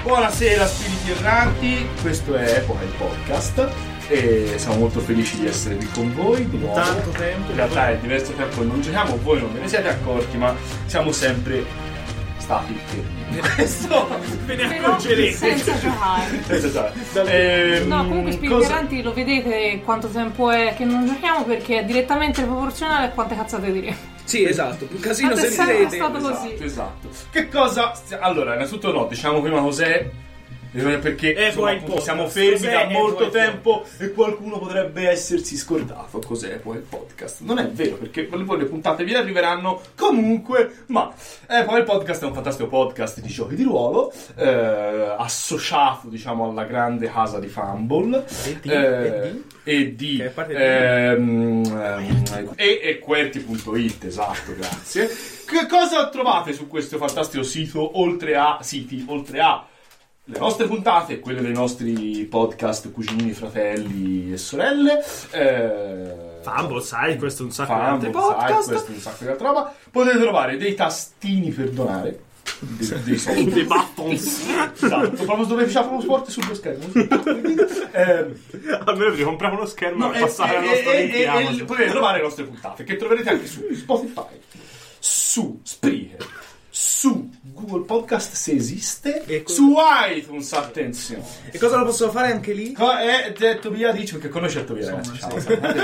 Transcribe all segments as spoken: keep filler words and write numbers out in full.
Buonasera spiriti erranti, questo è poi il podcast e siamo molto felici di essere qui con voi di nuovo. Tanto tempo. In realtà è diverso tempo che non giochiamo, voi non ve ne siete accorti, ma siamo sempre stati fermi. Questo ve ne accorgerete senza giocare. Senza giocare. Ehm, no, comunque spiriti cosa... erranti lo vedete quanto tempo è che non giochiamo, perché è direttamente proporzionale a quante cazzate diremo. Sì, esatto, più casino se è direte. Stato esatto, così. esatto. Che cosa stia... Allora, innanzitutto no, diciamo prima cos'è, perché eh, insomma, appunto, siamo fermi cos'è da molto eh, tempo e qualcuno potrebbe essersi scordato cos'è poi il podcast. Non è vero, perché poi le puntate vi arriveranno comunque, ma eh, poi il podcast è un fantastico podcast di giochi di ruolo, eh, associato diciamo alla grande casa di Fumble e di, eh, e di, e, di ehm, ehm, e, e Qwerty punto it, esatto, grazie. Che cosa trovate su questo fantastico sito, oltre a siti, oltre a le nostre puntate, quelle dei nostri podcast cuginini, fratelli e sorelle, eh, Fumble, sai, questo è un sacco Fumble, di altri podcast, sai, questo è un sacco di altra roba. Potete trovare dei tastini per donare, dei, dei soldi, dei buttons, esatto, proprio dove facciamo proprio sport sullo schermo. eh, almeno devi comprare uno schermo no, per passare al nostro link di Amazon. Potete trovare le nostre puntate, che troverete anche su Spotify, su Spreaker, su Google Podcast se esiste, e su iTunes, attenzione. E cosa lo possono fare anche lì? Co- è detto via, dice, perché conosce Tobia, ragazzi. Ciao.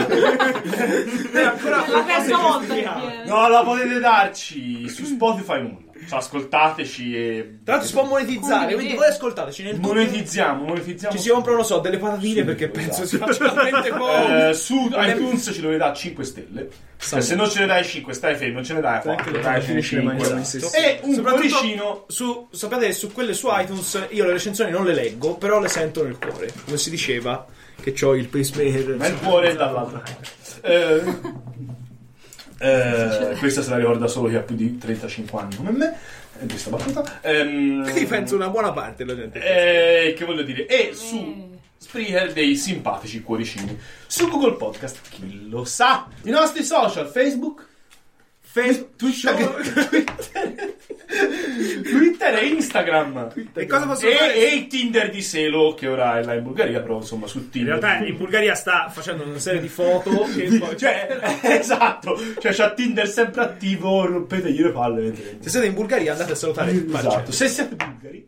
È ancora la terza volta che viene. No, la potete darci su Spotify nulla. Cioè, ascoltateci e... Tra l'altro si può monetizzare, quindi voi ascoltateci nel monetizziamo, monetizziamo. Ci si comprano, non so, delle patatine, perché penso si faccia veramente poco. Eh, su iTunes ci dovete dare cinque stelle. Cioè, se non ce ne dai cinque stai fermo, non ce ne dai quattro, dai cinque. Esatto. E un cuoricino su, sapete, su quelle su iTunes io le recensioni non le leggo, però le sento nel cuore, come si diceva che c'ho il pacemaker, ma il cuore è dall'altra parte. eh, eh, questa se la ricorda solo chi ha più di trentacinque anni come me, questa battuta. ehm, quindi penso una buona parte la gente, eh, che voglio dire, e su Spreaker dei simpatici cuoricini, su Google Podcast chi lo sa, i nostri social, Facebook, Facebook, Twitter, Twitter, Twitter e Instagram. Twitter. E cosa posso e, fare? E il Tinder di Selo, che ora è là in Bulgaria, però insomma su Tinder. In realtà in Bulgaria sta facendo una serie di foto che poi... cioè, esatto, cioè c'ha Tinder sempre attivo, rompetegli le palle. Se siete in Bulgaria andate a salutare. Esatto, se siete bulgari.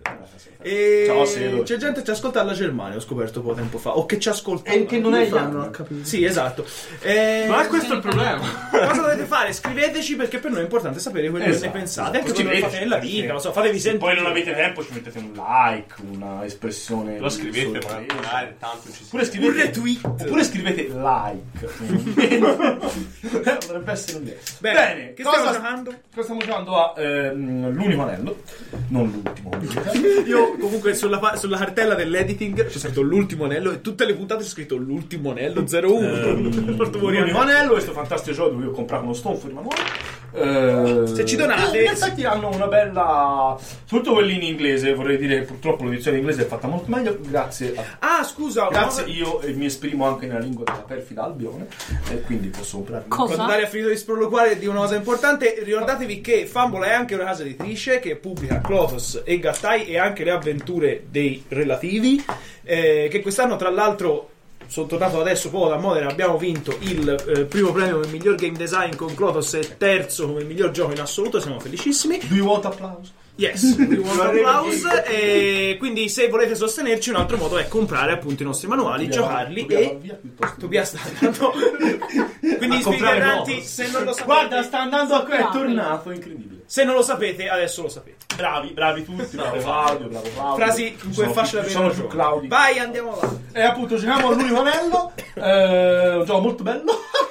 E ciao, Selo. C'è gente che ci ascolta alla Germania, ho scoperto poco tempo fa, o che ci ascolta e che non è fanno, sì, esatto. E... ma è questo il problema. Cosa dovete fare? Scriveteci, perché per noi è importante sapere quello esatto, che ne pensate, esatto. anche quello che fate nella vita, non so, fatevi se sentire. poi non avete tempo ci mettete un like, una espressione, lo scrivete, magari tanto ci si pure scrivete un retweet, oppure scrivete like. Potrebbe essere un diverso. Bene, Bene, che cosa stiamo giocando? Cosa stiamo giocando a ehm, l'unico anello, non l'ultimo. Io comunque sulla, sulla cartella dell'editing c'è scritto l'ultimo anello e tutte le puntate c'è scritto l'ultimo anello zero uno. ehm, l'unico anello, questo fantastico gioco dove io ho comprato uno Stoneford manuale. Uh, se ci donate, in effetti hanno una bella, soprattutto quelli in inglese. Vorrei dire che purtroppo l'edizione in inglese è fatta molto meglio, grazie a... ah scusa, grazie, no, io eh, mi esprimo anche nella lingua della perfida Albione e quindi posso comprarmi. Cosa? Quando Daria ha finito di sproloquare di una cosa importante, ricordatevi che Fumble è anche una casa editrice che pubblica Clotos e Gattai e anche le avventure dei relativi, eh, che quest'anno tra l'altro sono tornato adesso poco da Modena, abbiamo vinto il eh, primo premio come miglior game design con Clotos e terzo come miglior gioco in assoluto, siamo felicissimi. Do you want applause? Yes, we want applause. E quindi se volete sostenerci un altro modo è comprare appunto i nostri manuali, Tobias, giocarli Tobias, e via, Tobias sta andando quindi spiriti erranti, se non lo sapete, guarda, sta andando a è tornato, incredibile. Se non lo sapete adesso lo sapete. Bravi, bravi tutti, bravo Claudio, bravo Claudio. Frasi in cui è facile avere sono un su gioco. Claudio. Vai, andiamo avanti. E appunto giochiamo all'unico anello, eh, un gioco molto bello.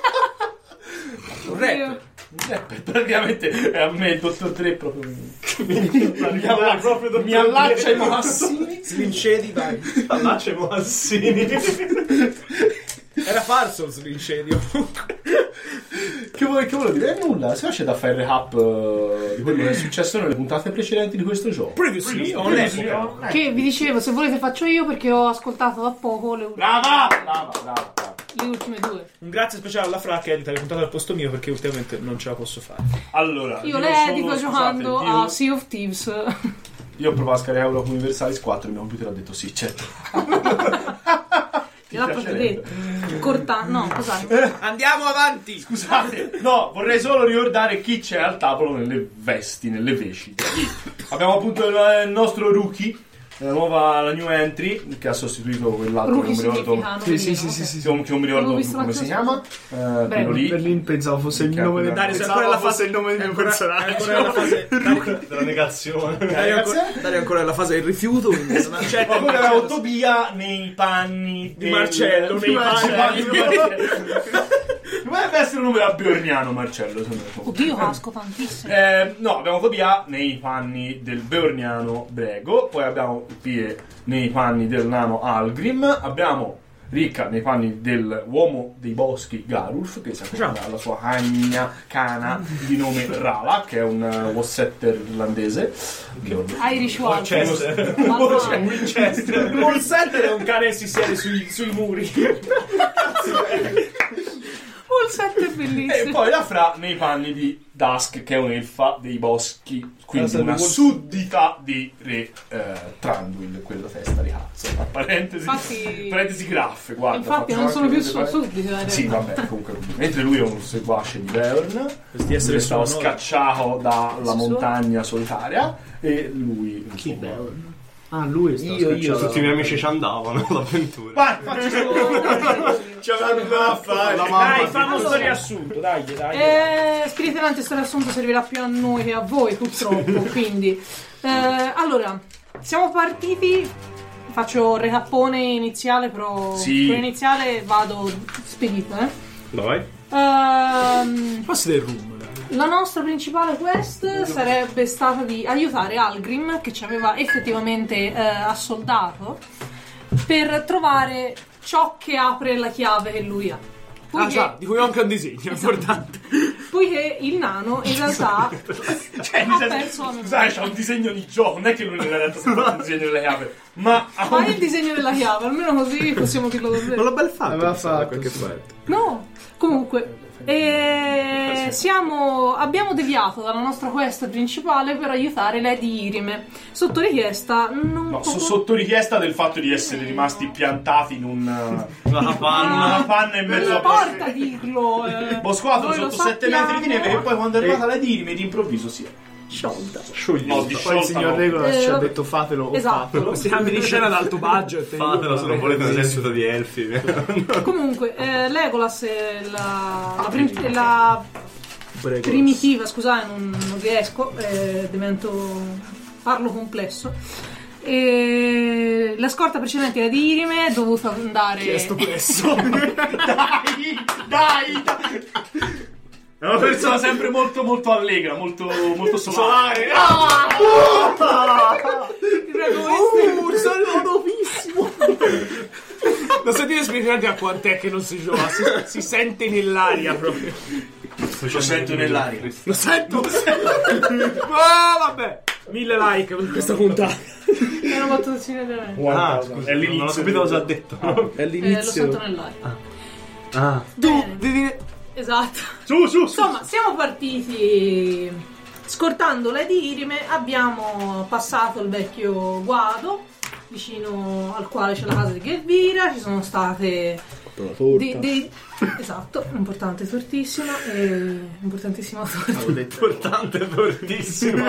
Un rap. Eh, praticamente è a me il dottor Dre proprio mi, mi, alla, proprio mi allaccia i moassini. Slincedi, vai. Allaccia i moassini. Era falso il slincedio. Che vuoi, che volevo dire? È nulla, se no c'è da fare il recap uh, di quello che è successo nelle puntate precedenti di questo gioco. Previously on Epoca. Che vi dicevo, se volete faccio io, perché ho ascoltato da poco le, brava, brava, brava, brava. le ultime due. Un grazie speciale alla Fra che edita le puntate al posto mio, perché ultimamente non ce la posso fare. Allora, io le edito giocando a Sea of Thieves. Io ho provato a scaricare Europa Universalis quattro e il mio computer ha detto sì, certo. Gliel'ha proprio detto. Corta... No, cos'hai? Andiamo avanti. Scusate, no, vorrei solo ricordare chi c'è al tavolo nelle vesti, nelle veci. Abbiamo appunto il, il nostro rookie, la nuova, la new entry, che ha sostituito quell'altro Rookie che non mi ricordo. significa Sì, nome sì, vero, sì, ok. sì, sì. Che non mi ricordo Avevo visto come la si cosa. chiama. Eh, quello lì. Berlin pensavo fosse il nome del Dario, sei ancora nella fase il nome del mio personaggio. ancora nella fase Della negazione. Dario ancora, Dario ancora nella fase del rifiuto, quindi non accetta. Ma poi avevo Tobia nei panni Di Marcello, di nei Marcello. panni di Dovrebbe essere un nome da Beorniano, Marcello. secondo me. Oddio, casco tantissimo. Eh, no, abbiamo Tobia nei panni del Beorniano Brego, poi abbiamo Pie nei panni del nano Algrim, abbiamo Ricca nei panni dell'uomo dei boschi Garulf, che si accompagna alla sua cagna cana di nome Rala, che è un uh, Wassetter irlandese. Irish Walker. Winchester. Il Wolsetter è un cane che si siede sui, sui muri. Oh, il set è bellissimo. E poi la Fra nei panni di Dusk, che è un'elfa dei boschi, quindi Ah, una Wolf- suddita di re eh, Tranduil, quella testa di cazzo. Tra parentesi, Infatti- parentesi graffe, guarda. Infatti faccio non sono anche più delle su- parentesi. sudditi. in Sì, realtà. vabbè, comunque. Mentre lui è un seguace di Beorn, Questi esseri che stava sono- scacciato dalla Sì, montagna solitaria, e lui. Chi insomma, Beorn? Ah, lui è stato Io, io. scacciato. Tutti i miei amici ci andavano all'avventura. Vai, facci Ci avevano da fare. La mamma Dai, di- fammi Allora. sto riassunto, dai, dai. Eh, Spirito Errante, questo riassunto servirà più a noi che a voi, purtroppo. Quindi, eh, allora, siamo partiti. Faccio il recappone iniziale, però. Sì. Quello iniziale vado spedito, eh. Vai. Ehm, Posso del room, dai. La nostra principale quest sarebbe stata di aiutare Algrim, che ci aveva effettivamente eh, assoldato, per trovare ciò che apre la chiave che lui ha. Ah, Poiché, già, di cui ho anche un disegno importante. poiché il nano in realtà Cioè, ha nel senso, perso la memoria. sai, c'ha un disegno di gioco, non è che lui nella realtà sta facendo un disegno delle chiappe, ma ha Fai un il disegno della chiave, almeno così possiamo dirlo Non davvero. l'ho bel fatto. Aveva mi sa, da fatto, qualche sì. parte. No, comunque eh, siamo, abbiamo deviato dalla nostra quest principale per aiutare Lady Irime sotto richiesta non No, so- poco- sotto richiesta del fatto di essere rimasti piantati in un Una in capanna. una panna in non mezzo a importa dirlo eh. Bosquato Noi lo sotto sette metri di neve, sappiamo. e poi quando è arrivata la dirime d'improvviso si è Sciolta. no, Sciogli. di Poi il signor no. Regola Eh, ci ha vabbè. detto fatelo o Esatto. fatelo. Stiamo di scena ad alto budget. Fatelo se non volete un esercito di elfi. Comunque eh, Legolas è la, la, prim- è la primitiva, scusate, non, non riesco, eh, divento parlo complesso. E la scorta precedente era di Irime, è dovuta andare. Chiesto presso. dai, dai, dai. È una persona sempre molto molto allegra, molto molto solare. Ti prego, questo- Uh, sono nuovissimo. Lo sentite spiegare a quant'è che non si gioca, si, si sente nell'aria proprio. Lo sento nell'aria. Lo sento. Oh, vabbè. Mille like per questa puntata. è una valutazione veramente. Ah, È scusa, l'inizio non ho capito cosa ha detto. È Eh, lo sento nell'aria. Ah. Tu Bene. devi. Esatto. Su, su, su. Insomma, siamo partiti scortando Lady Irime, abbiamo passato il vecchio guado vicino al quale c'è la casa di Gelvira, ci sono state dei, dei- esatto, importante tortissima e importantissima torta. Importante, fortissimo.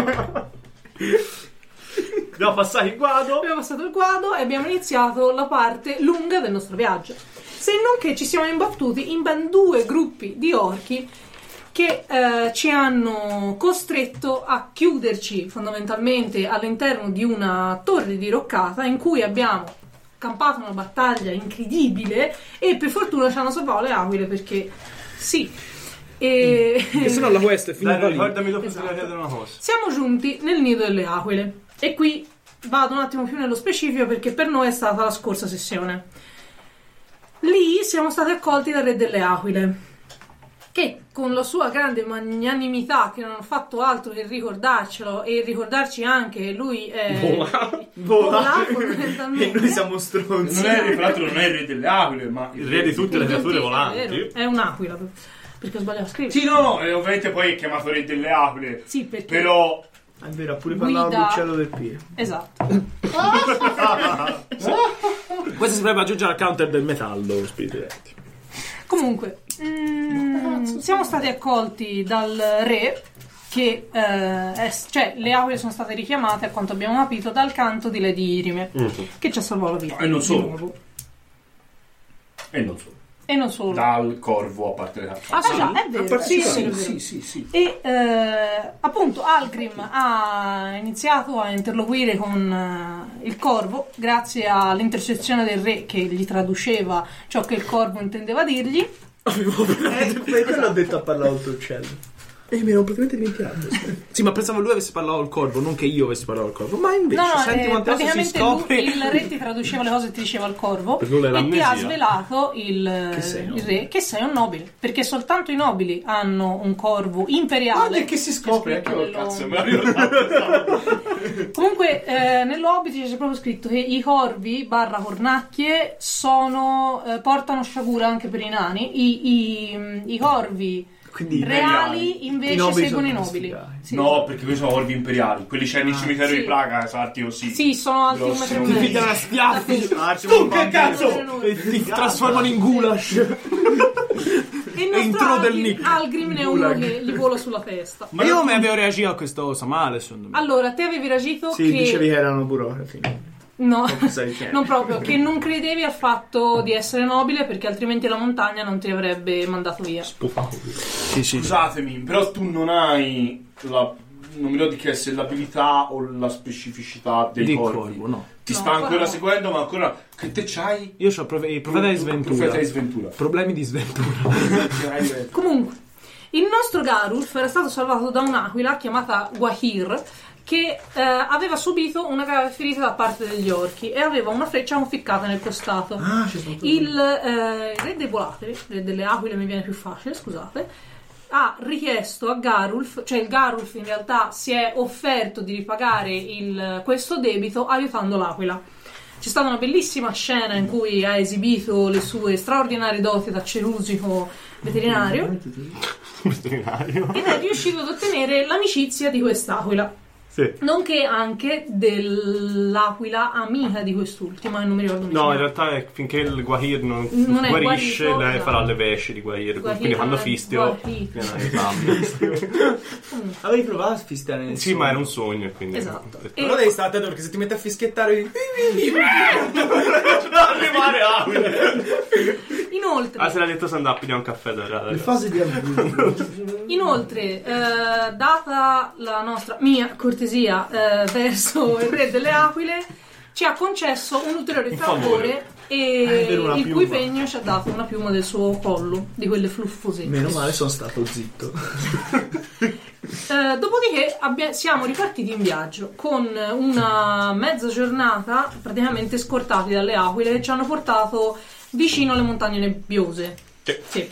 Abbiamo passato il guado. Abbiamo passato il guado e abbiamo iniziato la parte lunga del nostro viaggio. Se non che ci siamo imbattuti in ben due gruppi di orchi che eh, ci hanno costretto a chiuderci fondamentalmente all'interno di una torre diroccata in cui abbiamo campato una battaglia incredibile e per fortuna ci hanno salvato le aquile perché sì. E... E se no la quest è finita Dai, lì. ricordami dopo Esatto. di chiedere una cosa. Siamo giunti nel nido delle aquile e qui vado un attimo più nello specifico perché per noi è stata la scorsa sessione. Lì siamo stati accolti dal re delle aquile che con la sua grande magnanimità che non ha fatto altro che ricordarcelo e ricordarci anche che lui è Vola. vola, E fondamentalmente. noi siamo stronzi. Non è, tra l'altro non è il re delle aquile, ma Il re di tutte le creature È volanti. vero, è un'aquila perché ho sbagliato a scrivere. Sì, no, no, e ovviamente poi è chiamato re delle aquile. Sì, perché Però È vero, ha pure parlato guida... l'uccello del piede. Esatto. Questo si potrebbe aggiungere al counter del metallo, spirito viventi. Comunque, mm, siamo stati accolti dal re che, eh, è, cioè, le aquile sono state richiamate, a quanto abbiamo capito, dal canto di Lady Irime, mm. che ci ha salvato la vita. E non solo. E non solo. E non solo. Dal corvo a parte le cazzo. Ah, sì, già, è vero. Sì, sì, sì, è vero. sì, sì, sì. E eh, appunto Algrim ha iniziato a interloquire con uh, il corvo grazie all'intercessione del re che gli traduceva ciò che il corvo intendeva dirgli. Avevo eh, perché l'ho detto a parlare l'uccello? E mi ero praticamente dimenticato. Sì, ma pensavo lui avesse parlato al corvo, non che io avessi parlato al corvo. Ma invece, no, no, senti eh, quante cose si scopre. Lui, il re ti traduceva le cose e ti diceva il corvo. Per lui è e ti ha l'amnesia. svelato il, Che sei, no? il re che sei un nobile. Perché soltanto i nobili hanno un corvo imperiale. Ah, che si scopre? Che è Che scritto cazzo, me nello- la ricordato. Comunque eh, nell'Hobbit c'è proprio scritto che i corvi barra cornacchie sono eh, portano sciagura anche per i nani. I, i, i corvi Quindi reali invece i nobili seguono i sono nobili. domesticati. Sì. No, perché questi sono corvi imperiali. Quelli c'è nel Ah, cimitero sì. di Praga, esatti così. Sì, sono alti un Grossi. metro e Ti mezzo. pigliano a schiaffi. Ah, ci Tu vuole che un cazzo? bambino. E ti trasformano in goulash. E il nostro Intro del Algrim, Nick. Algrim ne è uno Gulag. che gli vola sulla testa. Ma io come avevo reagito a questa cosa male, secondo me. Allora, te avevi reagito Sì, che... dicevi che erano burocrati. No, stai dicendo? non proprio, che non credevi al fatto di essere nobile perché altrimenti la montagna non ti avrebbe mandato via. Sì, sì. Scusatemi, però tu non hai la... non mi ricordo che se l'abilità o la specificità dei Di corvi. corvo, no. Ti No, sta ancora però- seguendo, ma ancora... Che te c'hai? Io ho profe- il profeta di sventura. Profeta di sventura. Problemi di sventura. C'hai- Comunque, il nostro Garulf era stato salvato da un'aquila chiamata Gwahir che eh, aveva subito una grave ferita da parte degli orchi e aveva una freccia conficcata nel costato. Ah, c'è stato Il eh, re dei volatili, re delle aquile mi viene più facile, scusate, ha richiesto a Garulf, cioè il Garulf in realtà si è offerto di ripagare il, questo debito aiutando l'aquila. C'è stata una bellissima scena in cui ha esibito le sue straordinarie doti da cerusico veterinario Veterinario. ed è riuscito ad ottenere l'amicizia di quest'aquila. Sì. Nonché anche dell'aquila amica di quest'ultima, e non mi ricordo come si No, in chiama. realtà è finché il Guahir non, Non è guarisce, guarito, lei no. farà le vesci di Guahir. Guahir Quindi quando è fistio guarito. viene ai zambi. Avevi provato a fischiare nel Sì, ma era un sogno, quindi Esatto. ho detto, Però devi stare attento perché se ti metti a fischiettare Arrivare aquile. Inoltre, Ah, se l'ha detto Sandappi, pigliare un caffè da là. le fasi di avventura. inoltre eh, data la nostra mia cortesia eh, verso il re delle aquile, ci ha concesso un ulteriore favore e è vero, una il piuma. cui pegno ci ha dato una piuma del suo collo, di quelle fluffosette. Meno male sono stato zitto. Eh, dopodiché abbia- siamo ripartiti in viaggio con una mezza giornata praticamente scortati dalle aquile che ci hanno portato vicino alle montagne nebbiose. Sì. Sì.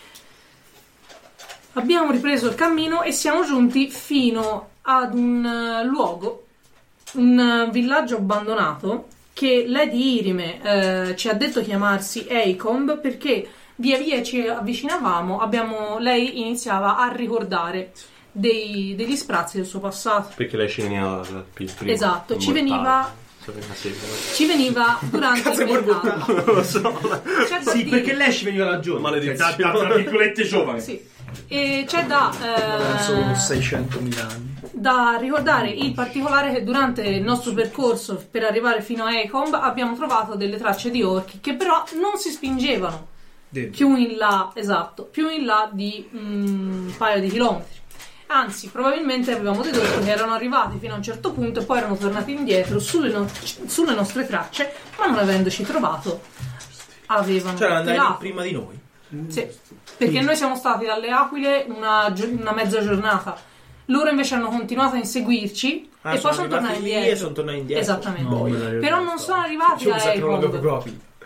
Abbiamo ripreso il cammino e siamo giunti fino ad un eh, luogo, un eh, villaggio abbandonato che Lady Irime eh, ci ha detto chiamarsi Eicomb perché via via ci avvicinavamo, abbiamo, lei iniziava a ricordare dei- degli sprazzi del suo passato. Perché lei ci veniva dal prima. Esatto, ci immortale. veniva- Sapeva sempre. Ci veniva durante Cazzo, il è mercato. Non lo so. C'è da Sì, dire- perché lei ci veniva da giorno. Da, Maledizione. da, tra virgolette giovane. Sì. E c'è da, eh, Sono seicentomila anni. da ricordare in particolare che durante il nostro percorso per arrivare fino a Eicomb abbiamo trovato delle tracce di orchi che però non si spingevano più in là, esatto, più in là di un paio di chilometri. Anzi, probabilmente avevamo dedotto che erano arrivati fino a un certo punto e poi erano tornati indietro sulle, no- sulle nostre tracce, ma non avendoci trovato avevano Cioè, andai tirato. prima di noi. Sì, perché noi siamo stati dalle aquile una, gio- una mezza giornata. Loro invece hanno continuato a inseguirci Ah, e poi sono arrivati tornati lì indietro. e sono tornati indietro. Esattamente. No, me la ricordo. Però non sono arrivati Cioè, a sa che non l'avevo Eicomb. proprio.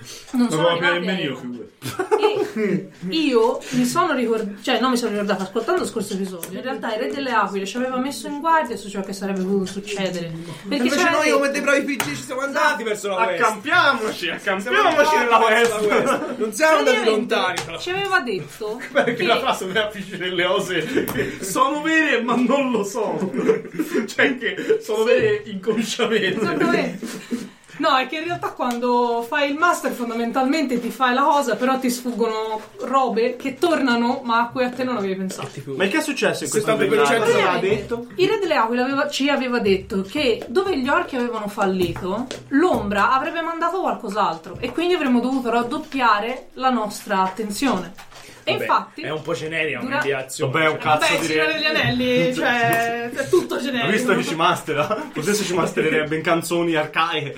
non sono avevo arrivati nemmeno a io, Ecomb. figurati. E io mi sono ricordata, cioè non mi sono ricordata ascoltando lo scorso episodio, in realtà il Re delle Aquile ci aveva messo in guardia su ciò che sarebbe potuto succedere. Perché Invece c'era noi detto- come dei bravi P G ci siamo andati verso la West. Accampiamoci, Siamo accampiamoci nella andati verso la West. West. Non siamo andati praticamente lontani. però. ci aveva detto Perché che la frase delle affici delle cose che sono vere ma non lo sono. Cioè che sono vere inconsciamente. Esattamente. No, è che in realtà quando fai il master fondamentalmente ti fai la cosa, però ti sfuggono robe che tornano, ma a cui a te non avevi pensato. Ma che è successo in questo settanta per cento villaggio? l'ha Praticamente, detto? Il Re delle Aquile aveva- ci aveva detto che dove gli orchi avevano fallito, l'ombra avrebbe mandato qualcos'altro e quindi avremmo dovuto raddoppiare la nostra attenzione. E Vabbè, infatti è un po' generica dura- un'indiazione. Vabbè, è un cazzo Vabbè, di Signore degli Anelli, cioè è tutto generico. Ha visto che ci mastera? Forse ci mastererebbe in canzoni arcaiche.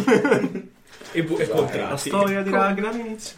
E, bu- e La contrasti. storia di Ragnar inizia.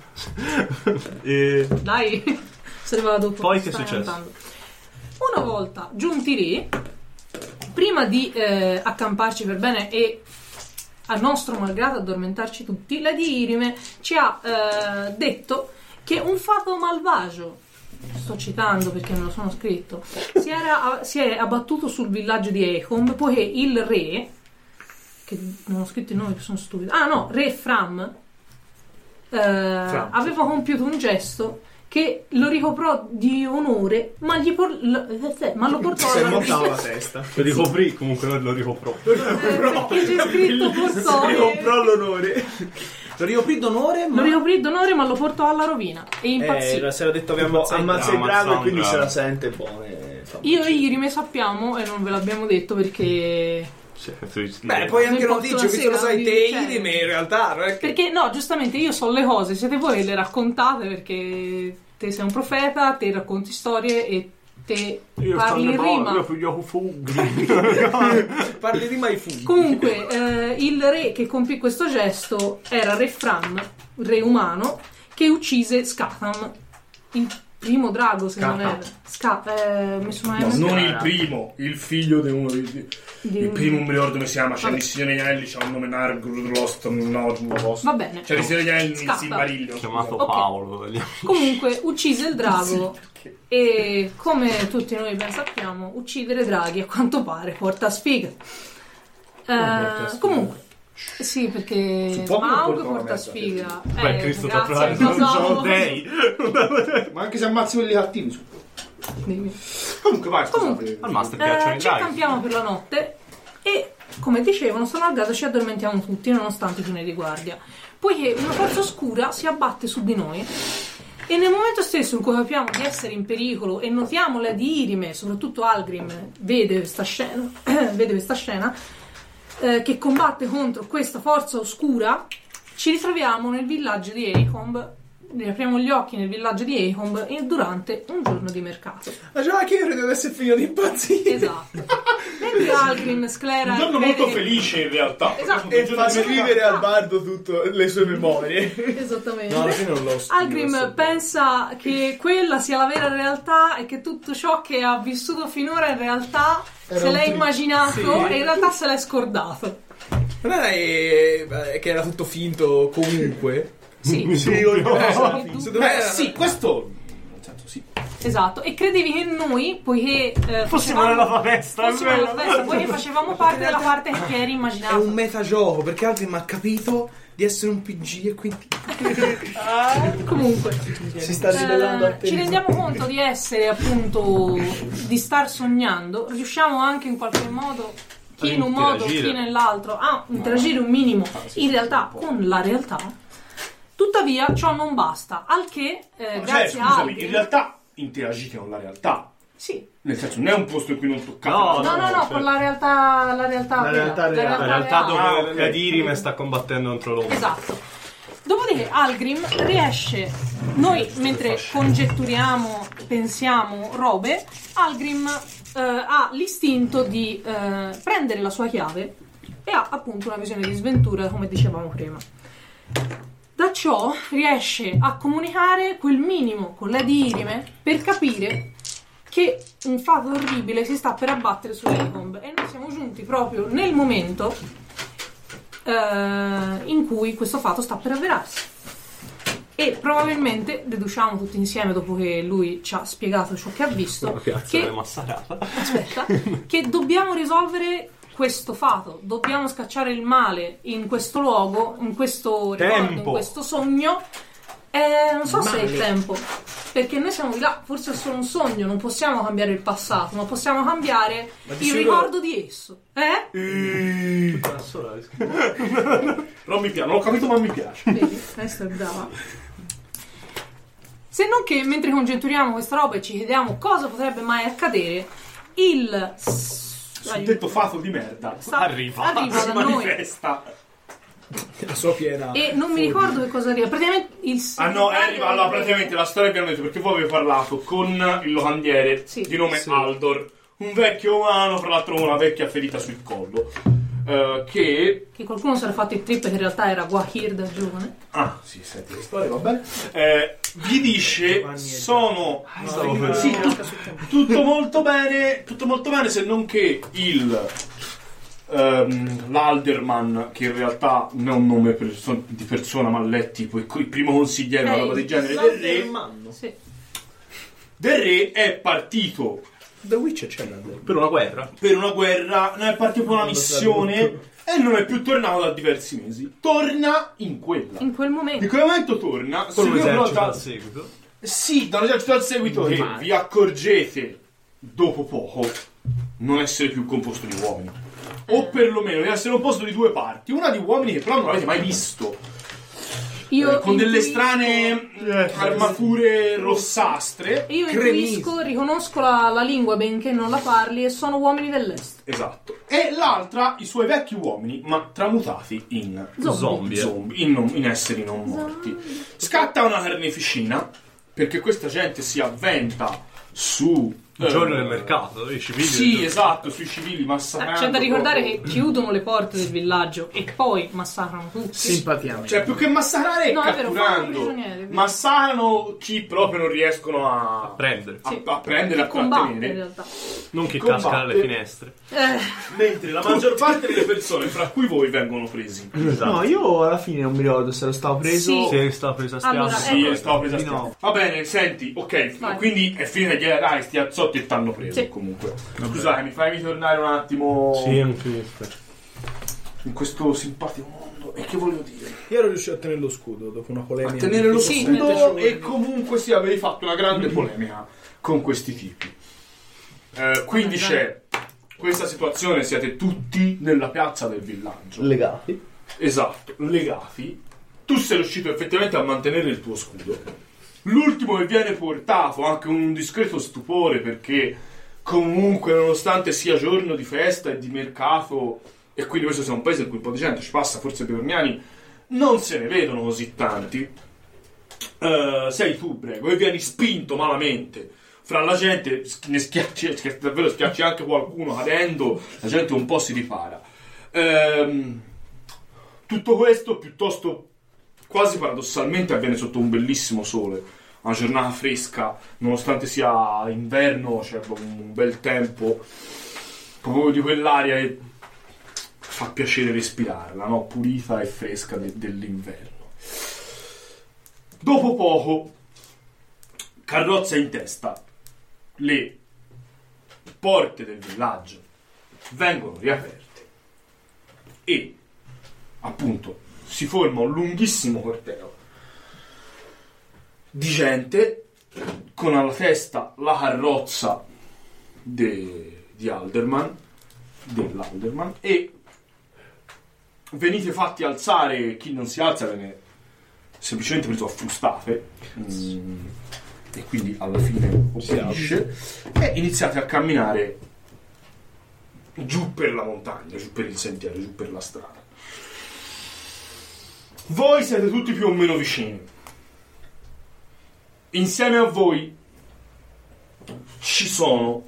E... Dai, se ne va dopo. Poi che è stai successo? cantando. Una volta giunti lì, prima di eh, accamparci per bene e a nostro malgrado addormentarci tutti, Lady Irime ci ha eh, detto che un fato malvagio, sto citando perché me lo sono scritto, si, era, si è abbattuto sul villaggio di Ecomb poiché il re, che non ho scritto il nome che sono stupido, ah no, re Fram, eh, aveva compiuto un gesto che lo ricoprò di onore, ma, gli por- l- ma lo portò Si è alla montato rovina. la testa. Lo ricoprì, comunque non lo ricoprò. Eh, perché c'è scritto portò Si e- comprò l'onore. Lo ricoprì d'onore, ma... lo ricoprì d'onore ma lo portò alla rovina e impazzì. Eh, si era detto che Tipo, ammazza il ammazza il drago. drago e un quindi drago. se la sente buone. Io e Irime sappiamo e non ve l'abbiamo detto perché Beh, poi anche Non lo porto dice, la questo lo sera, sai te, cioè- Irime, in realtà, non è che... perché no, giustamente io so le cose, siete voi che le raccontate perché te sei un profeta, te racconti storie e te parli in rima. Io figlio fuggi. Parli di mai funghi. Comunque, eh, il re che compì questo gesto era Re Fram, re umano, che uccise Scatham, il primo drago, se non Scatham. erro. Sca- eh, mi sono No, non il emozionata. primo, il figlio di uno di, Di il un- primo non mi ricordo come si chiama, c'è Vabbè. il Signore degli Anelli, c'è un nome Nargul Lost, no, non lo posso. Va bene. C'è il Signore degli Anelli, il Scappa. Silmarillion. Chiamato Ok. Paolo. Comunque uccise il drago e come tutti noi ben sappiamo uccidere draghi a quanto pare porta sfiga. Eh, porta sfiga. comunque sì, perché Suppongo che Smaug porta una porta merda. sfiga. Beh, Eh, Cristo grazie, tra lo non so. sono dei. Ma anche se ammazzi quelli cattivi su. Dimmi. Comunque vai, Comunque, scusate. Al master piacciono Eh, i ci draghi. accampiamo per la notte e come dicevano sono al caso ci addormentiamo tutti nonostante i turni di guardia, poiché una forza oscura si abbatte su di noi e nel momento stesso in cui capiamo di essere in pericolo e notiamo la di Irime, soprattutto Algrim vede questa scena, vede questa scena eh, che combatte contro questa forza oscura, ci ritroviamo nel villaggio di Ecomb, riapriamo gli occhi nel villaggio di Ecomb e durante un giorno di mercato. Ma già che io credo di essere figlio di impazzire. Esatto. Mentre Algrim sclera Un giorno crede molto che- felice in realtà. Esatto. E fa scrivere al bardo tutte le sue memorie. Esattamente. No, alla fine non l'ho studiato. Algrim pensa che quella sia la vera realtà e che tutto ciò che ha vissuto finora in realtà Era se un l'è tri- immaginato sì. e in realtà se l'è scordato. Non era eh, che era tutto finto comunque. Sì, Sì, Il dubbio. secondo me era- Sì, questo nel senso sì. Esatto. E credevi che noi, poiché eh, Fossimo facevamo- nella foresta, è fossimo nella vero. foresta, poiché facevamo parte della parte che ti eri È immaginato. un metagioco perché Algrim ha capito di essere un P G e quindi Comunque Si sta ribellando al Eh, ci tempo. rendiamo conto di essere appunto di star sognando, riusciamo anche in qualche modo, chi in un modo, chi interagire. nell'altro, a interagire un minimo in realtà con la realtà. Tuttavia ciò non basta, al che eh, Cioè, grazie a scusami, Algrim- in realtà interagite con la realtà. sì. Nel senso, non è un posto in cui non toccate. No, No, no, no, con la realtà, la realtà, La vera, realtà reale. La realtà dove Ah, ok. la Dirime sta combattendo contro l'uomo. Esatto. Dopodiché Algrim riesce, noi mentre congetturiamo, pensiamo robe, Algrim eh, ha l'istinto di eh, prendere la sua chiave e ha appunto una visione di sventura, come dicevamo prima. Da ciò riesce a comunicare quel minimo con Lady Irime per capire che un fatto orribile si sta per abbattere su Ecomb e noi siamo giunti proprio nel momento eh, in cui questo fatto sta per avverarsi. E probabilmente deduciamo tutti insieme, dopo che lui ci ha spiegato ciò che ha visto, che, aspetta, che dobbiamo risolvere questo fato, dobbiamo scacciare il male in questo luogo, in questo ricordo, in questo sogno. Eh, non so se è il tempo, perché noi siamo di là, forse è solo un sogno, non possiamo cambiare il passato, ma possiamo cambiare ma il sicuro... ricordo di esso. Eh? E... Però mi piace, non ho capito ma mi piace. Vedi, questa è brava. Se non che mentre congetturiamo questa roba e ci chiediamo cosa potrebbe mai accadere, il suddetto fato di merda sta... arriva, arriva si da manifesta. Noi. La sua piena. E non mi ricordo che cosa arriva. Praticamente il Ah no, arriva. Allora, praticamente la storia che hanno detto, perché voi avete parlato con il locandiere sì. di nome sì. Aldor, un vecchio umano, fra l'altro con una vecchia ferita sul collo. Uh, che che qualcuno si era fatto il trip che in realtà era Guahir da giovane. Ah, sì, senti la storia, va bene. Eh, vi dice sono no, sì, tutto, tutto molto bene, tutto molto bene, se non che il Um, l'Alderman, che in realtà non è un nome perso- di persona, ma è tipo il, il primo consigliere, una roba del genere del re, sì. del re è partito The Witcher c'è l'Alderman per una guerra per una guerra, non è partito per una missione e non è più tornato da diversi mesi. Torna in quella in quel momento in quel momento torna con un esercito da... al seguito sì, da un esercito al seguito che vi accorgete dopo poco non essere più composto di uomini, o perlomeno deve essere composto di due parti, una di uomini che però non avete mai visto, io eh, con delle intuisco... strane eh, armature rossastre. Io intuisco, riconosco la, la lingua benché non la parli, e sono uomini dell'est. Esatto. E l'altra i suoi vecchi uomini, ma tramutati in zombie, zombie in, non, in esseri non morti. Scatta una carneficina perché questa gente si avventa su il giorno del mercato, i civili. Sì, esatto, sui civili massacrando. C'è da ricordare proprio. che chiudono le porte del villaggio e poi massacrano tutti. Simpatiamente. Cioè, più che massacrare, no, catturando, massacrano chi proprio non riescono a, a prendere, a, sì. a prendere, a trattenere. In realtà. Non chi Combatte. casca dalle finestre. Eh. Mentre la maggior parte delle persone, fra cui voi, vengono presi. Esatto. No, io alla fine non mi ricordo se lo stavo preso. Sì. Se stavo preso a stiamo. Allora, Sì, ecco. stavo preso a No. stiamo. Va bene, senti, ok, Vai. quindi è finita di dai, sti azzotti e t'hanno preso. Sì. Comunque, scusate, mi fai ritornare un attimo Sì, anche in questo simpatico mondo. E che voglio dire? Io ero riuscito a tenere lo scudo dopo una polemica. A tenere lo Sì, scudo e comunque sì, avevi fatto una grande polemica con questi tipi. Eh, quindi c'è questa situazione, siete tutti nella piazza del villaggio. Legati. Esatto, legati. Tu sei riuscito effettivamente a mantenere il tuo scudo. L'ultimo che viene portato, anche con un discreto stupore, perché comunque nonostante sia giorno di festa e di mercato, e quindi questo sia un paese in cui un po' di gente ci passa, forse per ogni anno non se ne vedono così tanti, uh, sei tu, Brego, e vieni spinto malamente fra la gente, ne schiacci, davvero schiacci anche qualcuno cadendo, la gente un po' si ripara. Ehm, tutto questo piuttosto quasi paradossalmente avviene sotto un bellissimo sole, una giornata fresca, nonostante sia inverno, c'è un bel tempo, proprio di quell'aria che fa piacere respirarla, no? Pulita e fresca de- dell'inverno. Dopo poco, carrozza in testa, le porte del villaggio vengono riaperte e appunto si forma un lunghissimo corteo di gente con alla testa la carrozza de, di Alderman, dell'Alderman, e venite fatti alzare. Chi non si alza viene semplicemente preso a frustate, mm, e quindi alla fine obbedisce, e iniziate a camminare giù per la montagna, giù per il sentiero, giù per la strada. Voi siete tutti più o meno vicini. Insieme a voi ci sono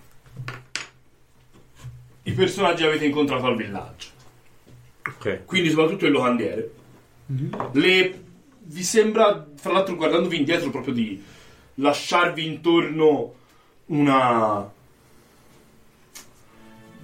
i personaggi che avete incontrato al villaggio. Ok. Quindi soprattutto il locandiere. Mm-hmm. Le vi sembra, fra l'altro guardandovi indietro, proprio di lasciarvi intorno una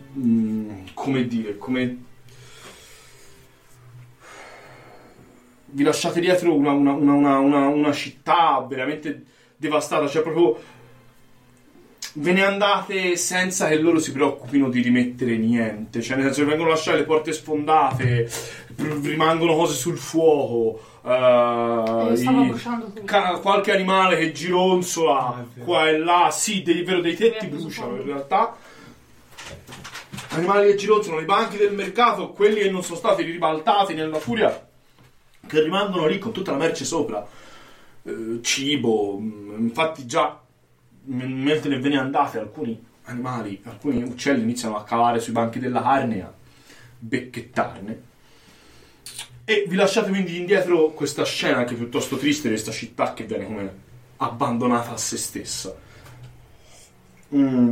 mm, come dire, come vi lasciate dietro una, una, una, una, una, una città veramente devastata, cioè proprio ve ne andate senza che loro si preoccupino di rimettere niente, cioè nel senso che vengono lasciate le porte sfondate, rimangono cose sul fuoco, uh, stanno i, bruciando tutto. Ca- qualche animale che gironzola ah, qua e là, sì, dei, vero, dei tetti bruciano in realtà, animali che gironzolano, i banchi del mercato, quelli che non sono stati ribaltati nella furia, che rimangono lì con tutta la merce sopra, eh, cibo, infatti già mentre ve ne andate alcuni animali, alcuni uccelli iniziano a calare sui banchi della carne e a becchettarne, e vi lasciate quindi indietro questa scena anche piuttosto triste di questa città che viene come abbandonata a se stessa. mm.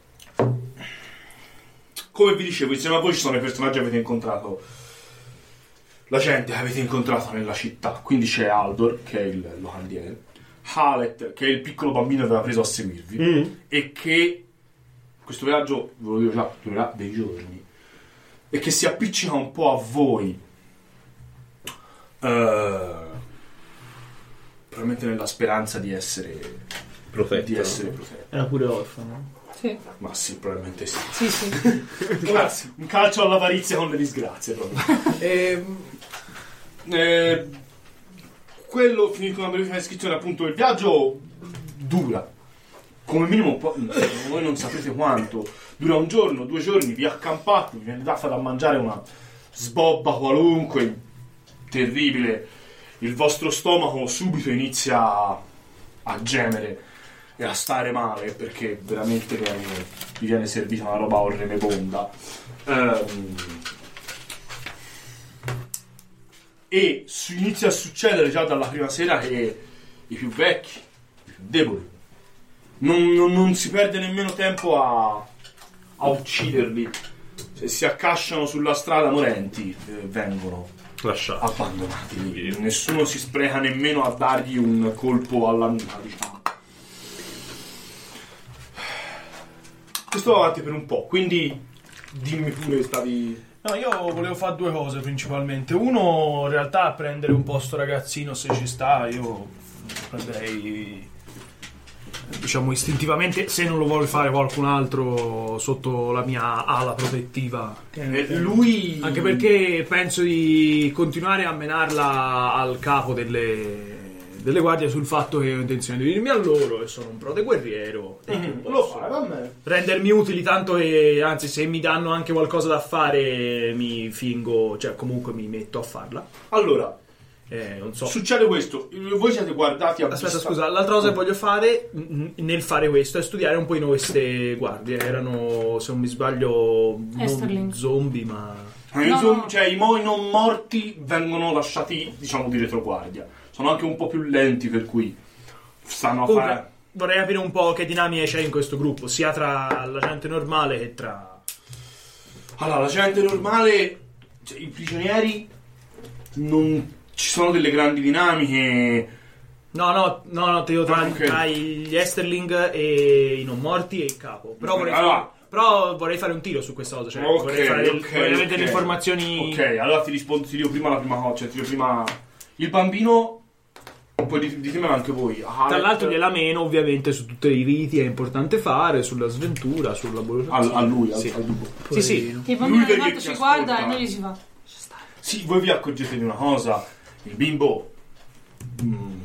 Come vi dicevo, insieme a voi ci sono i personaggi che avete incontrato, la gente che avete incontrato nella città. Quindi c'è Aldor, che è il locandiere, Halet, che è il piccolo bambino che aveva preso a seguirvi, mm. e che questo viaggio, ve lo dico già, durerà dei giorni, e che si appiccica un po' a voi, uh, probabilmente nella speranza di essere protetto. Di essere protetto. Era pure orfano. Sì. Ma sì, probabilmente sì. Sì, sì. Grazie. Un calcio all'avarizia con le disgrazie proprio. e, eh, quello finito una breve descrizione, appunto, il viaggio dura come minimo un po', voi non saprete quanto, dura un giorno, due giorni, vi accampate, vi viene data da mangiare una sbobba qualunque terribile, il vostro stomaco subito inizia a, a gemere e a stare male perché veramente viene, vi viene servita una roba orremebonda. Um, e su, inizia a succedere già dalla prima sera che i più vecchi, i più deboli, non, non, non si perde nemmeno tempo a, a ucciderli. Se si accasciano sulla strada morenti, eh, vengono lasciati, abbandonati lì. Nessuno si spreca nemmeno a dargli un colpo alla nuca, diciamo. Questo va avanti per un po', quindi dimmi pure, stavi... No, io volevo fare due cose principalmente. Uno, in realtà, prendere un po' sto ragazzino, se ci sta, io prenderei, diciamo, istintivamente, se non lo vuole fare qualcun altro, sotto la mia ala protettiva. Eh, lui... Anche perché penso di continuare a menarla al capo delle... delle guardie sul fatto che ho intenzione di unirmi a loro e sono un prode guerriero e mm-hmm. lo fai, va bene. Rendermi utili, tanto che anzi se mi danno anche qualcosa da fare mi fingo, cioè comunque mi metto a farla. Allora eh, non so, succede questo, voi siete guardati a aspetta vista... scusa, l'altra cosa che voglio fare nel fare questo è studiare un po' queste guardie. Erano, se non mi sbaglio, non zombie ma no, no. Zombie, cioè i moi non morti vengono lasciati, diciamo, di retroguardia. Sono anche un po' più lenti, per cui stanno a comunque, fare... Vorrei capire un po' che dinamiche c'è in questo gruppo, sia tra la gente normale che tra... Allora, la gente normale, cioè, i prigionieri, non ci sono delle grandi dinamiche. No, no, no, no, te dico tra, okay. tra gli Esterling e i non morti e il capo. Però vorrei, allora, fare, però vorrei fare un tiro su questa cosa, cioè okay, vorrei fare del, okay, vorrei avere okay. delle informazioni... Ok, allora ti rispondo, ti dico prima la prima cosa, cioè ti dico prima... Il bambino... Poi ditemelo anche voi. Halet... Tra l'altro gliela meno ovviamente su tutti i riti è importante fare, sulla sventura, sulla al, a lui, al, sì. al lupo. Sì, sì. Che il bambino ogni volta ci guarda e noi gli si fa. Sì, voi vi accorgete di una cosa. Il bimbo mm,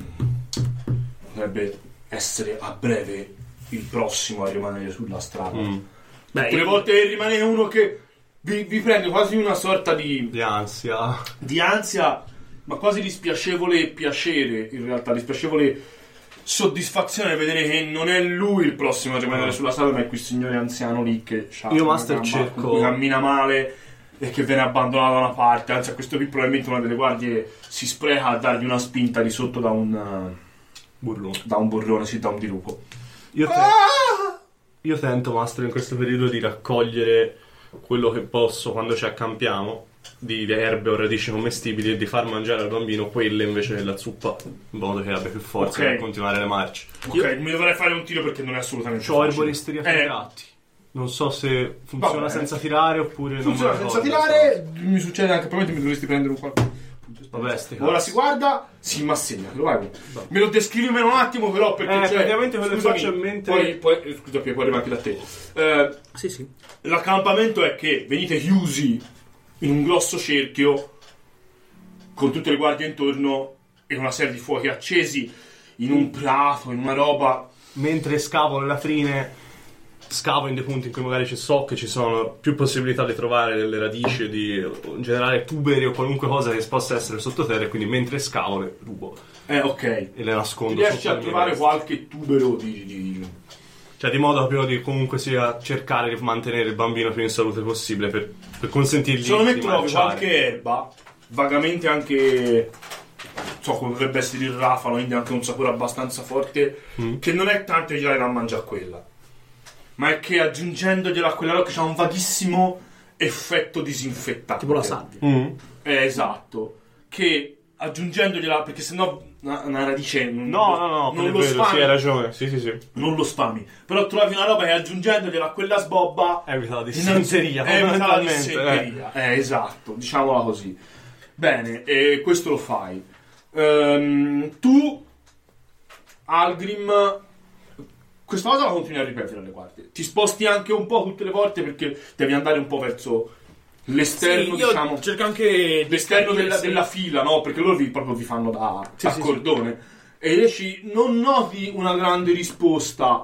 potrebbe essere a breve il prossimo a rimanere sulla strada. Mm. Beh, le volte che rimane uno che vi, vi prende quasi una sorta di... Di ansia. Di ansia... ma quasi dispiacevole piacere, in realtà, dispiacevole soddisfazione vedere che non è lui il prossimo a rimanere sulla strada, ma è quel signore anziano lì che io master cerco cammina male e che viene abbandonato da una parte. Anzi, a questo qui probabilmente una delle guardie si spreca a dargli una spinta di sotto da un burrone, da un burrone, sì, da un dirupo. Io, te- ah! io tento, master, in questo periodo di raccogliere quello che posso quando ci accampiamo di erbe o radici commestibili e di far mangiare al bambino quelle invece della zuppa, in modo che abbia più forza okay. per continuare le marce. Ok, io... mi dovrei fare un tiro perché non è assolutamente c'ho facile. C'ho erboristeria per eh. gatti. Non so se funziona Vabbè. senza tirare oppure funziona non senza tirare, so. Mi succede anche, probabilmente mi dovresti prendere un qualche Vabbè, sti ora cazzi. si guarda, sì, ma segnatelo, vai. Me lo descrivi meno un attimo, però, perché Eh, c'è... praticamente quello che scusami, faccio in mente- Poi, poi, eh, scusa, poi arriva anche da te. Eh, Sì, sì. l'accampamento è che venite chiusi in un grosso cerchio con tutte le guardie intorno e una serie di fuochi accesi in un prato, in una roba... Mentre scavo le latrine, scavo in dei punti in cui magari ci so che ci sono più possibilità di trovare delle radici, di in generale tuberi o qualunque cosa che possa essere sottoterra, e quindi mentre scavo le rubo Eh, ok. e le nascondo. Riesci sotto a le mie trovare vesti. qualche tubero di... di... Cioè, di modo proprio di comunque sia cercare di mantenere il bambino più in salute possibile per, per consentirgli Secondo me di trovi marciare. qualche erba, vagamente anche... so come potrebbe essere il rafano, quindi anche un sapore abbastanza forte, Mm. che non è tanto che gliela da mangiare quella, ma è che aggiungendogliela a quella roba c'ha un vaghissimo effetto disinfettante. Tipo la sabbia. Mm. Eh, esatto. Che aggiungendogliela, perché sennò una, una radice non, No, no, no, non quello lo è vero, sfami. sì, hai ragione. Sì, sì, sì. Non lo spami. Però trovi una roba che aggiungendogliela a quella sbobba Evita la dissenteria, Evita la fondamentalmente. dissenteria. Eh, esatto, diciamola così. Bene, e questo lo fai. Ehm, tu, Algrim, questa cosa la continui a ripetere alle guardie. Ti sposti anche un po' tutte le volte perché devi andare un po' verso l'esterno, Sì, io diciamo. cerco anche di L'esterno della, capire se- della fila, no? Perché loro vi, proprio vi fanno da, Sì, da sì, cordone. E riesci, non noti una grande risposta.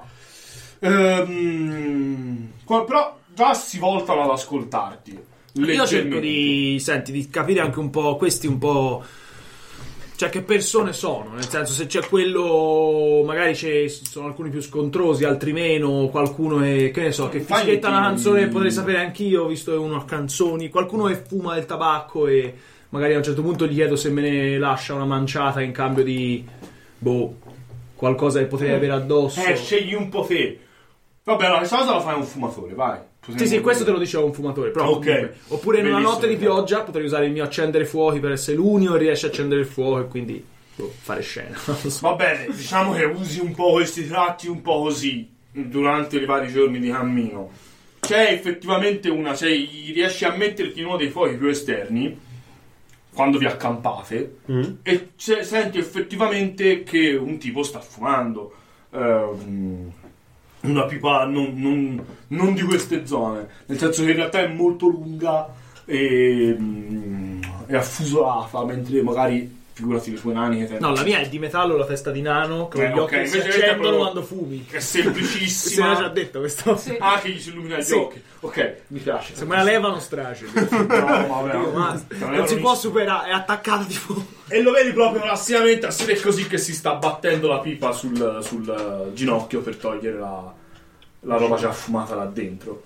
Ehm, qua- però già si voltano ad ascoltarti. Io cerco leggermente. di, senti, di capire anche un po' questi un po', cioè che persone sono, nel senso se c'è quello, magari c'è, sono alcuni più scontrosi, altri meno, qualcuno è, che ne so, che Fai fischietta una un- canzone, potrei sapere anch'io, visto che uno a canzoni, qualcuno che fuma del tabacco e magari a un certo punto gli chiedo se me ne lascia una manciata in cambio di, boh, qualcosa che potrei avere addosso. Eh, scegli un po' te. Vabbè, no, questa cosa la fai a un fumatore, vai. Sì, sì, questo te lo dicevo un fumatore. Però Ok. comunque. Oppure in una Bellissimo, notte di ok. pioggia potrei usare il mio accendere fuochi per essere l'unico che riesce a accendere il fuoco e quindi boh, fare scena. Non lo so. Va bene, diciamo che usi un po' questi tratti un po' così durante i vari giorni di cammino. C'è effettivamente una, cioè riesci a metterti in uno dei fuochi più esterni quando vi accampate Mm. e c'è- senti effettivamente che un tipo sta fumando ehm, una pipa non, non- non di queste zone, nel senso che in realtà è molto lunga e mm, è affusolata, mentre magari figurati le tue nani che No, la mia è di metallo, la testa di nano, con Eh, gli ok, occhi che si invece questa è accendono proprio- quando fumi. è Se l'ha semplicissima. già detto questo. Sì. Ah, che gli si illumina gli Sì. occhi. Ok, mi piace. Se me la levano strace. No, vabbè, Dio, ma non si può superare, è attaccata tipo. E lo vedi proprio classicamente, è così che si sta battendo la pipa sul, sul ginocchio per togliere la, la roba già fumata là dentro.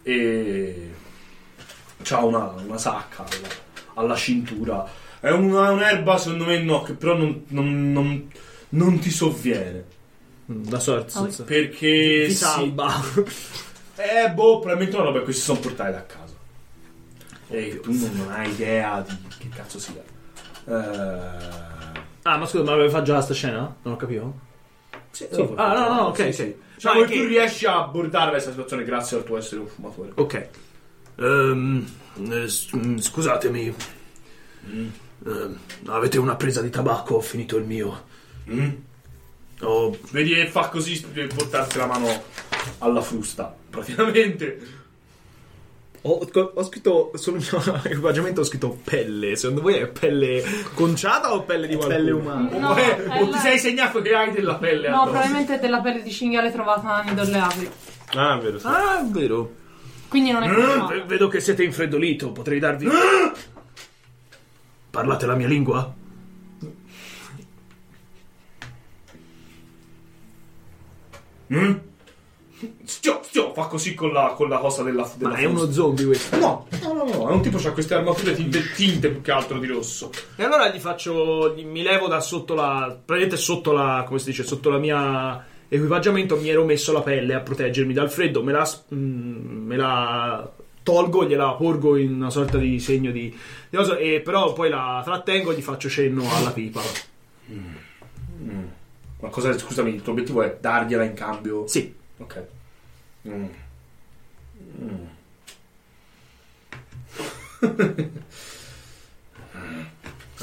E c'ha una, una sacca alla, alla cintura. È una, un'erba, secondo me, no, che però non, non, non, non ti sovviene. Da sorte. Perché Ti sì. salva. Eh, boh, probabilmente una roba che questi sono portati da casa. E tu non, non hai idea di che cazzo sia. Eh... Ah, ma scusa, ma avevi fatto già sta scena? Non ho capito. Sì, Ah, no, no, ok, ok. Diciamo No, che è tu che- riesci a abbordare questa situazione grazie al tuo essere un fumatore. Ok. Ehm, eh, s- mm, scusatemi. Ehm, avete una presa di tabacco? Ho finito il mio. Mm? Ho... Vedi che fa così per portarsi la mano alla frusta, praticamente. Ho, ho scritto sul mio equipaggiamento ho scritto pelle. Secondo voi è pelle conciata o pelle di qualcuno? Pelle umana. No, o, eh, è o ti la- sei segnato che hai della pelle No, addosso. probabilmente è della pelle di cinghiale trovata nei dalle api. Ah, è vero. Sì. Ah, è vero. Quindi non è Eh, conciata. vedo che siete infreddolito. Potrei darvi. Parlate la mia lingua? Mm? Stio, stio, fa così con la, con la cosa della, della Ma è uno frusta. zombie questo. No, no, no, no, è un tipo che ha queste armature tinte, tinte più che altro di rosso. E allora gli faccio. gli- Mi levo da sotto la. Praticamente sotto la. Come si dice? Sotto la mia equipaggiamento mi ero messo la pelle a proteggermi dal freddo. Me la. s- mm, me la tolgo, gliela porgo in una sorta di segno di. di cosa, e però poi la trattengo e gli faccio cenno alla pipa. Ma cosa, scusami, il tuo obiettivo è dargliela in cambio? Sì. Ok. Mm. Mm.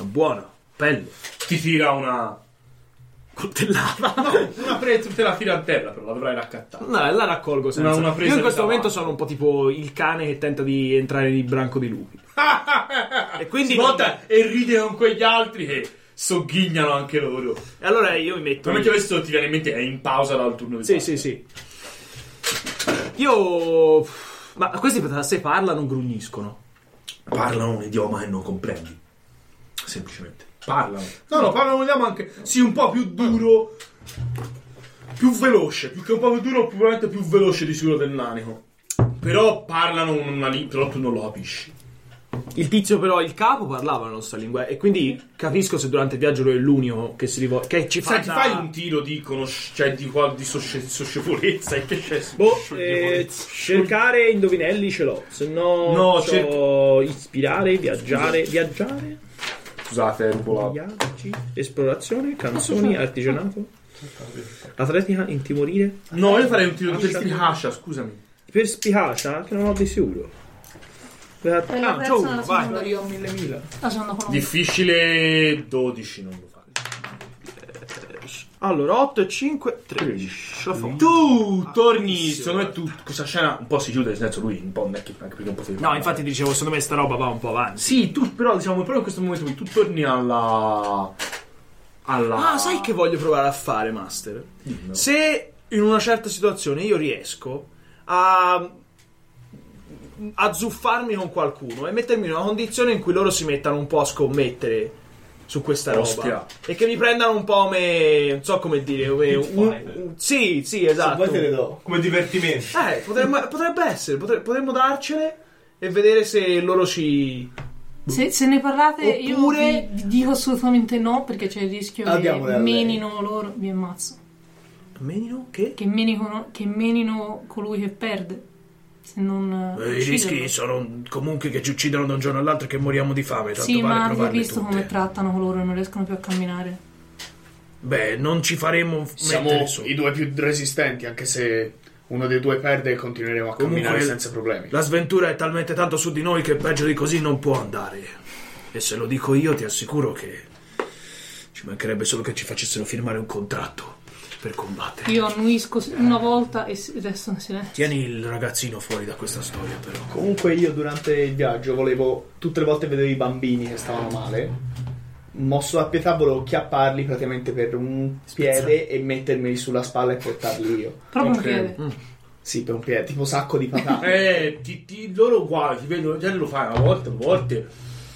buona. Pelle. Ti tira una coltellata. No, una presa, te la tira a terra, però la dovrai raccattare. No, la raccolgo senza. Una, una presa Io in questo di momento davanti. sono un po' tipo il cane che tenta di entrare nel branco di lupi. E quindi si volta e ride con quegli altri che sogghignano anche loro. E allora io mi metto. Come questo ti viene in mente è in pausa dal turno di Sì, Pasqua. sì, sì. Io. Ma questi se parlano, grugniscono. Parlano un idioma che non comprendi. Semplicemente. Parlano. No, no, parlano un idioma anche. Sì, un po' più duro. Più veloce. Più che un po' più duro, probabilmente più veloce di sicuro del nanico. Però parlano una lingua. Però tu non lo capisci. Il tizio, però, il capo parlava la nostra lingua. E quindi capisco se durante il viaggio lui è l'unico che si rivolge. Che ci fa. Senti, da... fai un tiro di conoscenza. Cioè di, qual- di sosce- socievolezza. E che c'è? Boh, eh, cercare indovinelli ce l'ho. Se no, No, c'ho ispirare, viaggiare. Viaggiare? Scusate, rubo la. Viaggi, esplorazione, canzoni, artigianato, atletica, intimorire. No, io farei un tiro di perspicacia, scusami. Perspicacia? Che non ho di sicuro. E la Ah, terza c'ho la uno, seconda vai. io. Mille mila. La seconda con Difficile dodici, non lo fai. Allora, otto e cinque, tredici. Ce la fa. Tu torni, benissimo. secondo me tu, questa scena un po' si chiude, nel senso lui un po' non è che anche perché un po' si No, infatti dicevo, secondo me sta roba va un po' avanti. Sì, tu però diciamo proprio in questo momento qui, tu torni alla... alla... Ah, sai che voglio provare a fare, Master? No. Se in una certa situazione io riesco a azzuffarmi con qualcuno e mettermi in una condizione in cui loro si mettano un po' a scommettere su questa roba Ostia. e che mi prendano un po' come, non so come dire, come un, un- sì, sì, esatto. Poi te le do. Come divertimento. Eh, potremmo- potrebbe essere, potre- potremmo darcele e vedere se loro ci... Se, se ne parlate, Oppure- io vi dico assolutamente no, perché c'è il rischio Ah, che diamole a lei. menino loro, vi ammazzo. Menino? Che? Che menino, che menino colui che perde. Se non Eh, I ucciderlo. rischi sono comunque che ci uccidono da un giorno all'altro e che moriamo di fame. Tanto Sì, vale ma avete provarle visto tutte. come trattano coloro e non riescono più a camminare. Beh, non ci faremo f- Siamo mettere su. i due più resistenti, anche se uno dei due perde continueremo a Comunque, camminare senza problemi. La sventura è talmente tanto su di noi che peggio di così non può andare. E se lo dico io ti assicuro che ci mancherebbe solo che ci facessero firmare un contratto per combattere. Io annuisco una volta e s- resto in silenzio. Tieni il ragazzino fuori da questa storia, però. Comunque io durante il viaggio volevo, tutte le volte vedevo i bambini che stavano male, mosso a pietà volevo chiapparli praticamente per un piede e mettermeli sulla spalla e portarli io. Proprio Ok. un piede. Sì, per un piede, tipo sacco di patate. Eh, ti, ti, loro uguali, ti vedono, già lo fai una volta, due volte.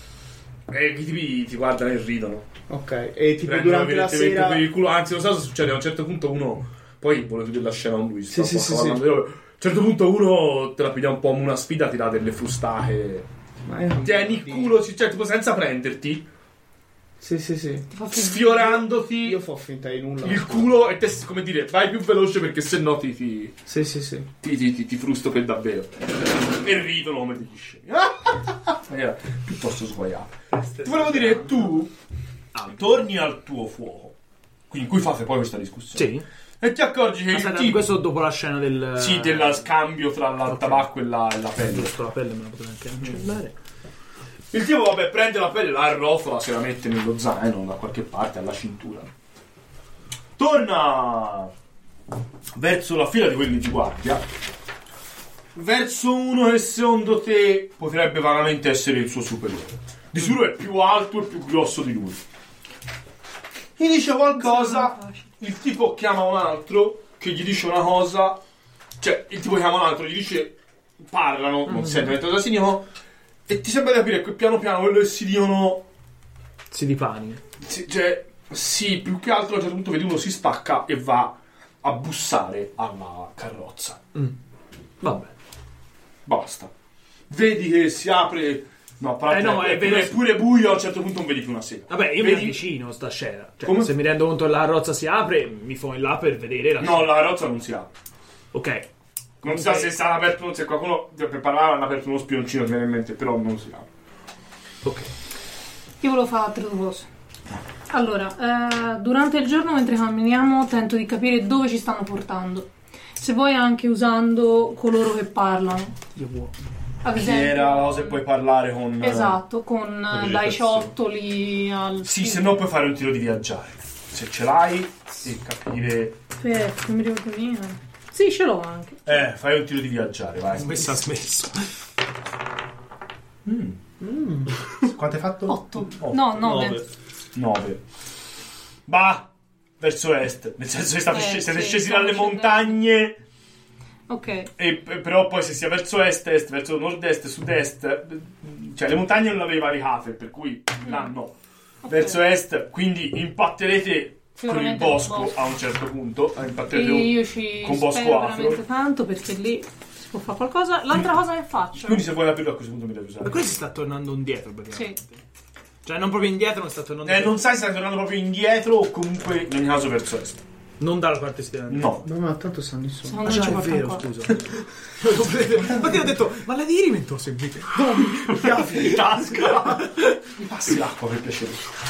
E che ti, ti guardano e ridono. Ok, e tipo Prendono durante la evidentemente sera... per il culo, anzi, non so cosa succede. A un certo punto uno. Poi vuole chiudere la scena con lui. sta Sì, un sì, po' sì, accavallando. A un certo punto uno te la piglia un po' come una sfida, ti dà delle frustate. Ma è un- Tieni il culo, cioè, tipo senza prenderti, Sì, sì, sì. Ti fa finire. sfiorandoti Io fa finta di nulla. il culo e te, come dire, vai più veloce perché se no ti, ti, Sì, sì, sì. ti, ti, ti, ti frusto per davvero. E ridono come degli scemi. Maniera piuttosto sguaiata. Ti volevo dire che tu torni al tuo fuoco, quindi in cui fate poi questa discussione. Sì. E ti accorgi che il Aspetta, tipo... questo dopo la scena del... Sì, dello scambio tra la- il Ok. tabacco e la, e la pelle. Giusto, la pelle me la potrei anche cancellare. Il tipo, vabbè, prende la pelle, la arrotola, se la mette nello zaino da qualche parte, alla cintura. Torna verso la fila di quelli di guardia, verso uno che secondo te potrebbe vagamente essere il suo superiore. Di sicuro è più alto e più grosso di lui. Gli dice qualcosa, il tipo chiama un altro che gli dice una cosa, cioè il tipo chiama un altro, gli dice, parlano, non sentono niente cosa si dicono, e ti sembra di capire che piano piano quello che si dicono, Si dipani. si- cioè, sì, più che altro a un certo punto vedi uno si stacca e va a bussare alla carrozza. Vabbè. Basta. Vedi che si apre... No, però Eh, no, è, è pure, vero. è pure buio, a un certo punto non vedi più una sera. Vabbè, io Vedi- mi avvicino a sta scena. Cioè, Come? se mi rendo conto che la carrozza si apre, mi fo in là per vedere la No, la carrozza non si apre. Ok. Non so se sta aperto, se qualcuno per parlare hanno aperto uno spioncino, mi viene in mente, però non si apre. Ok. Io volevo fare altre due cose. Allora, eh, durante il giorno mentre camminiamo tento di capire dove ci stanno portando. Se vuoi anche usando coloro che parlano. Io vuoi. Ad Che esempio, era la cosa che puoi parlare con... esatto, con eh, dai ciottoli al... Sì, se no puoi fare un tiro di viaggiare. Se ce l'hai e capire... Aspetta, non mi ricordo niente. Sì, ce l'ho anche. Eh, fai un tiro di viaggiare, vai. Smesso ha smesso. Mm. Mm. Quanto hai fatto? otto. Otto. No, nove. nove. Bah, verso est. Nel senso che state Eh, sc- siete sì, scesi stiamo dalle scendendo. montagne. Ok. E, e però poi se sia verso est, est, verso nord-est, sud-est, cioè le montagne non le avevi varicate, per cui là no. Ok. Verso est, quindi impatterete con il Sicuramente bosco con il bosco. a un certo punto. E Impatterete io ci con spero bosco afro. veramente tanto perché lì si può fare qualcosa. L'altra cosa che faccio... Quindi se vuoi aprirlo a questo punto mi devi usare. Ma questo si sta tornando indietro praticamente. Sì. Cioè non proprio indietro, ma sta tornando Eh, indietro. non sai se stai tornando proprio indietro o comunque in ogni caso verso est. Non dalla parte esterna. No. No, ma tanto stanno insomma. Secondo Ah, me già, ci è porta vero, ancora. scusa. Infatti ho detto, ma la di rimetto seguite. No, chiavi in tasca. Mi passi l'acqua per piacere.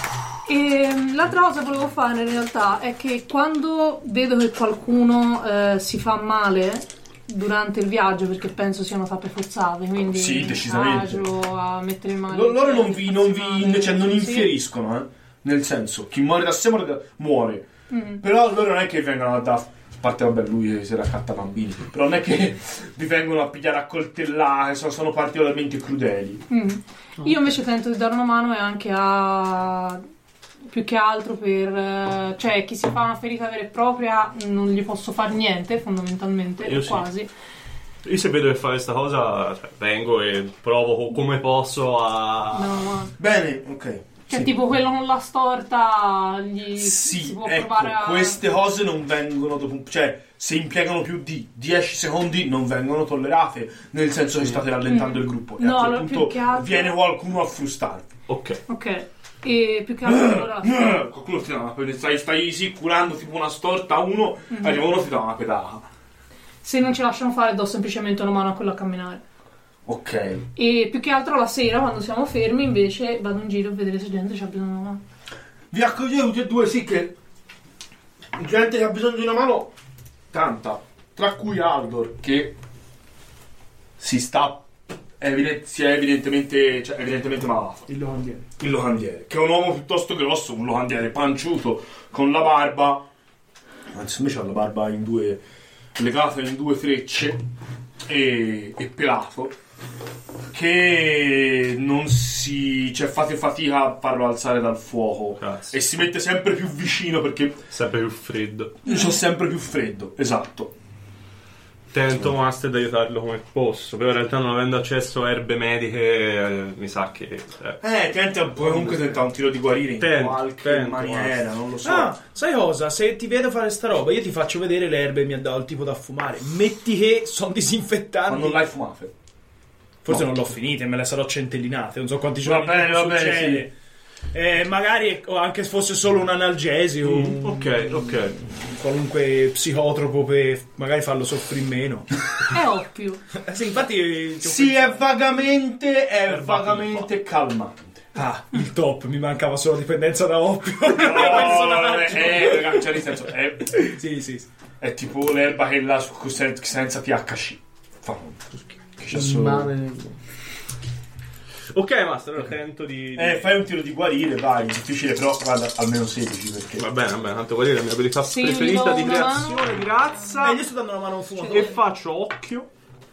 E l'altra cosa che volevo fare in realtà è che quando vedo che qualcuno eh, si fa male durante il viaggio, perché penso siano tappe forzate, quindi Sì, decisamente. agio a mettere in mano. Lo- loro non vi, non vi cioè non Sì. infieriscono, eh. Nel senso, chi muore da sé muore. Da, muore. Mm. Però loro non è che vengono da. A parte, vabbè, lui si raccatta bambini. Però non è che vi vengono a pigliare a coltellare, sono, sono particolarmente crudeli. Mm. Io invece tento di dare una mano e anche a più che altro per eh, cioè chi si fa una ferita vera e propria non gli posso fare niente fondamentalmente, Io o sì. quasi. Io se vedo che fa questa cosa, cioè, vengo e provo co- come posso a... No, ma Bene, ok. cioè Sì. tipo quello con la storta gli si Sì, può ecco, provare a... queste cose non vengono dopo, cioè se impiegano più di dieci secondi non vengono tollerate, nel senso che state rallentando Mm. il gruppo e No, a quel allora, punto più che altro- viene qualcuno a frustarvi. Ok. Ok. E più che altro allora Qualcuno ti dà una pedata, stai, stai sì curando tipo una storta a uno, Mhm. arriva uno e ti dà una pedata. se non ce lasciano fare do semplicemente una mano a quello a camminare. Ok. E più che altro la sera quando siamo fermi invece vado in giro a vedere se gente c'ha bisogno di una mano. Vi accogliete tutti e due, sì che gente che ha bisogno di una mano, tanta, tra cui Aldor che si sta è evidente, si è evidentemente, cioè, evidentemente malato. Il locandiere. Il locandiere, che è un uomo piuttosto grosso, un locandiere panciuto, con la barba, anzi invece ha la barba in due, legata in due frecce e, e pelato, che non si, cioè fate fatica a farlo alzare dal fuoco. Grazie. E si mette sempre più vicino perché Sempre più freddo. c'ho sempre più freddo, esatto. Tento Master di aiutarlo come posso, però in realtà non avendo accesso a erbe mediche eh, mi sa che... eh. Eh, tenta puoi comunque tentare un tiro di guarire in Tento, qualche tento, maniera, basta. non lo so. Ah, sai cosa? Se ti vedo fare sta roba, io ti faccio vedere le erbe e mi ha dato il tipo da fumare. Metti che sono disinfettanti. Ma non l'hai fumate? Forse No. non l'ho finita e me le sarò centellinate. Non so quanti Va giorni bene, va bene, succede. Eh, magari o anche se fosse solo un analgesico, Mm, ok, ok. qualunque psicotropo per magari farlo soffrire meno. È oppio. Eh, sì, infatti. ci ho Sì, è pensato. vagamente, è Per vagamente calmante. Ah, il top, mi mancava solo dipendenza da oppio. Il mio No, vabbè, personaggio. eh, ragazzi, cioè, nel senso, è, Sì, sì, sì. è tipo l'erba che là su- sen- senza T H C. Fa che c'è solo... Male. Ok, Master, allora tento di... Eh, fai un tiro di guarire, vai, difficile, però guarda, almeno sedici perché... Va bene, va bene, tanto quella è la mia abilità Sì, preferita do di una creazione di razza. Eh, io sto dando una mano a un fumatore. E faccio occhio.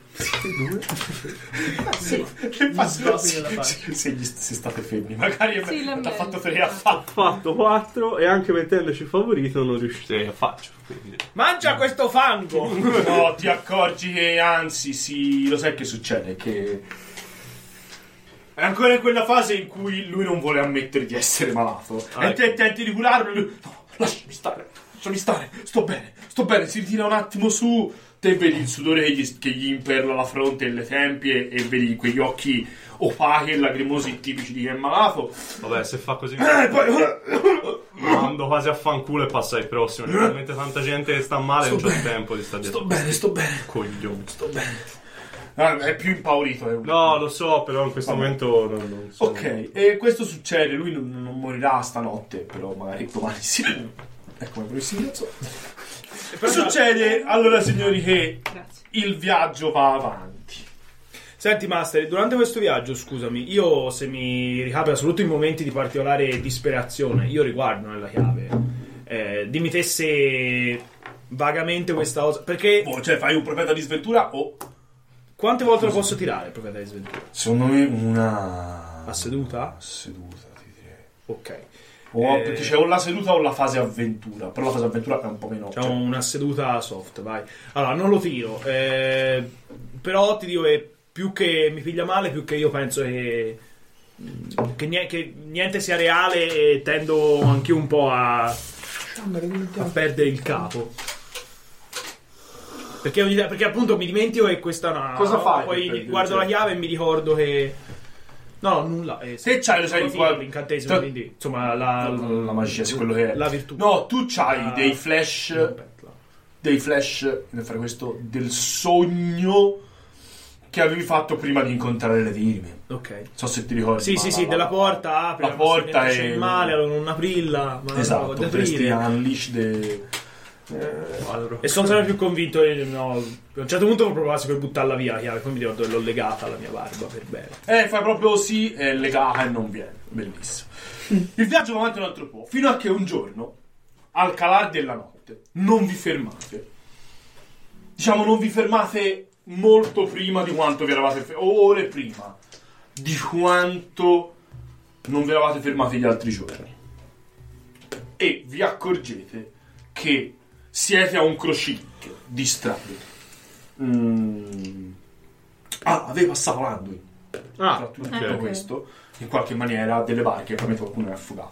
Sì. Che fa sbatti se, nella faccia. se, se, gli- se state fermi, magari Sì, ti l'è ha meglio. fatto tre a fa. Ho fatto quattro e anche mettendoci favorito non riuscirei a farci. Quindi... Mangia questo fango! No, ti accorgi che anzi, sì, lo sai che succede? Che è ancora in quella fase in cui lui non vuole ammettere di essere malato. Ah, e te tenti di curarlo e lui, no, lasciami stare, lasciami stare, sto bene, sto bene, si ritira un attimo su. Te vedi il sudore che gli, che gli imperla la fronte e le tempie e vedi quegli occhi opachi e lacrimosi tipici di chi è malato. Vabbè, se fa così... E poi... Mando quasi a fanculo e passa il prossimo. C'è talmente tanta gente che sta male Sto non c'è bene, tempo di stare dietro. Sto bene, sto bene, Coglione. sto bene. Ah, è più impaurito. È un... No, lo so, però in questo Vabbè. momento non, non so. Ok, e questo succede, lui non, non morirà stanotte, però magari domani sì. Ecco, come singhiozzo. Succede, allora signori, che Grazie. il viaggio va avanti. Senti Master, durante questo viaggio, scusami, io se mi ricapita soprattutto in momenti di particolare disperazione, io riguardo nella chiave. Eh, dimmi te se vagamente questa cosa, perché oh, cioè fai un profeta di sventura o quante volte lo posso tirare il profeta di sventura? Secondo me una a seduta? A seduta ti direi. Ok. O eh... perché c'è o la seduta o la fase avventura, però la fase avventura è un po' meno. C'è cioè... una seduta soft, vai. Allora, non lo tiro, eh... però ti dico è più che mi piglia male, più che io penso che che, niente, che niente sia reale e tendo anche un po' a a perdere il capo. Perché, perché appunto mi dimentico che questa è una... Cosa fai? Poi guardo la chiave e mi ricordo che... No, nulla. Eh, se c'hai, lo sai, il qual... l'incantesimo, T- quindi insomma la, la, la magia, sì, quello che è. La virtù. No, tu c'hai la... dei flash, dei flash, nel fare questo, del sogno che avevi fatto prima di incontrare le virime. Ok. Non so se ti ricordi. Sì, sì, sì, della porta apre, la porta e... c'è il male, allora non aprirla, ma esatto, no, potresti unleash de... eh, e sono sempre più convinto che, no, a un certo punto ho provato per buttarla via la chiave, poi mi ricordo che l'ho legata alla mia barba per bene. Eh, fai proprio sì, è legata e non viene. Bellissimo. Il viaggio va avanti un altro po', fino a che un giorno, al calar della notte, non vi fermate. Diciamo, non vi fermate molto prima di quanto vi eravate fermati, o ore prima di quanto non vi eravate fermati gli altri giorni. E vi accorgete che siete a un crocicchio di strade. Mm. Ah, aveva passato l'Anduin. Ah, tra tutto okay. questo, in qualche maniera, delle barche, probabilmente qualcuno è affogato.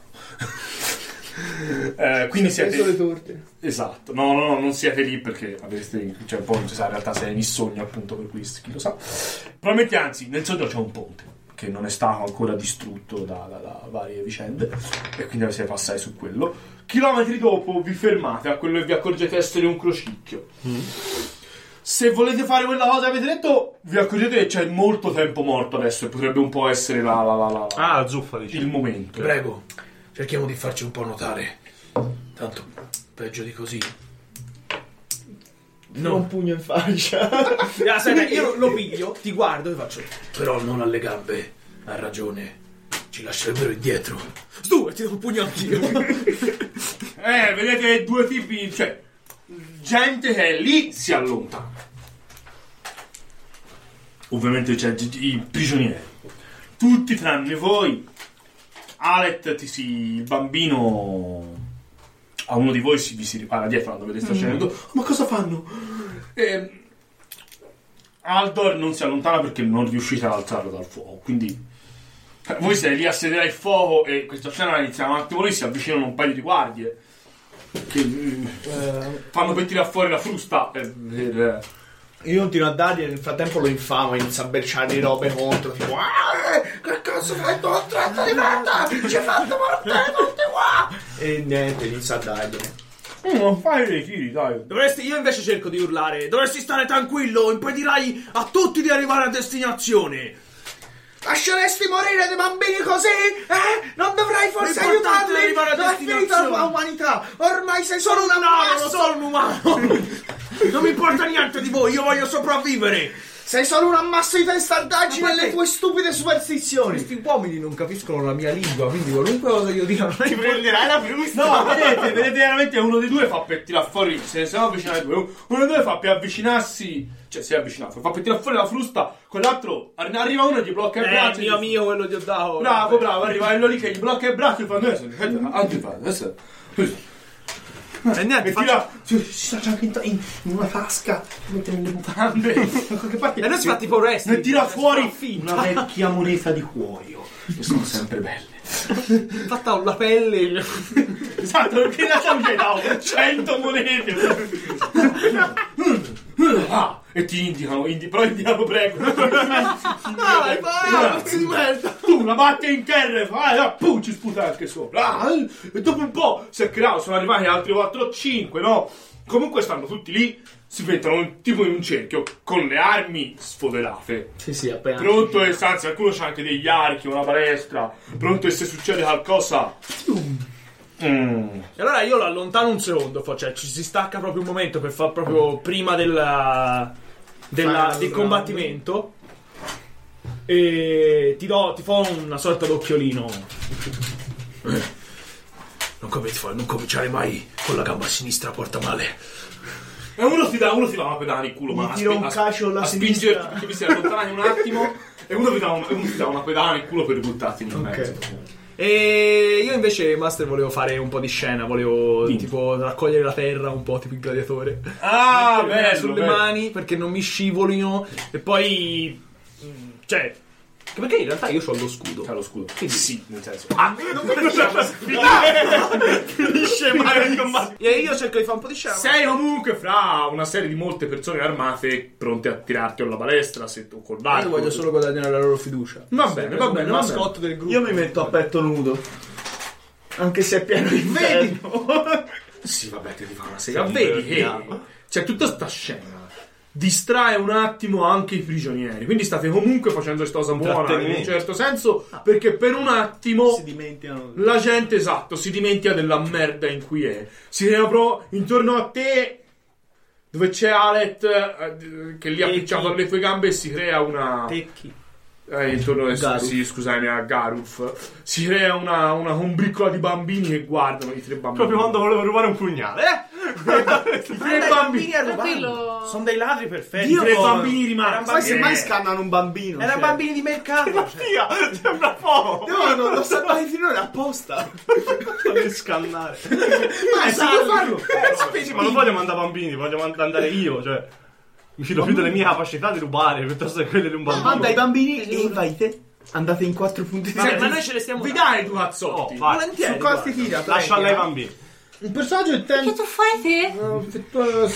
eh, quindi siete le torte. Esatto, no, no, no, non siete lì perché avreste, cioè, poi non si sa, in realtà sei in sogno, appunto, per questo, chi lo sa. Probabilmente, anzi, nel sogno c'è un ponte che non è stato ancora distrutto da, da, da varie vicende e quindi siete passati su quello. Chilometri dopo vi fermate a quello che vi accorgete essere un crocicchio. Mm. Se volete fare quella cosa che avete detto, vi accorgete che c'è molto tempo morto adesso e potrebbe un po' essere la, la, la, la, ah, la zuffa, diciamo. Il momento. Prego, cerchiamo di farci un po' notare. Tanto peggio di così. No. Un pugno in faccia. Ah, sai, io lo piglio, ti guardo e faccio. Però non alle gambe, ha ragione. Ci lascerebbero indietro. Stu, e ti do un pugno anch'io. eh, vedete due tipi, cioè gente che è lì si allontana. Ovviamente c'è i prigionieri. Tutti tranne voi. Alet ti si... il bambino a uno di voi si, vi si ripara dietro quando vedete sta scendendo. Mm. Oh, ma cosa fanno? E Aldor non si allontana perché non riuscite ad alzarlo dal fuoco. Quindi voi siete lì a sedere al fuoco e questa scena inizia un attimo lì, si avvicinano un paio di guardie che eh, fanno per tirare fuori la frusta per, per... Io continuo a dargli e nel frattempo lo infamo e inizio a berciare di robe contro, tipo ah, che cazzo fai tu, tratto di merda, ci hai fatto morte tutti qua, e niente, inizio a dargliene. Mm, non fai dei tiri, dai. Dovresti, io invece cerco di urlare, dovresti stare tranquillo, impedirai a tutti di arrivare a destinazione. Lasceresti morire dei bambini così? Eh? Non dovrai forse aiutarli? Non è finita la tua umanità. Ormai sei solo un umano. Non sono un umano. Non mi importa niente di voi. Io voglio sopravvivere. Sei solo un ammasso di testardaggini nelle tue stupide superstizioni. Questi uomini non capiscono la mia lingua, quindi qualunque cosa io dica ti prenderai la frusta. No, vedete, vedete veramente uno dei due fa per tirare fuori. Se ne siamo avvicinati due. Uno dei due fa per avvicinarsi. Cioè, si è avvicinato, fa per tirare fuori la frusta. Quell'altro arriva uno e gli blocca il eh, braccio. Mio mio, quello gli ho dato. Bravo, bravo, arriva quello lì che gli blocca il braccio e fa adesso. Anche fa, adesso. E niente, e tira, si sta anche in, in, in una tasca, mette nelle mutande, e adesso fa tipo resti. E tira fuori una vecchia moneta di cuoio. Che sono sempre belle. Fatta la pelle. Esatto, perché in realtà mi hai dato cento monete. Ah, e ti indicano, indi, però indicano prego. Vai, vai, di merda. Tu la batti in terra e fai, ah, pum, ci sputa anche sopra. Ah, e dopo un po' si è creato, sono arrivati altri quattro o cinque, no? Comunque stanno tutti lì, si mettono tipo in un cerchio con le armi sfoderate. Sì, sì, appena. Pronto e anzi, qualcuno c'ha anche degli archi, una balestra. Pronto e se succede qualcosa. Mm. E allora io lo allontano un secondo, cioè ci si stacca proprio un momento per far proprio prima della, della del combattimento. e ti do, ti fa una sorta d'occhiolino. Eh, non, come ti fa, non cominciare mai con la gamba sinistra, porta male. E uno ti dà, uno ti dà una pedana in culo, Mi ma a, tiro spi- un a, calcio alla a sinistra. spingerti perché vi si allontani un attimo. E uno ti dà, un, uno ti dà una pedana in culo per buttarti in Ok. mezzo. E io invece, Master, volevo fare un po' di scena, volevo Dimmi. tipo raccogliere la terra un po' tipo il gladiatore. Ah, Mettermela bello, sulle bello. mani perché non mi scivolino e poi mh, cioè perché in realtà io ho lo scudo. C'ha lo scudo. Quindi- sì, nel senso. Ah, non mi Finisce mai il combattimento. E io cerco di fare un po' di scena. Sei comunque fra una serie di molte persone armate pronte a tirarti alla balestra se tu col barco. Io voglio solo guadagnare la loro fiducia. Va bene, va bene, il va mascotto del gruppo. Io mi metto a petto nudo. Anche se è pieno di Vedi? inferno. Sì, vabbè, ti fa una sega. Sì, Vedi che vediamo. c'è tutta sta scena. Distrae un attimo anche i prigionieri. Quindi state comunque facendo questa cosa buona in un Intrattenimento. certo senso. Perché per un attimo Si dimenticano. la gente, esatto, si dimentica della merda in cui è. Si crea proprio intorno a te, dove c'è Alet eh, che lì ha E picciato chi? alle tue gambe, e si crea una. Tecchi. Eh, intorno a Garuf. sì, scusami, a Garuf. Si crea una, una combriccola di bambini che guardano i tre bambini. Proprio quando volevo rubare un pugnale. Eh? I tre bambini. Tranquillo. Sono dei ladri perfetti. I tre Dio, bambini rimasti. Ma se mai Eh. scannano un bambino? Erano cioè. bambini di mercato. cioè. Via, sembra poco. No, non lo sapete finora apposta. Per scannare. Ma sai farlo? Sì, ma non voglio mandare bambini, voglio mand- andare io, cioè. Mi fido più delle mie capacità di rubare piuttosto che quelle di un bambino. Manda i bambini e invite. Andate in quattro punti di Vabbè, ma noi ce le stiamo Vi dando. dai due cazzotti. Oh, vai. Volentieri, Su costi guarda. tira. Lascia a lei i prego. bambini. Un personaggio che Che tende. tu fai te?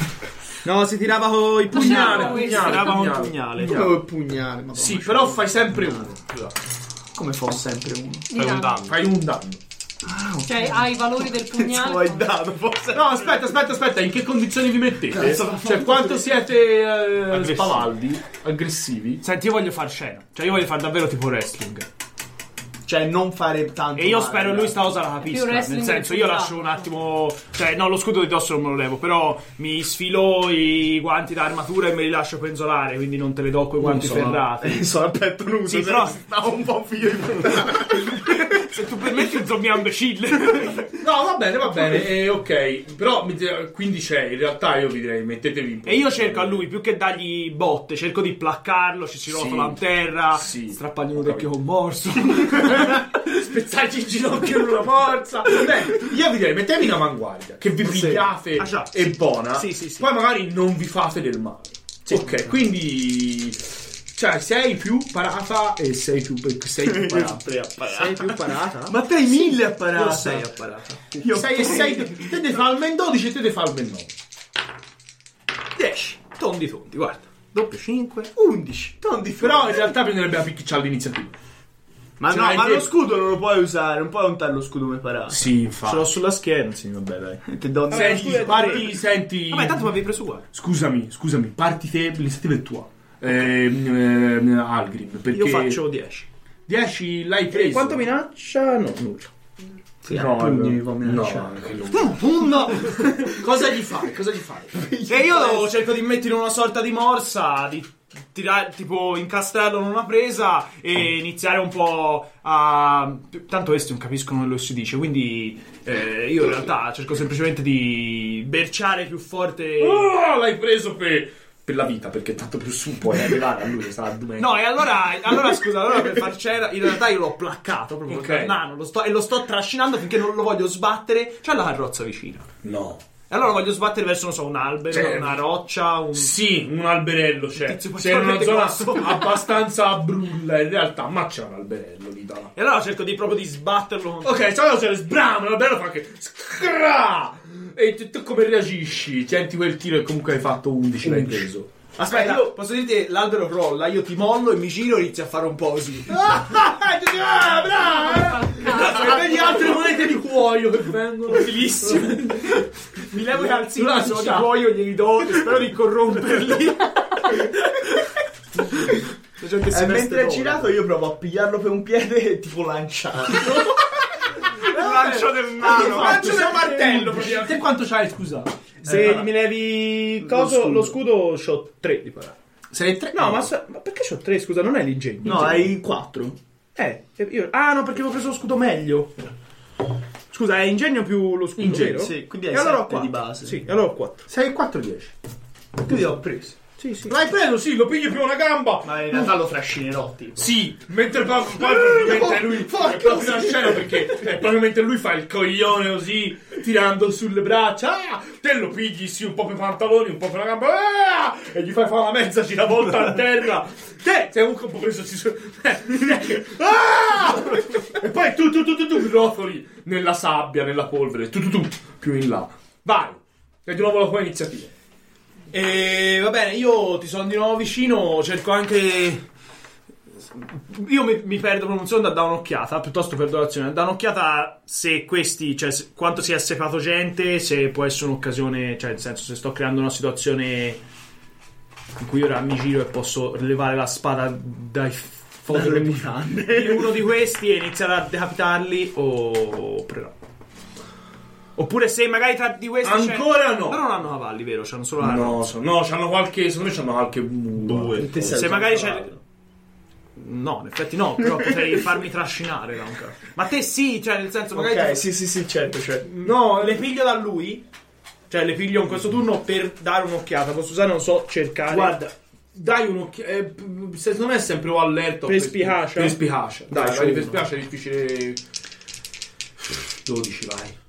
No, si tirava con i pugnali. Lasciamo questo. pugnali, Tirava un pugnali. pugnale. Come pugnale, madonna. Sì, però fai sempre uno. Come fa sempre uno? Fai un danno. Fai un danno. Cioè, hai i valori del Come pugnale. hai dato? Forse. No, aspetta, aspetta, aspetta. In che condizioni vi mettete? Cioè, quanto siete eh, Aggressivi. spavaldi? Aggressivi? Senti, io voglio far scena. Cioè, io voglio fare davvero tipo wrestling. Cioè, non fare tanto. E io male, spero dai. lui sta cosa la capisca. Più wrestling Nel senso, del io pugnale. lascio un attimo. Cioè, no, lo scudo di dosso non me lo levo. Però mi sfilo i guanti da armatura e me li lascio penzolare. Quindi non te le do coi guanti sono- ferrati. Sono a petto nudo. Sì, se però- no stavo un po' figlio di puttana. Se tu permetti, un mio imbecille. No, va bene, va bene. Eh, ok. Però mi dire- quindi c'è. In realtà io vi direi mettetevi in E io cerco a lui, più che dargli botte, cerco di placcarlo, ci si rotola Sì. in terra, Sì. strappargli un Ho orecchio con morso. spezzarci il ginocchio in una forza. Beh, io vi direi mettetevi in avanguardia. Che vi pigliate Ah, già. e buona. Sì, sì, sì. Poi magari non vi fate del male. Ok, quindi. Cioè, sei più parata e sei più. Sei più parata. Sei più parata? Ma te hai mille a Io parata. sei a parata. Io sei e sei. Te ne fa almeno dodici e te ne fa almeno nove. dieci. Tondi tondi, guarda. Doppio cinque. undici. Tondi Però in realtà bisognerebbe picchiare l'iniziativa. Ma Ce no, l'hai ma te- lo scudo non lo puoi usare. Non puoi untare lo scudo come parata. Sì, infatti. Ce l'ho sulla schiena, sì, vabbè, dai. Te do Senti, parti, senti. Vabbè, tanto mi avevi preso qua. Scusami, scusami, parti te, l'iniziativa è tua. Ehm, eh, Algrim, perché Io faccio dieci. dieci l'hai preso. E quanto minaccia? No, nulla. No, pugni mi no, può no, minacciare. che lo- No. Cosa gli fai? Cosa gli fai? E io cerco di mettere una sorta di morsa, di tirare, tipo incastrarlo in una presa e iniziare un po' a. Tanto questi non capiscono quello che si dice, quindi eh, io in realtà cerco semplicemente di berciare più forte. Oh, l'hai preso per, per la vita, perché tanto più su puoi arrivare a lui che sarà domenica. No, e allora, allora scusa, allora per farcela, in realtà io l'ho placcato proprio Ok. dal nano, lo sto, e lo sto trascinando finché non lo voglio sbattere. C'è la carrozza vicina. No. E allora lo voglio sbattere verso, non so, un albero, Cioè, una roccia, un. Sì, un alberello c'è. tizio Sei in una particolarmente zona grosso. abbastanza brulla in realtà, ma c'è un alberello lì da là. E allora cerco di proprio di sbatterlo con. Ok, ciao, c'è sbram, l'alberello fa anche scra! E tu, tu come reagisci? Senti quel tiro e comunque hai fatto undici, l'hai preso. Aspetta, io posso dirti, l'albero crolla, io ti mollo e mi giro e inizio a fare un po' così. Ah, bravo! E vedi altre monete di cuoio che vengono. Utilissime. Mi levo i calzini, Lancia. sono di cuoio, glieli do e spero di corromperli. La gente si E veste mentre è d'oro. girato io provo a pigliarlo per un piede e tipo lanciarlo. Il lancio del nano. Lancio del martello, praticamente. Te quanto c'hai, scusa? Se Eh, mi levi Lo coso, scudo. lo scudo, c'ho tre di parata. Sei tre? No, ma, sa- ma perché c'ho tre? Scusa, non è l'ingegno. No, hai quattro. Eh, io... Ah, no, perché avevo preso lo scudo meglio. Scusa, è ingegno più lo scudo, Ingegno, vero? sì, quindi hai e allora ho sette quattro. di base. Sì, allora ho quattro. Sei quattro dieci. Quindi ho preso. Sì, sì. L'hai preso, sì, lo pigli più una gamba. Ma in realtà lo trascinerò, tipo. Sì, mentre poi poi probabilmente lui fa proprio una scena perché eh, probabilmente lui fa il coglione così tirando sulle braccia, ah, te lo pigli sì un po' per i pantaloni, un po' per la gamba, ah, e gli fai fare una mezza giravolta a terra. Te sei un po' preso su eh, eh, ah! E poi tu tu tu tu tu rotoli nella sabbia, nella polvere, tu tu tu più in là. Vai. E di nuovo la tua iniziativa. E va bene, io ti sono di nuovo vicino, cerco anche... Io mi, mi perdo per un secondo a dare un'occhiata, piuttosto perdo l'azione, a dare un'occhiata se questi, cioè se, quanto si è asseparato gente, se può essere un'occasione, cioè nel senso se sto creando una situazione in cui ora mi giro e posso rilevare la spada dai foderi di uno di questi e iniziare a decapitarli o... Oppure se magari tra di questi ancora c'è... no. Però non hanno cavalli, vero? C'hanno solo la No, so, no, c'hanno qualche. Secondo me c'hanno qualche due. Se magari c'è. No, in effetti no, però potrei farmi trascinare da un caso. Ma te sì, cioè nel senso magari. Ok, ti... sì, sì, sì, certo, certo. No, le piglio da lui. Cioè le piglio in questo turno per dare un'occhiata. Posso usare, non so, cercare. Guarda, dai un'occhiata. Eh, secondo me è sempre o allerta o Perspicacia. Per perspicacia. Dai, Dai, vai di uno. perspicacia è difficile. dodici, vai.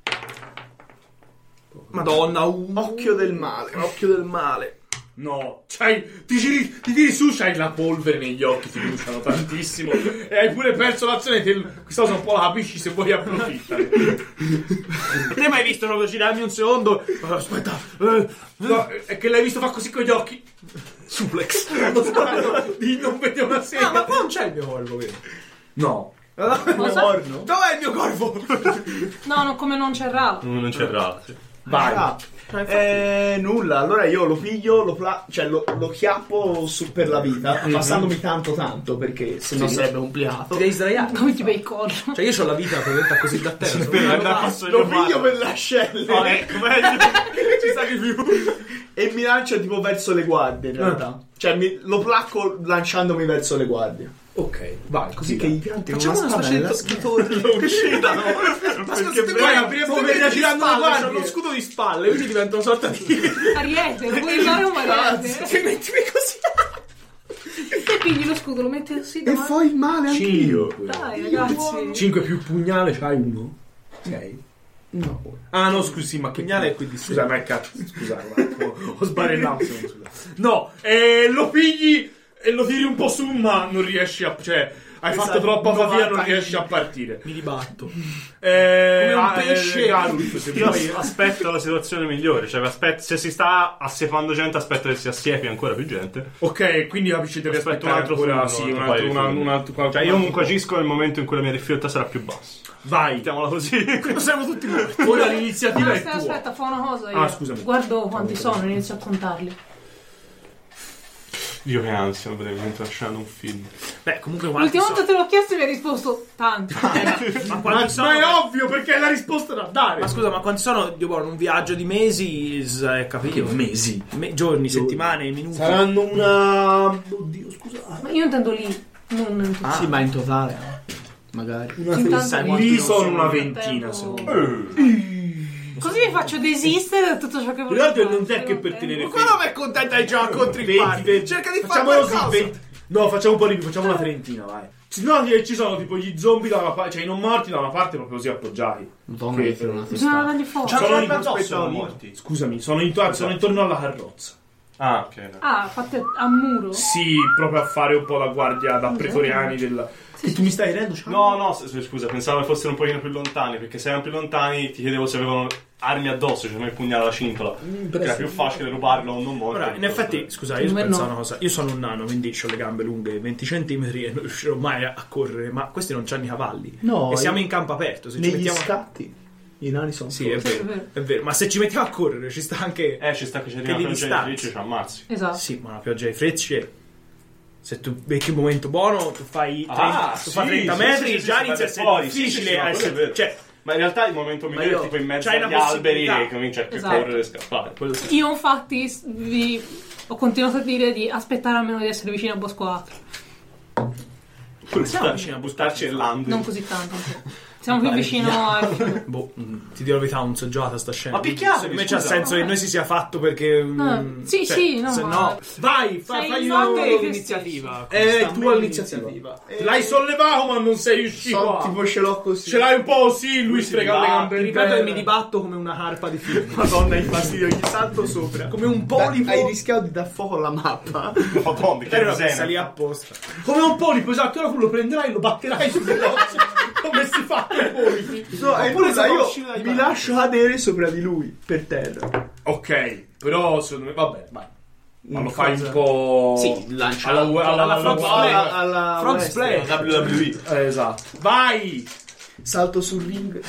Madonna, un Occhio del male. occhio del male. No, c'hai, ti, giri, ti tiri su, c'hai la polvere negli occhi, ti bruciano tantissimo. E hai pure perso l'azione. Te, questa cosa un po' la capisci se vuoi approfittare. Te mai visto proprio girarmi un secondo? Aspetta, eh, No, è che l'hai visto fa così con gli occhi. suplex. Di non vede una sega. Ah, ma qua non c'è il mio corvo, vero? No. Cosa? Corno? Dov'è il mio corvo? No, no, come non c'è Rao. Non c'è rata. Sì. Vai. Ah, eh, nulla, allora io lo piglio, lo, pla- cioè lo, lo chiappo su per la vita, passandomi tanto tanto, perché se no sarebbe complicato. Ti devi sdraiare. Come ti bei collo? Cioè io ho la vita probabilmente così da terra. Lo piglio per le ascelle. No, ecco, meglio. Ci sa di più. E mi lancio tipo verso le guardie in realtà. Cioè mi, lo placco lanciandomi verso le guardie. Ok, vai. Così che i pianti con Facciamo una una spada nella scrittura. lo uccidano. Perché poi apriamo per girando le guardie. C'ho lo scudo di spalle, quindi diventa una sorta di... Ariete, lo puoi usare un ariete. Se mettimi così... E pigli lo scudo, lo metti così E davanti. fai male anche io. Dai, ragazzi. cinque più pugnale, c'hai uno. sei. No. Ah no, scusi, ma Pugnale è qui di Scusa, ma è cazzo. Scusa, un attimo, ho sbarellato. Scusa. No, eh, lo pigli e lo tiri un po' su, ma non riesci a... Cioè, hai Esatto, fatto troppa fatica, non novanta riesci a partire. Mi dibatto. Eh, Come un ah, pesce. eh, Garulf, se Io vuoi. as- aspetto la situazione migliore. Cioè, aspetto, se si sta assiepando gente, aspetto che si assiepi ancora più gente. Ok, quindi capisci devi Aspetta aspettare un altro ancora, turno, sì, un poi altro, un altro, ritorno. un altro, Cioè, un io altro- comunque agisco nel momento in cui la mia rifletta sarà più bassa. Vai. Mettiamola così. Siamo tutti morti. Ora l'iniziativa Ah, è aspetta, tua. aspetta, fa una cosa io. Ah, scusami. Guardo quanti sono e inizio a contarli. Dio che ansia, veramente lasciando un film. Beh, comunque quanti L'ultima sono... volta te l'ho chiesto e mi hai risposto tanti. Ma quanti Ma, sono? ma è ovvio perché è la risposta da dare. Ma scusa, ma quanti sono? Dio buono, un viaggio di mesi, s- eh, capito? mesi? Me- giorni, settimane, minuti. Saranno una. Oddio, scusa. Ma io intendo lì, non in tutto. Ah. Sì, ma in totale. Magari. Intanto sai lì quanti Lì non sono sono una nel ventina, tempo. secondo me. Così vi faccio desistere da tutto ciò che volevo Ricordo che fare. non è che per Ok? tenere Ma quello mi è contenta di già contro i pari. Cerca di fare Facciamo così, qualcosa. venti. No, facciamo un po' di più, facciamo una trentina, vai. No, che ci sono tipo gli zombie da una parte, cioè i non morti da una parte proprio così appoggiati. Madonna, Che- che una Bisogna dargli fuoco. Sono C'hanno in addosso, aspetta, sono no, morti. Scusami, sono, intorno, sono intorno alla carrozza. Ah, ok. Ah, fatte a muro? Sì, proprio a fare un po' la guardia da pretoriani del... Che tu mi stai chiedendo? Ciao? No, no, s- s- scusa, pensavo che fossero un pochino più lontani, perché se erano più lontani ti chiedevo se avevano armi addosso, cioè come il pugnale alla cintola. Perché era più facile rubarlo a un non morto. Ora, in effetti, scusa, io Come penso no? una cosa. Io sono un nano, quindi ho le gambe lunghe venti centimetri e non riuscirò mai a, a correre. Ma questi non c'hanno i cavalli. No, e siamo io- in campo aperto. Se ci Negli mettiamo. scatti i nani sono Sì, è forti. vero, È vero. è vero. Ma se ci mettiamo a correre, ci sta anche. Eh, ci sta che c'è Che una di pioggia di distanza. frecce, ci ammazzi. Esatto. Sì, ma una pioggia di frecce. Se tu becchi un momento buono, tu fai trenta, Ah, tu sì, fai trenta sì, metri, sì, sì, già sì, inizia a sì, essere fuori, sì, difficile. sì, sì, no, quello è essere- vero. cioè, Ma in realtà il momento migliore io- è tipo in mezzo c'hai agli una alberi possibilità. e comincia a Esatto. correre e scappare. Quello sì. Io infatti s- vi ho continuato a dire di aspettare almeno di essere vicino a Bosco Acro. Siamo vicini a buttarci nell'Anduin. Non così tanto. Siamo più vicino a... Boh, ti dirò la verità, non so giocata sta scena. Ma picchiate, secondo me c'ha senso che noi si sia fatto perché... Ah, mm, sì, cioè, sì, no, se ma- no... Vai, fa, Sei fai in una modo di l'iniziativa. È Sta tua bene l'iniziativa. Eh, L'hai sollevato ma non sei riuscito So, a... tipo ce l'ho così. Ce l'hai un po' sì, lui si strega le dibatte, gambe in ripeto che terra. mi dibatto come una harpa di film. Madonna, il fastidio, gli salto sopra. Come un Da- polipo. hai rischiato di dar fuoco alla mappa. Madonna, che Era miseria. messa lì apposta. Come un polipo, esatto, ora tu lo prenderai e lo batterai sulle ossa. Come si fa con i polipi. No, e Oppure nulla, se no io uscire dai mi panni. lascio cadere sopra di lui, per terra. Ok, però secondo me va bene, vai. Ma lo Un fai cosa- un po'... Sì, lancia alla, alla, alla, alla front alla- splash. alla, alla Front western. splash. W W E. Eh, esatto. Vai! Salto sul ring.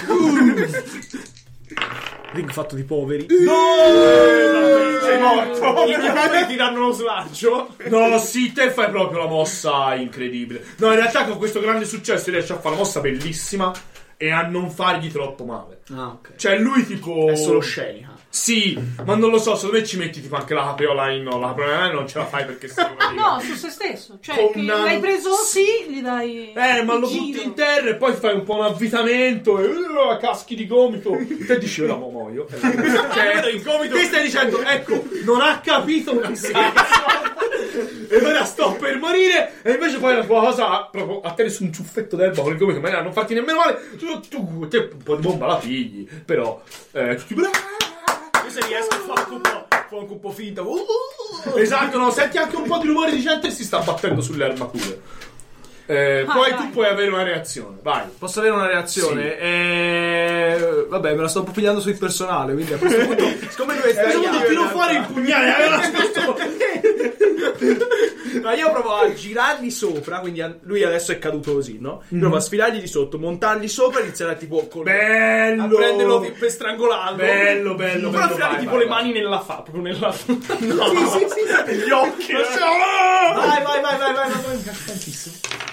Ring fatto di poveri. Sei morto! I poveri ti danno lo slancio. No, sì, te fai proprio la mossa incredibile. No, in realtà con questo grande successo riesci a fare una mossa bellissima e a non fargli troppo male. Ah, ok. Cioè lui tipo... È solo scenica. Sì, ma non lo so, secondo me ci metti tipo anche la capriola in... No, la capriola in non ce la fai perché sei... No, su se stesso. Cioè, Con che una- l'hai preso sì, gli dai... Eh, ma lo giro. butti in terra e poi fai un po' un avvitamento e uh, caschi di gomito. Te dici, ora mo muoio. Cioè, il gomito- Te stai dicendo, ecco, non ha capito un cazzo. E ora sto per morire. E invece poi la tua cosa proprio a tenere su un ciuffetto d'erba con il gomito in maniera da non farti nemmeno male. Tu, tu, te un po' di bomba la pigli. Però, eh, tutti bravi. Io se riesco a fare anche un po', fa anche un po' finta. Uh, uh, uh. Esatto, no, senti anche un po' di rumore di gente che si sta battendo sulle armature. Eh, Vai, poi vai. tu puoi avere una reazione, vai. Posso avere una reazione? Sì. Eh, vabbè, me la sto un po' pigliando sul personale, quindi a questo punto, siccome lui è Eh, stagliato, non ti non fare il pugnale, aveva nascosto. ma io provo a girargli sopra, quindi a- lui adesso è caduto così, no? Provo a sfilargli di sotto, montargli sopra e iniziare a tipo con Bello! a prenderlo di- per strangolarlo. Bello, bello, Però bello, filargli vai, tipo vai, le vai. mani nella fa, proprio nella Sì, sì, sì. Gli occhi. Vai, vai, vai, vai, vai, vai, mi piace tantissimo.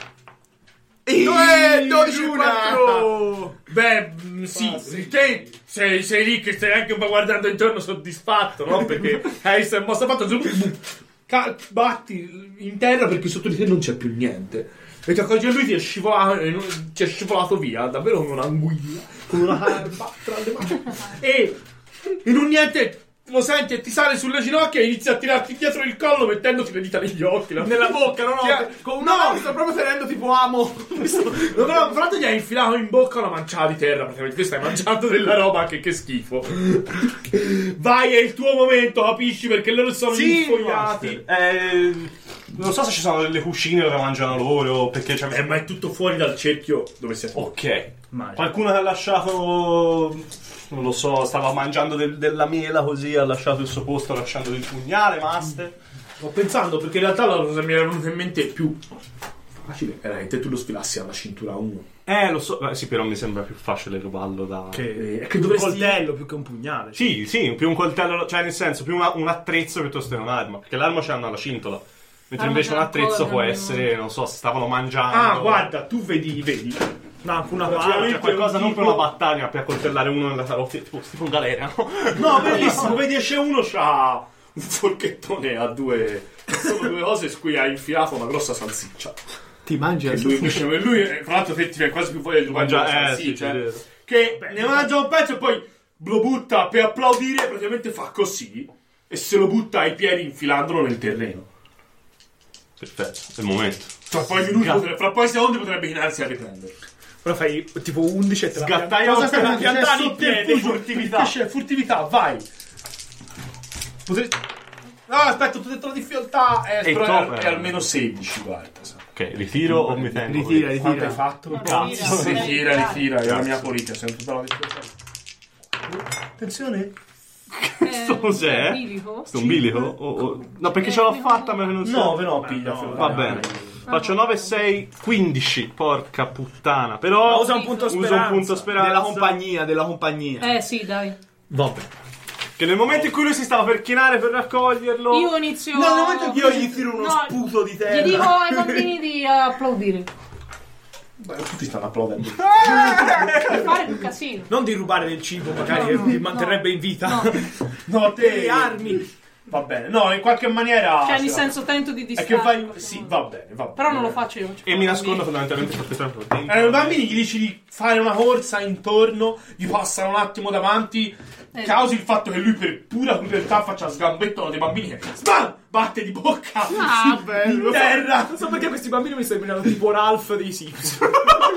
Eh, dodici quattro. Beh, mh, sì, te sei, sei lì che stai anche un po' guardando intorno soddisfatto, no? Perché hai questa mossa fatta, ca- batti in terra perché sotto di te non c'è più niente. E ti accorgi che lui ti è scivolato, eh, ti è scivolato via, davvero come un'anguilla, con una carpa tra le mani. E in un niente lo senti e ti sale sulle ginocchia e inizia a tirarti dietro il collo mettendoti le dita negli occhi. la- Nella bocca, no, no, Ti- con una mano sto proprio tenendo tipo amo. No, però fra l'altro gli hai infilato in bocca una manciata di terra, praticamente tu stai mangiando della roba che, che schifo. Vai, è il tuo momento, capisci? Perché loro sono infogliati. Eh, non so se ci sono delle cucine dove mangiano loro, perché c'è... Eh, ma è tutto fuori dal cerchio dove siete. Ok. Mai. Qualcuno che ha lasciato, non lo so, stava mangiando del- della mela così, ha lasciato il suo posto lasciando il pugnale, master. Sto pensando, perché in realtà la cosa mi era venuta in mente più facile era che te tu lo sfilassi alla cintura uno. Eh, lo so, eh, sì, però mi sembra più facile rubarlo da... Che, è che dovresti- un coltello più che un pugnale. Sì, sì, più un coltello, cioè nel senso, più una- un attrezzo piuttosto che un'arma, perché l'arma c'è una cintola. Mentre L'arma invece un c'ha attrezzo ancora, può non- essere, non so, se stavano mangiando. Ah, guarda, tu vedi, vedi. No, con una Cioè, palla. qualcosa un non per tipo- una battaglia, ma per accoltellare uno nella carrozza, tipo, tipo un galera, no? No, bellissimo, vedi esce uno c'ha un forchettone a due sono due cose su cui ha infilato una grossa salsiccia. Ti mangi E la lui invece lui eh, fra l'altro te ti viene quasi più voglia di mangiare Mangia- la eh, salsiccia, sì, eh, sì, sì. che ne mangia un pezzo e poi lo butta per applaudire e praticamente fa così e se lo butta ai piedi infilandolo nel terreno. Perfetto, è il momento. Fra poi minuti potrebbe, fra poi secondi potrebbe chinarsi a riprendere. Però fai tipo undici e te la Sgattaia Cosa lo stai stai piantando in piedi? furtività. C'è furtività, vai. Potrei... No, aspetta, tu hai detto la difficoltà è, E però top, è, eh. è almeno sedici, guarda. sa. Ok, ritiro o mi tengo? Ritira, Quanto hai ritira. fatto? No, Cazzo, ritira, ritira, dai. ritira, è la mia politica, sento tutta la difficoltà. Attenzione. Eh, Cos'è? bilico? Sto un bilico? O- o- No, perché ce l'ho fatta, ma che non so. nove no, piglia. Va bene. Faccio nove, sei, quindici. Porca puttana. Però Ma usa un punto uso speranza. un punto speranza. Della compagnia, della compagnia. Eh sì, dai. Vabbè. Che nel momento in cui lui si stava per chinare per raccoglierlo. Io inizio... No, nel momento in cui io gli tiro uno No, sputo di Gli terra. dico ai bambini di applaudire. Beh, tutti stanno applaudendo. Per fare più casino. Non di rubare del cibo, magari che ti manterrebbe in vita. No. No, te Le armi. Va bene, no, in qualche maniera. Cioè, nel senso, tento di È distrarre. che fai. Sì, va bene, va bene. Però non lo faccio io. E mi nascondo fondamentalmente perché sono dentro. Eh, ai bambini gli dici di fare una corsa intorno, gli passano un attimo davanti, Eh. causi il fatto che lui per pura crudeltà faccia sgambettone dei bambini che sbam, batte di bocca Ah, in terra. Non so perché questi bambini mi sembrano tipo Ralph dei Simpson.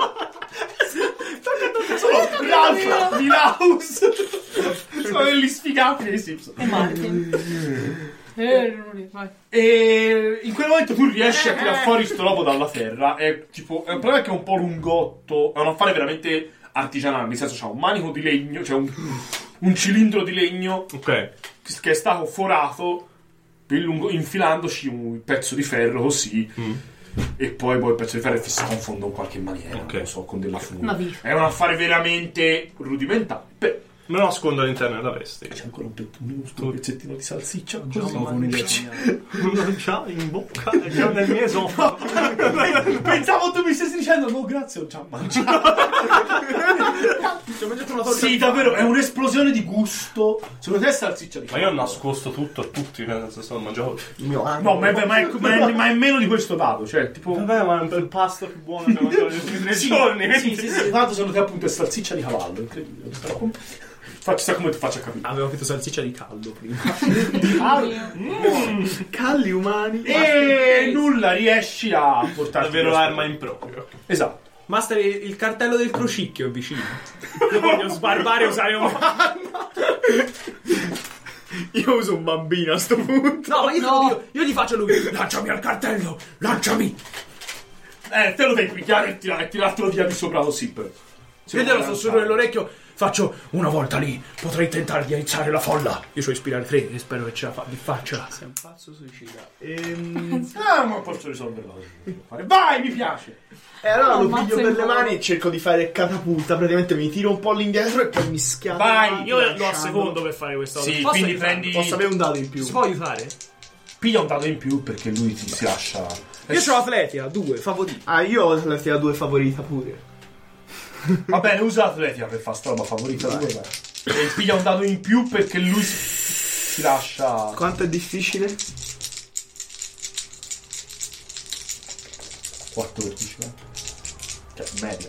Sono Ralph Milhouse. Sono degli sfigati dei Simpson. E Martin. Eh, non li fai. E in quel momento tu riesci a tirare fuori sto lobo dalla terra. È tipo. È un problema che è un po' lungotto. È un affare veramente artigianale. Nel senso, c'ha un manico di legno, cioè un, un cilindro di legno. Ok. Che è stato forato per lungo, infilandoci un pezzo di ferro così. Mm. E poi, poi il pezzo di ferro è fissato in fondo in qualche maniera. Ok. Non lo so, con della Una fune. vita. È un affare veramente rudimentale. Beh, Me lo nascondo all'interno della veste. c'è ancora un, pe- un minuscolo pezzettino di salsiccia. Già avevo un'idea. Non già in bocca, è già nel mio esofago. Pensavo tu mi stessi dicendo no grazie, ho già mangiato. Ci ho mangiato una torta. Sì, davvero, è un'esplosione di gusto. Secondo te è salsiccia di Ma io ho nascosto tutto a tutti, nel senso sto mangiando. Il mio No, ma è, ma, è, ma, è, ma è meno di questo dato. Cioè, tipo. Vabbè, ma è un bel pasto più buono che ho mangiato negli ultimi tre giorni. Sì, sì, sì. Tanto secondo te appunto è salsiccia di cavallo, incredibile. Faccio, sa come ti faccio capire. Avevo capito salsiccia di caldo prima. calli umani. E nulla riesci a portare Davvero l'arma improprio. Esatto. Master, il il cartello del crocicchio è vicino. Io voglio sbarbare e usare un'arma. Io uso un bambino a sto punto. No, ma io, No. io, io gli faccio a lui. Lanciami al cartello, lanciami. Eh, te lo devi pigliare e tirare- e tirartelo via di sopra così però. Io glielo sussurro nell'orecchio. Faccio una volta lì, potrei tentare di aizzare la folla. Io so ispirare tre e spero che ce la fa, di faccia. Sei un pazzo suicida. Ehm... Ah, ma posso risolverlo così. Vai, mi piace. E allora No, lo ammazza piglio per il le volo. mani e cerco di fare catapulta. Praticamente mi tiro un po' all'indietro e poi mi schiato. Vai, avanti, Io lo lasciando- assecondo per fare questa cosa. Sì, Posso quindi aiutarlo? prendi. Posso avere un dado in più. Si può aiutare? Piglia un dado in più perché lui ti si lascia. Io ho atletica, due, favoriti. Ah, io ho l'atletica due favorita pure. Va bene, usa l'atletica per fare sta roba favorita. Due, vai. E piglia un dado in più perché lui si, si lascia. Quanto è difficile? quattordici, eh. Cioè, media.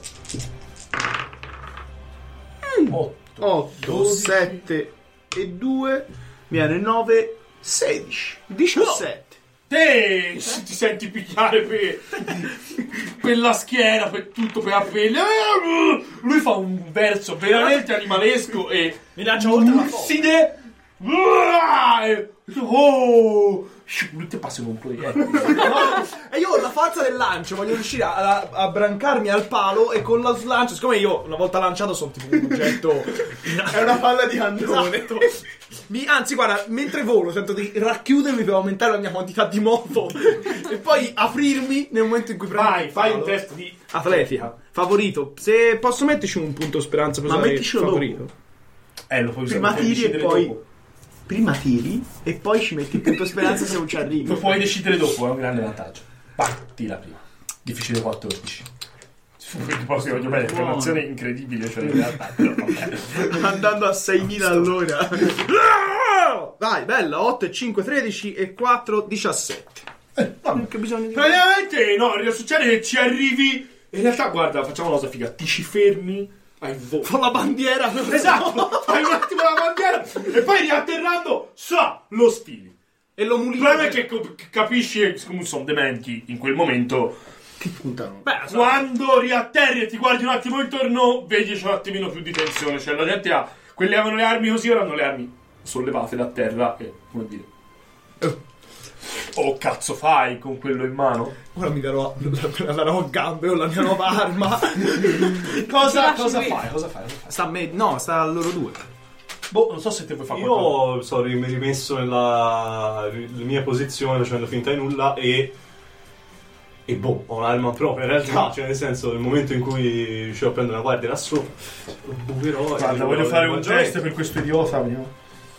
otto. otto, sette e due. Viene nove, sedici, diciassette. Te ti senti pigliare per, per la schiena, per tutto, per la pelle. Lui fa un verso veramente animalesco e Mi lancia oltre la folla. lucide. E- Oh! Lui ti passa in un proiettile. E io ho la forza del lancio, voglio riuscire a, a, a brancarmi al palo e con lo slancio, siccome io una volta lanciato sono tipo un oggetto. È una palla di cannone. Esatto. Mi, anzi, guarda, mentre volo sento di racchiudermi per aumentare la mia quantità di moto e poi aprirmi nel momento in cui prendo Vai, il fai palo. un test di Atletica, favorito. Se posso metterci un punto speranza per Ma usare metticelo favorito. Eh, lo puoi usare, Prima puoi tiri e decidere poi. dopo. Prima tiri e poi ci metti il punto speranza se non ci arrivi. Lo puoi decidere dopo, è un grande vantaggio. Vai, tira prima. Difficile quattordici. Quindi poi si voglio bene, è un'azione incredibile, cioè in realtà. Però, vabbè. Andando a seimila all'ora. Vai, bella, otto e cinque, tredici e quattro, diciassette. Eh, vabbè. Che bisogno di... Praticamente no, succede che ci arrivi. In realtà, guarda, facciamo una cosa figa. Ti ci fermi. Hai volo. Con la bandiera. Esatto, fai un attimo la bandiera e poi riatterrando, sa, lo sfili. E lo Il mulino. problema è che co- capisci, e siccome sono dementi in quel momento, Che puntano. Beh, so- quando riatterri e ti guardi un attimo intorno, vedi c'è un attimino più di tensione. Cioè la gente ha, quelli che avevano le armi così, ora hanno le armi sollevate da terra e, come dire... Oh, cazzo fai con quello in mano? ora mi darò, darò a gambe o la mia nuova arma. Cosa, lasci cosa qui. fai? Cosa fai? Cosa fai? Sta a me, no, sta a loro due. Boh, non so se te vuoi fare qualcosa. Io sono rimesso nella la mia posizione facendo finta di nulla e e boh, ho un'arma propria in realtà, cioè nel senso nel momento in cui riuscirò a prendere una guardia da sopra lo bucherò. e Guarda, dico, voglio fare un mangiare. gesto per questo idiota, vediamo.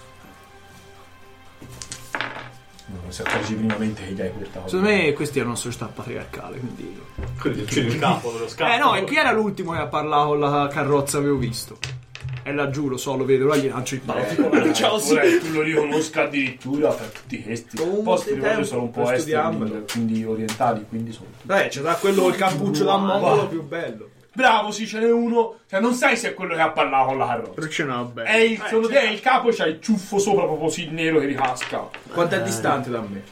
Non si accorgi minimamente che gli hai portato. Secondo me questi erano una società patriarcale, quindi... Quello c'è il capo dello scatto. Eh no, e chi era l'ultimo che ha parlato con la carrozza che avevo visto? è laggiù, lo so, lo vedo, allora gli lancio il palo. Eh, tipo, eh, ciao, sì. ora tu lo riconosca addirittura fra tutti questi. Comunque, Posti tempo io sono un po' per esteri, studiare. quindi orientali, quindi sono tutti. Dai, c'è da quello col cappuccio da mongolo più bello. Bravo, sì, ce n'è uno. Cioè, non sai se è quello che ha parlato con la carrozza. Però ce n'ho bello. È il, Eh, secondo c'è- te è il capo, c'ha il ciuffo sopra proprio così nero che ricasca. Quanto è distante da me?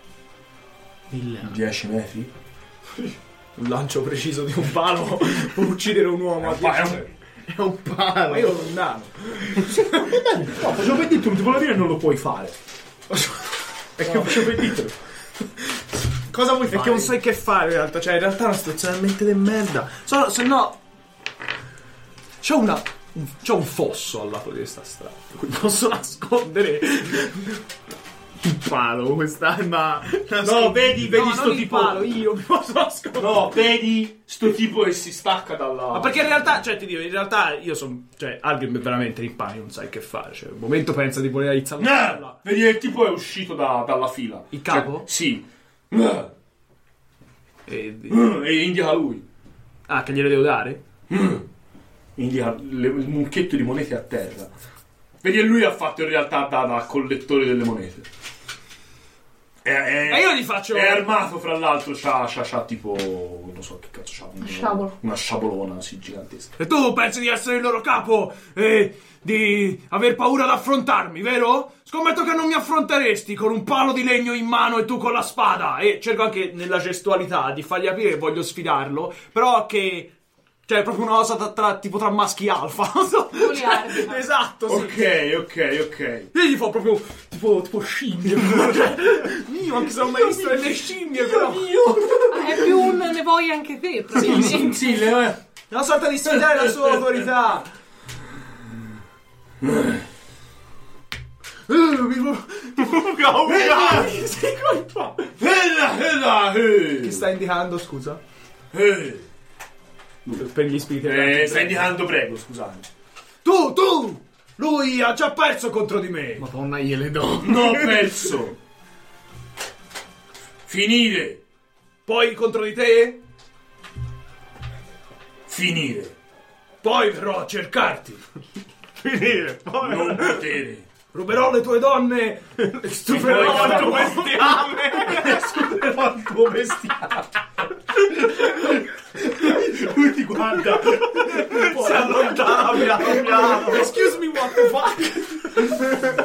dieci metri? Un lancio preciso di un palo può uccidere un uomo a Ma è dieci un- È un palo. Ma io sono un nano. No, facevo per dirti, non ti volevo dire non lo puoi fare. È che facevo per dirtelo. Cosa vuoi fare? Perché non sai che fare in realtà. Cioè, in realtà è una situazione talmente di merda. Solo, se no. C'è una. un- C'è un fosso al lato di questa strada. Cui posso nascondere. un palo quest'arma. No, vedi, vedi No, sto non il tipo. palo, io mi posso nascondere. No, vedi sto tipo che si stacca dalla. Ma perché in realtà, cioè, ti dico, in realtà io sono. Cioè, Algrim è veramente in panico, non sai che fare. Cioè, un momento pensa di voler aizzare la No! Vedi che il tipo è uscito da- dalla fila. Il capo? Cioè, sì. No. E, E indica lui. ah, che gliele devo dare? Indica le- il mucchietto di monete a terra. Vedi che lui ha fatto in realtà da, da collettore delle monete. È, è- E io gli faccio. È armato, fra l'altro, c'ha, c'ha, c'ha tipo. Non so che cazzo c'ha. un- Sciabolo. Una sciabolona, sì, gigantesca. E tu pensi di essere il loro capo e di aver paura ad affrontarmi, vero? Scommetto che non mi affronteresti con un palo di legno in mano e tu con la spada. E cerco anche nella gestualità di fargli capire che voglio sfidarlo, però che. Cioè, è proprio una cosa tra, tra- tipo tra maschi alfa, non so. Goliardica. Esatto, sì. Ok, ok, ok. Io gli fa proprio tipo, tipo scimmie. Cioè, io anche se non ho mai visto delle scimmie, però. Ah, è più un ne vuoi anche te, probabilmente. Sì, le- È una sorta di sfidare la sua autorità. Chi sta indicando, scusa? Eh, Per gli spiriti eh, stai indicando, prego, scusate. Tu, tu! Lui ha già perso contro di me. Madonna, gliele do. Non ho perso. Finire. Poi contro di te? Finire. Poi verrò a cercarti. Finire. Poi. Non potere. Ruberò le tue donne e stuferò il tuo bestiame. Stuferò il tuo bestiame. Lui ti guarda. Si allontana piano piano. Excuse me, what the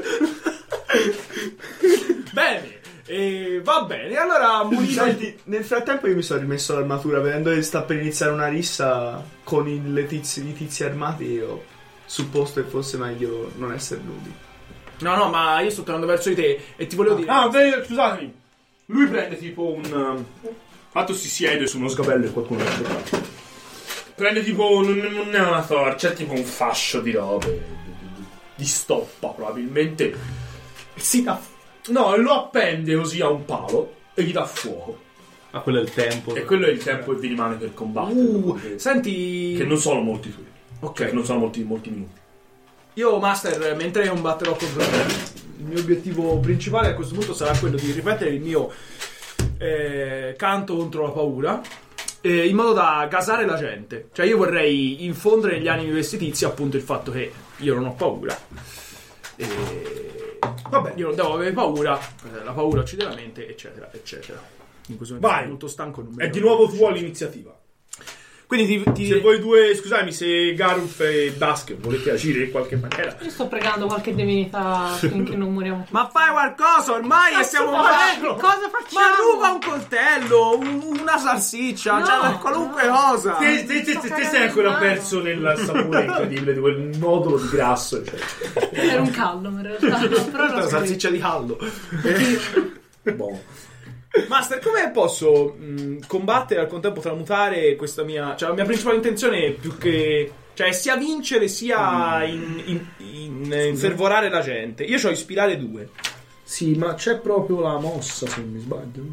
fuck? Bene, e va bene. Allora, Mulino. Senti, nel frattempo io mi sono rimesso l'armatura vedendo che sta per iniziare una rissa con i, le tizi, i tizi armati. Io supposto che fosse meglio non essere nudi. No, no, ma io sto tornando verso di te e ti volevo dire. Ah, beh, scusatemi. Lui prende tipo un. um, Fatto si siede su uno sgabello e qualcuno esce qua. Prende tipo. Non, non è una torcia, è tipo un fascio di robe. Di, di stoppa, probabilmente. Si dà. No, lo appende così a un palo e gli dà fuoco. Ah, quello è il tempo. E quello è il tempo che vi rimane per combattere. Uh, che, senti. che non sono molti turni. Ok. Che non sono molti, molti minuti. Io, Master, mentre combatterò contro te, il mio obiettivo principale a questo punto sarà quello di ripetere il mio eh, canto contro la paura, eh, in modo da gasare la gente. Cioè, io vorrei infondere negli animi di questi tizi appunto il fatto che io non ho paura. E... Vabbè, io non devo avere paura, eh, la paura uccide la mente, eccetera, eccetera. In questo momento Vai. sono molto stanco. Non mi È di ricordo. nuovo tua l'iniziativa. Quindi ti, ti... Se voi due, scusami, se Garulf e Dusk volete agire in qualche maniera. Io sto pregando qualche divinità finché non moriamo. Ma fai qualcosa, ormai Cazzo stiamo fai? facendo. Cosa facciamo? Ma ruba un coltello, un- una salsiccia, No, cioè qualunque no. cosa. Te, te, te, te, te sei ancora perso nel sapore incredibile di quel nodolo di grasso. Cioè. Era un callo in realtà. Però Una non so salsiccia di caldo. Boh. Master, come posso mh, combattere e al contempo tramutare questa mia... Cioè la mia principale intenzione è più che... Cioè sia vincere sia in, in, in, in infervorare la gente. Io ho ispirare due. Sì, ma c'è proprio la mossa, se non mi sbaglio.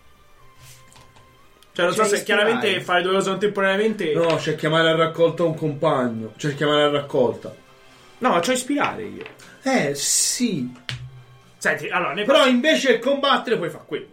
Cioè non so C'è se ispirare. chiaramente fare due cose contemporaneamente... No, c'è chiamare a raccolta un compagno. C'è chiamare a raccolta. No, ma c'ho ispirare io. Eh, sì. Senti, allora... Ne Però invece combattere puoi fare quello.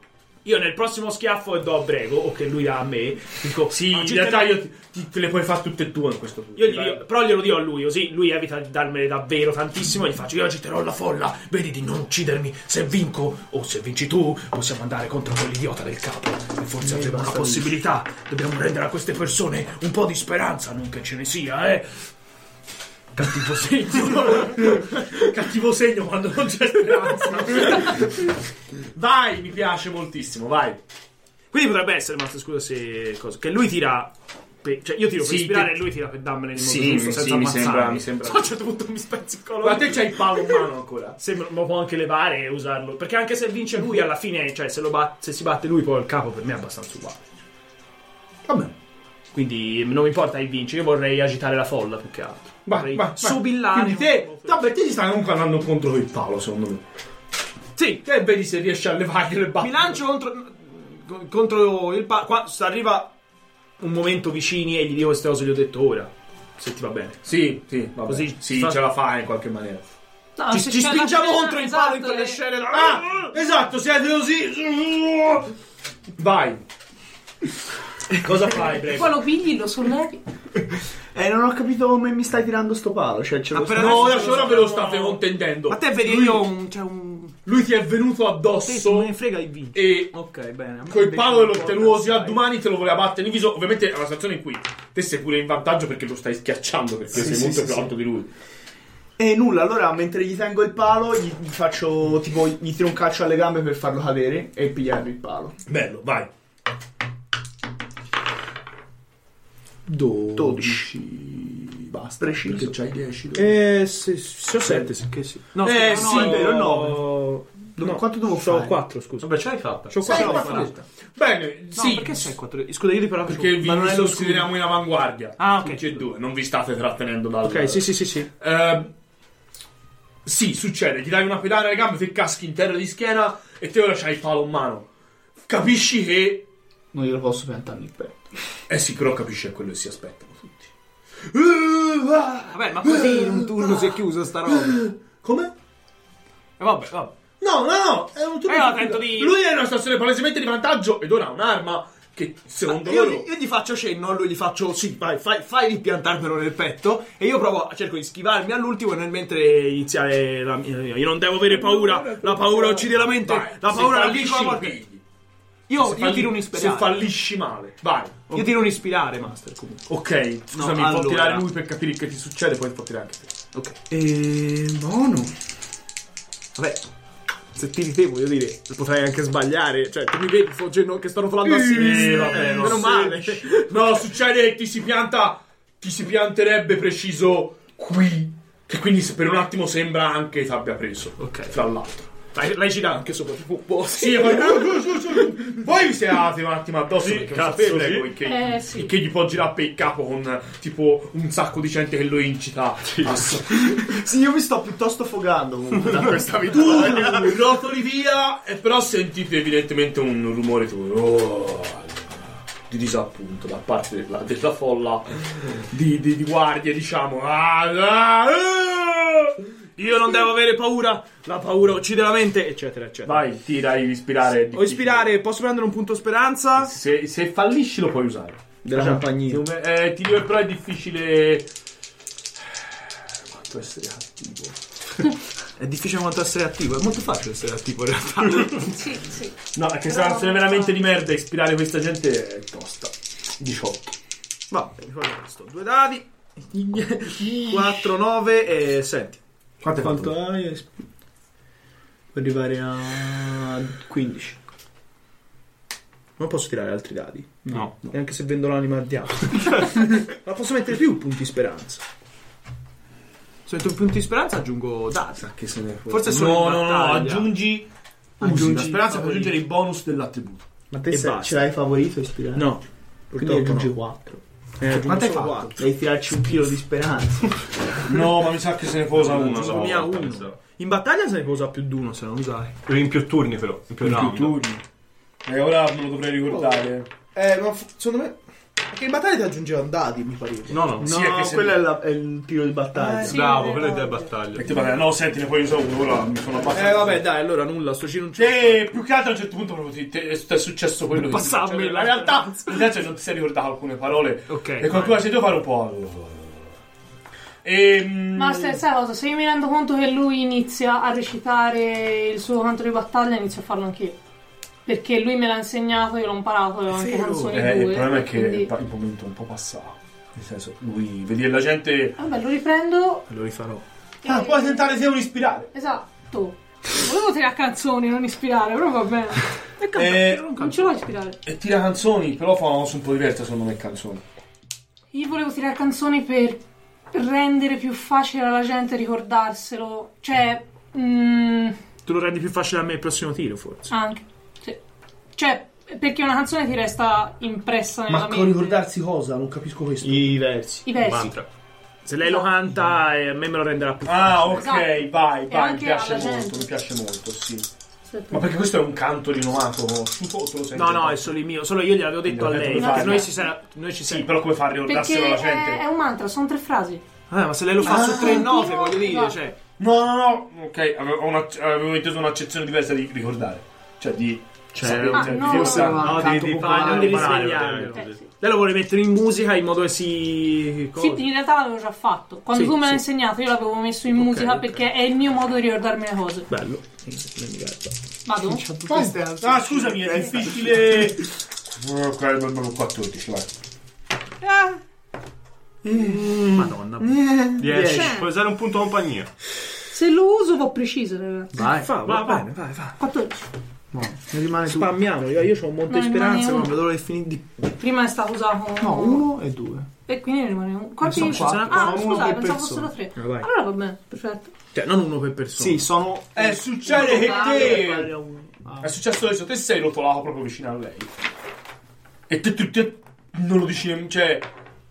io nel prossimo schiaffo e do a Brego, o che lui dà a me, dico Sì, in agitami- realtà io ti, ti- te le puoi fare tutte e due in questo punto. Io gli dico- però glielo dico a lui, così lui evita di darmene davvero tantissimo. E gli faccio: io agiterò la folla, vedi di non uccidermi. Se vinco o se vinci tu, possiamo andare contro quell'idiota del capo. E forse avremo una possibilità. Dobbiamo rendere a queste persone un po' di speranza, non che ce ne sia, eh. Cattivo segno. Cattivo segno quando non c'è speranza. Vai, mi piace moltissimo, vai. Quindi potrebbe essere, Master, scusa se cosa, che lui tira per, cioè io tiro per Sì, ispirare te- e lui tira per darmene il modo Sì, giusto, sì, senza mi ammazzarmi. sembra- mi sembra- A un certo punto mi spezzi il collo. Ma te c'hai il palo in mano ancora. Se me lo può anche levare e usarlo, perché anche se vince lui alla fine, cioè se, lo bat- se si batte lui poi il capo, per me è abbastanza uguale. Vabbè. Quindi non mi importa chi vince, io vorrei agitare la folla più che altro. Vai, vorrei vai, vai. sobillare. Quindi te, vabbè, te ti stai comunque andando contro il palo, secondo me. Sì, Te vedi se riesci a levarglielo e mi lancio contro, contro il pa- quando arriva un momento vicini e gli dico queste cose che gli ho detto ora, se ti va bene. Sì, sì, vabbè. Così sì, fa- ce la fai in qualche maniera. No, ci se ci c'è la spingiamo scena- contro il esatto, palo in quelle eh. scene. da- Ah, esatto, siete così. Vai. Cosa fai, prego? Poi lo pigli, lo sollevi. Eh, non ho capito come mi stai tirando sto palo. Cioè, ce lo per sto- No, adesso adesso ora ve lo state contendendo. Ma te vedi lui, io un, cioè un lui ti è venuto te non addosso me ne frega di vincere. e Ok, bene. a me col invece palo non dello importa, tenuosi sai. addomani te lo voleva battere in viso. Ovviamente è una situazione in cui te sei pure in vantaggio perché lo stai schiacciando, perché Sì, sei sì, molto sì, più sì. alto di lui. E nulla, allora mentre gli tengo il palo, gli, gli faccio tipo, gli tiro un calcio alle gambe per farlo cadere e pigliarmi il palo. Bello, vai. dodici. Basta, Preciso. perché c'hai dieci. Eh, se, se ho sette, sì, che sì. No, Eh, scusa, sì, no, è vero, no. Dove- quanto devo C'ho fare? quattro, scusa. Vabbè, ce l'hai fatta. C'ho Sei quattro. quattro. Bene, No, sì. perché sei quattro? Scusa, io ti parlavo Perché vi ma non è lo scudo. consideriamo in avanguardia. Ah, ok. Tutti e due, non vi state trattenendo dal... Ok, sì, sì, sì, sì. Eh, sì, succede, ti dai una pedale alle gambe, te caschi in terra di schiena e te ora c'hai il palo in mano. Capisci che... Non glielo posso piantare nel petto. Eh sì, però capisci che è quello che si aspettano tutti. Uh, ah, Vabbè, ma così in un turno si è chiuso sta roba. E come? vabbè, vabbè. No, no, no, è un turno Eh, no, di- tento di- Lui è in una situazione palesemente di vantaggio ed ora ha un'arma che secondo Io, loro... io gli faccio cenno, a lui gli faccio sì, vai, fai, fai ripiantarmelo nel petto e io provo, cerco di schivarmi all'ultimo e nel mentre iniziare la mia... Io non devo avere paura, la paura uccide la mente, Vai, la se paura la fallisci, vinco la lo morte. pigli. Io, Se io falli- tiro un Se ispirare. fallisci male, vai. Io tiro un ispirare, Master, comunque. Ok, scusami, No, può allora. tirare lui per capire che ti succede, poi può tirare anche te. Ok. E... buono. Vabbè, se tiri te voglio dire, potrei anche sbagliare. Cioè, tu mi vedi fuggendo che sto rotolando a sinistra. vabbè, no, meno sì. male. No, succede che ti si pianta, ti si pianterebbe preciso qui. Che quindi se per un attimo sembra anche ti abbia preso. Ok. Fra l'altro. Lei, lei gira anche sopra tipo un po'. Sì, e poi... Poi vi siate un attimo addosso perché non cazzo, sapete sì. voi che, Eh, sì. che gli può girare per il capo con tipo un sacco di gente che lo incita. a- Sì, io mi sto piuttosto fogando comunque da questa Tu vittoria. rotoli via e però sentite evidentemente un rumore tu, oh, di disappunto da parte della, della folla di, di, di guardie, diciamo. Ah, ah, ah. Io non devo avere paura, la paura uccide la mente, eccetera, eccetera. Vai, tira ispirare. Ho ispirare, posso prendere un punto speranza? Se, se fallisci lo puoi usare. Della compagnia. Eh, ti dico, però è difficile. Quanto essere attivo. È difficile quanto essere attivo, è molto facile essere attivo in realtà. Sì, sì. No, è che se è una situazione veramente di merda, ispirare questa gente è tosta. diciotto. Va bene, mi fa questo. Due dadi. quattro, nove e senti. Quanto è Quanto fatto? hai? Per arrivare a quindici. Non posso tirare altri dadi. No. Neanche se vendo l'anima al diavolo. Ma posso mettere più punti speranza. Se metto punti di speranza aggiungo dati. Che se ne Forse solo no, in no, no, battaglia. aggiungi. Aggiungi la speranza per favoriti. aggiungere i bonus dell'attributo. Ma te E se- basta. ce l'hai favorito ispirato? No. Quindi Purtroppo aggiungi no. quattro. Eh, aggiungo Quanto hai solo fatto? quattro. Devi tirarci un chilo di speranza. No, ma mi sa che se ne posa Uno uno. solo. Mia volta, uno. penso. In battaglia se ne può usare più di uno se non usare. In più turni però, in più round. turni. E ora me lo dovrei ricordare. Eh, ma f- secondo me. Perché in battaglia ti aggiungeva dadi, mi pare. No, no, No, Sì, è che se- quello è, la- è il tiro di battaglia. Eh, sì. bravo, è quello è vero. della battaglia. E ti parla, no, senti, ne puoi usare uno, ora mi sono abbastanza. Eh vabbè, dai, allora nulla, sto ci non c'è. Che più che altro a un certo punto proprio ti, ti- è successo quello che Passarmi cioè, la in realtà in realtà non ti sei ricordato alcune parole Ok. e qualcuno ha sentito fare un po'. E, Ma sai, sai cosa? Se io mi rendo conto che lui inizia a recitare il suo canto di battaglia, inizio a farlo anch'io. Perché lui me l'ha insegnato, io l'ho imparato, avevo anche Vero. canzoni eh, due. il problema è che quindi- pa- il momento è un po' passato. Nel senso, lui vedi la gente. Vabbè, lo riprendo. Lo rifarò. Ah, e- puoi tentare se un ispirare. Esatto. Volevo tirare canzoni, non ispirare, però va bene. E, Non ce l'ho ispirare. e tira canzoni, però fa una cosa un po' diversa secondo me canzoni. Io volevo tirare canzoni per rendere più facile alla gente ricordarselo. Cioè, mm, Tu lo rendi più facile a me il prossimo tiro, forse. anche. Sì. Cioè, perché una canzone ti resta impressa nella Ma mente. con ricordarsi cosa? Non capisco questo. I versi. I versi. Mantra. Se lei lo canta, eh, a me me lo renderà più facile. Ah, ok, Esatto. vai, E vai, mi anche piace alla molto, gente. mi piace molto, sì. Aspetta. Ma perché questo è un canto rinomato conosciuto o te lo senti? No, no, è solo il mio. Solo io gliel'avevo detto a Quindi lei. lo Perché fai. noi, ci sarà, noi ci Sì, siamo. però come fa a Perché ricordarselo alla gente? è, è un mantra, sono tre frasi. Eh, ma se lei lo fa Ah, su tre note, continuo, voglio dire, esatto. cioè. No, no, no, ok, avevo, una, avevo inteso un'accezione diversa di ricordare. Cioè di... sapere- Ah, cioè, di no, fissare- no, No, di, di non fare devi imparare, svegliare. ovviamente. Eh, sì. Lei lo vuole mettere in musica in modo che si. Sì, cosa? in realtà l'avevo già fatto. Quando Sì, tu me l'hai sì. insegnato, io l'avevo messo in Ok, musica ok. perché è il mio modo di ricordarmi le cose. Bello. Vado? Ah, scusami, è difficile... Ok, quattordici, vai. Ah, Madonna. dieci. Cioè. Puoi usare un punto compagnia. se lo uso va preciso, ragazzi. Vai, fa, va, va, bene, vai, vai. quattordici. Ne rimane tu. Spammiamo, io, io ho un monte No, di speranza, rimane non uno. vedo l'ora di finire di. Prima è stato usato. No, uno e due. E quindi ne rimane uno. Quanti sono ci quattro. saranno? Ah, No, uno scusate, per pensavo persona. fossero tre. Ah, vai. Allora va bene, perfetto. Cioè, non uno per persona. Sì, sono. Eh, succede che te... Ah. È successo adesso, te sei rotolato proprio vicino a lei. E te, te, te non lo dici, nemm- cioè...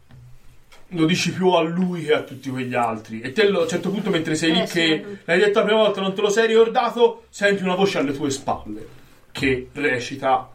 Lo dici più a lui che a tutti quegli altri. E te lo- a un certo punto, mentre sei lì Eh, che sì. l'hai detto la prima volta, non te lo sei ricordato, senti una voce alle tue spalle che recita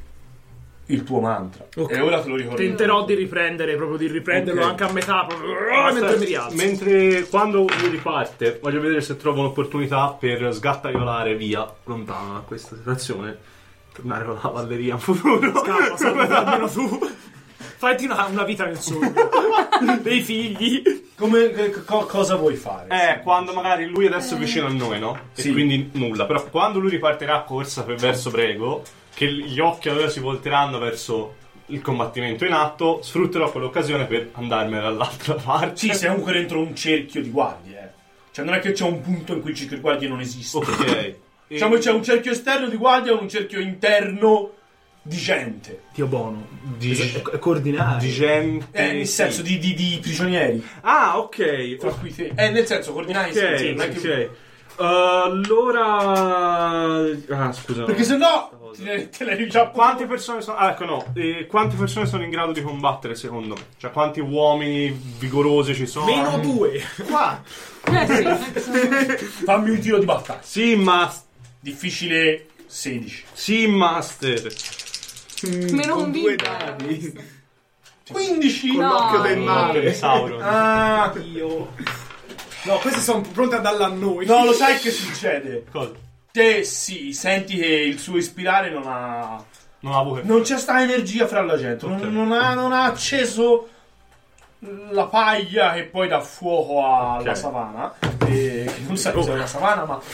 il tuo mantra. Ok. E ora te lo ricordi. Tenterò di riprendere, proprio di riprenderlo Ok. anche a metà. Proprio, mentre mi rialzo. Mentre quando lui riparte, voglio vedere se trovo un'opportunità per sgattaiolare via, lontano da questa situazione, tornare con la cavalleria in futuro. Scappa, salva, almeno tu. Fatti una, una vita nel sogno. Dei figli. Come, che- co- cosa vuoi fare? Eh, quando magari lui adesso è vicino a noi, no? Sì. E quindi nulla. Però quando lui ripartirà a corsa per verso Brego, che gli occhi allora si volteranno verso il combattimento in atto, sfrutterò quell'occasione per andarmene dall'altra parte. Sì, sei comunque dentro un cerchio di guardie. eh. Cioè, non è che c'è un punto in cui il cerchio di guardie non esiste. Ok. Diciamo che c'è un cerchio esterno di guardia e un cerchio interno di gente. Dio buono. Di, Coordinare. di gente. Eh, nel sì. senso di, di, di prigionieri. Ah, ok. Tra cui te. Eh, nel senso, coordinati Ok, sì, non è che- ok. Uh, allora. Ah, scusa. Perché se no te, te l'hai già. Quante persone sono. Ah, ecco, no. Eh, quante persone sono in grado di combattere, secondo me? Cioè, quanti uomini vigorosi ci sono? Meno due. Qua. Eh sì, anche se- Fammi un tiro di battaglia. Sì, ma. Difficile sedici. Sì, master. meno Con un due vinto. dadi. quindici. Con No. l'occhio del Di male. Sauron. Ah, Io. No, questi sono pronti a darla a noi. no, lo sai che succede? Cosa? Te sì, senti che il suo ispirare non ha. Non avevo che. Non c'è sta energia fra la gente. Non, Ok. non ha, non ha acceso la paglia che poi dà fuoco alla Ok. savana. E, che non sai cos'è una savana, ma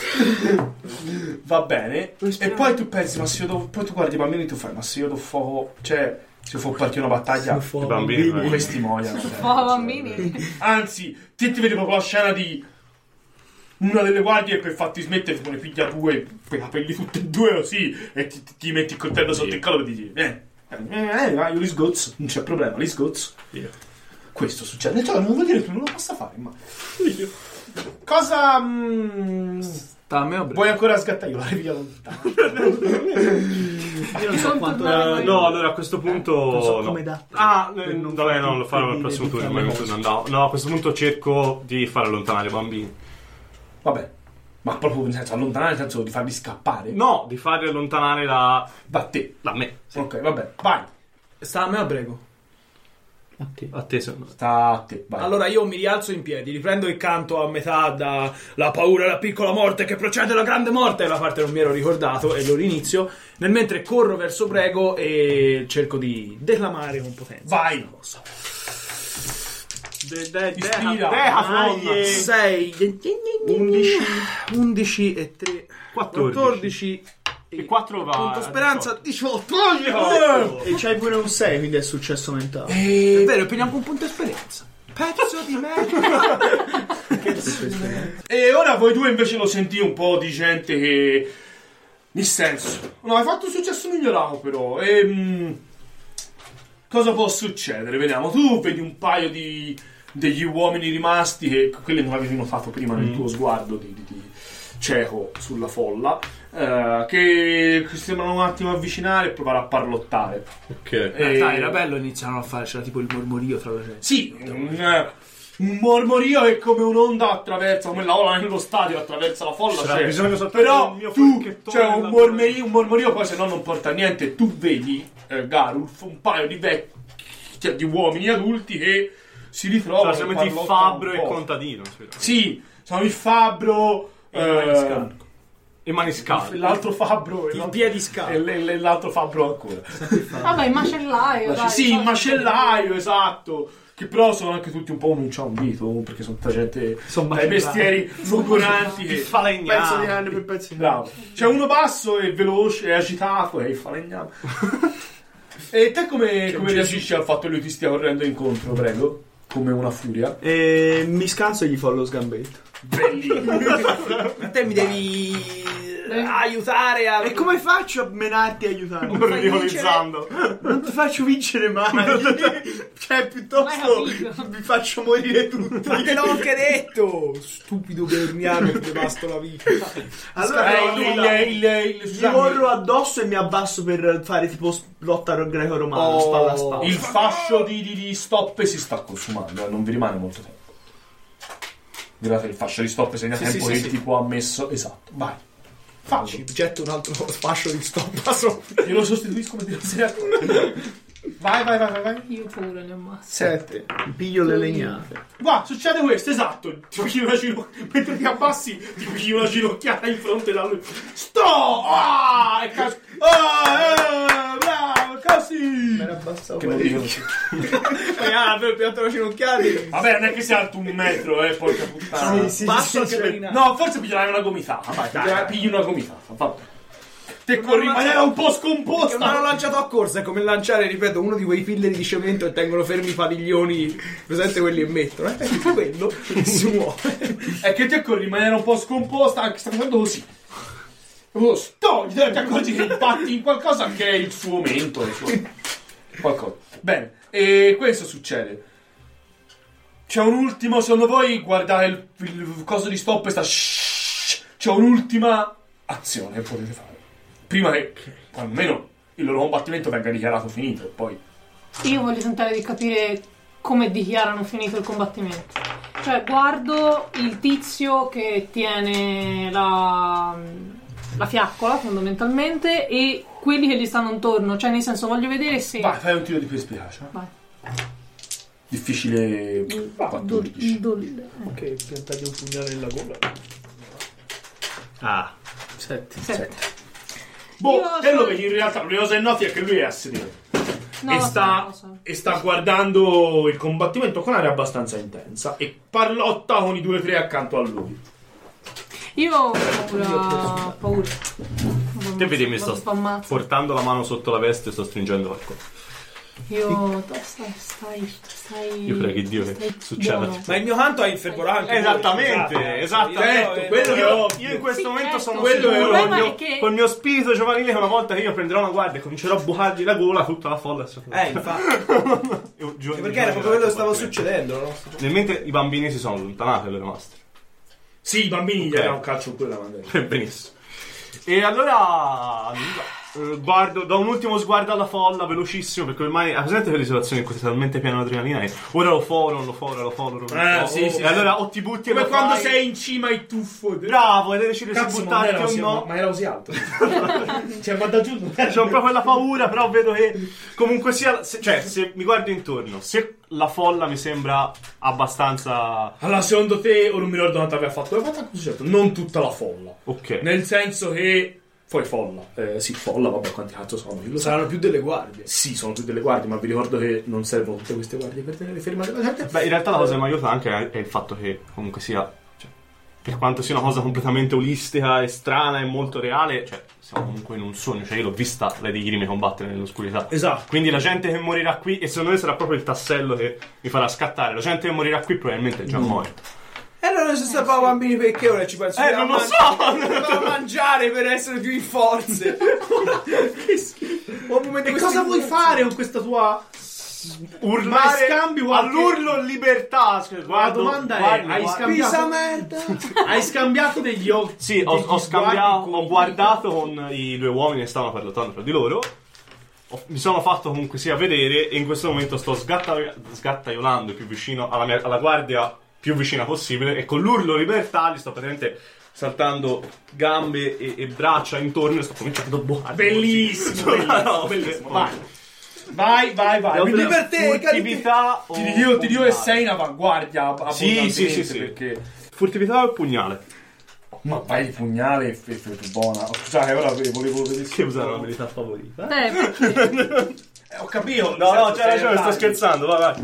va bene. E poi tu pensi, ma se io do, poi tu guardi i bambini e tu fai, ma se io do fuoco, cioè, se io fa partire una battaglia, I bambini. questi muoiono. Oh, bambini. Anzi, ti, ti vedi proprio la scena di una delle guardie per farti smettere, ti pone piglia due, quei capelli tutti e due così, e ti, ti, ti metti il coltello sotto Sì. il collo e dici, eh, eh, eh, vai, io li sgozzo, non c'è problema, li sgozzo. Sì. Questo succede, cioè, non vuol dire che tu non lo possa fare, ma... Cosa... mm, Stammi a vuoi ancora sgattaiolare via lontano? Io non so quanto. Eh, no, allora a questo punto. Non so no. come da. Ah, Per eh, non vabbè, farti no, lo farò al impedire prossimo di turno. fare ma le questo cose. non andavo. No, a questo punto cerco di far allontanare i bambini. Vabbè, ma proprio nel senso, allontanare, nel senso di farli scappare? No, di farli allontanare da. Da te. da me. Ok, vabbè, vai. Sta a me a Brego. A te. A te se no. Sta a te, vai. Allora io mi rialzo in piedi, riprendo il canto a metà da La paura e la piccola morte che procede la grande morte, la parte non mi ero ricordato, e lo rinizio, nel mentre corro verso Brego e cerco di declamare con potenza. Vai. De, de, Ispira. de, sei, undici, undici e tre, quattordici. quattordici E quattro va. punto speranza, diciotto. E c'hai pure un sei, quindi è successo mentale. È vero, prendiamo anche un punto esperienza. Pezzo di merda. E ora voi due invece lo sentì un po' di gente che... Nel senso... No, hai fatto un successo migliorato però. E... mh, cosa può succedere? Vediamo. Tu vedi un paio di... degli uomini rimasti che... quelli non avevi notato prima nel tuo sguardo di, di, di cieco sulla folla. Uh, che si sembrano un attimo avvicinare e provare a parlottare. Ok. Eh, dai, era bello, iniziano a fare, c'era tipo il mormorio tra la gente. Sì, un, un mormorio che come un'onda attraversa, come la ola nello stadio attraversa la folla. C'era Cioè, bisogno soltanto però del mio tu, forchettone cioè un nella- mormorio, un mormorio poi se no non porta a niente. Tu vedi, eh, Garulf, un paio di vecchi, cioè di uomini adulti che si ritrovano. Cioè, e metti parlottano fabbro un e po'. contadino. Sì, sono il fabbro. E eh, maniscalco. E maniscalco. l'altro fabbro e Il l'altro- piedi scalo. e l- e l'altro fabbro ancora. Vabbè, il macellaio. dai, Sì, il dai. macellaio, esatto. Che però sono anche tutti un po' un inciambito, perché sono tutta gente Sono dai macellai. mestieri logoranti Il che... falegname. Pezzo di carne per pezzo di Bravo. C'è uno basso e veloce e agitato e il falegname. E te come, come reagisci al fatto che lui ti stia correndo incontro, prego? Come una furia? E mi scanso e gli fa lo sgambetto. Bellissimo. A te mi devi aiutare a... E come faccio a menarti e aiutarmi? Lo ridicolizzando. Non ti faccio vincere mai. Cioè, piuttosto vi faccio morire tutti. Ma te l'ho anche detto! Stupido berniano che ti basto la vita. Allora, Eh, allora, il, il, il, il, gli scusami, corro addosso e mi abbasso per fare tipo s- lotta greco-romana, spalla a spalla. il fascio di, di, di stoppe si sta consumando, eh, non vi rimane molto tempo. Guardate il fascio di stoppe segna Sì, tempo sì, che sì, il sì. tipo ha messo. Esatto, vai. Fallo. Ci getto un altro fascio di stoppa sopra. Io lo sostituisco come dire. Vai, vai, vai, vai, vai. Io pure ne ammazzo. Sette. Piglio le legnate. Guarda, succede questo, esatto. Ti pigli una ginocchiata. Mentre ti abbassi, ti pigli una ginocchiata in fronte da lui. Sto! Ah! E cas- ah! Eh! Bravo! Così! Mi era abbassato. Che non dicono. Ah, per piantare ginocchiati. Vabbè, non è che sia alto un metro, eh, porca puttana. Passo anche per in No, forse piglierai una gomitata. Vai, piglierai- pigli una gomitata. Vabbè. Te corri in maniera un po' Che non hanno scomposta. lanciato a corsa, è come lanciare, ripeto, uno di quei pilleri di cemento e tengono fermi i padiglioni, presente quelli che mettono, eh? Tipo quello si muove. È che te corri in maniera un po' scomposta, anche sta facendo così. Oh, sto, ti accorgi che impatti in qualcosa che è il suo mento, il suo... qualcosa. Bene, e questo succede. C'è un ultimo, secondo voi, guardate il, il coso di stop e sta... C'è un'ultima azione che potete fare. Prima che, almeno, il loro combattimento venga dichiarato finito, poi... Io voglio tentare di capire come dichiarano finito il combattimento. Cioè, guardo il tizio che tiene la, la fiaccola, fondamentalmente, e quelli che gli stanno intorno. Cioè, nel senso, voglio vedere se... Vai, fai un tiro di perspicacia. Vai. Difficile... quattordici. Dol- Ok, piantati un pugnale nella gola. Ah. Sette. Sette. Boh, Io te lo so- vedi in realtà, l'unica cosa che noti è che lui è a sedere. No, e, lo so, sta, lo so. e sta guardando il combattimento con aria abbastanza intensa e parlotta con i due o tre accanto a lui. Io ho paura. paura. Te vedi mi sto Spammazzo. portando la mano sotto la veste e sto stringendo qualcosa. Io stai, stai, stai. Io preghi Dio che stai succeda. buono. Ma il mio canto ha infervorato anche Esattamente, voi. esattamente. Io- Quello che io- ho- io in questo Sì, momento certo. sono Quello è- sicuro il col problema mio, è che- col mio spirito giovanile che una volta che io prenderò una guardia e comincerò a bucargli la gola, tutta la folla si Eh, infatti. Io giuro- Perché era proprio quello che stava combattimento. succedendo, no? Nel mentre i bambini si sono allontanati dalle master. Sì, i bambini gli Ok. danno un calcio pure la mandare. Benissimo. E allora... Uh, guardo, do un ultimo sguardo alla folla, velocissimo, perché ormai hai presente quelle situazioni in cui sei talmente pieno di adrenalina e ora lo fo, non lo fo, ora lo fo, non lo fo. Eh, sì, sì, e allora o ti butti e come lo quando fai. sei in cima ai tuffo. Bravo, e devi decidere se Cazzo, ma buttarti era o così, no. ma era così alto. Cioè, ma da giù non era. C'ho proprio la paura, però vedo che comunque sia, se, cioè, se mi guardo intorno, se la folla mi sembra abbastanza. Allora, secondo te, o non mi ricordo quanto aveva fatto, aveva fatto anche certo, non tutta la folla. Ok. Nel senso che poi folla, eh, sì, folla, vabbè, quanti cazzo sono? Io lo so. Saranno più delle guardie. Sì, sono più delle guardie, ma vi ricordo che non servono tutte queste guardie per tenere fermate la gente. Beh, in realtà la cosa che mi aiuta anche è, è il fatto che comunque sia, cioè, per quanto sia una cosa completamente olistica e strana e molto reale, cioè, siamo comunque in un sogno, cioè io l'ho vista Lady Irime combattere nell'oscurità. Esatto. Quindi la gente che morirà qui, e secondo me sarà proprio il tassello che mi farà scattare, la gente che morirà qui probabilmente è già Mm. morta. E allora non si sta proprio bambini perché ora ci penso. Eh, non lo so! Dobbiamo mangiare per essere più in forze. Che schifo. E cosa vuoi fare con questa tua Urlare Ma scambi qualche- all'urlo libertà. La Guardo, domanda è, guardi, hai guardi. scambiato Pisa merda. hai scambiato degli occhi? Sì, ho, degli ho scambiato, sguardi ho con- guardato con i due uomini che stavano parlottando tra di loro. Ho- mi sono fatto comunque sia vedere e in questo momento sto sgatta- sgattaiolando più vicino alla, mia, alla guardia più vicina possibile e con l'urlo libertà gli sto praticamente saltando gambe e, e braccia intorno e sto cominciando a bucare. Bellissimo, bellissimo, No, bellissimo. vai. Vai, vai, vai. Quindi Quindi per te, furtività o ti dico, ti dico che pugnale? sei in avanguardia. Sì, abbondantemente, sì, sì, sì. Perché... Furtività o pugnale? Ma vai di pugnale e fai più buona. Oh, scusate, ora volevo vedere Che usare la abilità favorita? Eh, perché? Eh, ho capito. No, no, nel senso, c'è ragione, sei sto là. scherzando, vai, vai.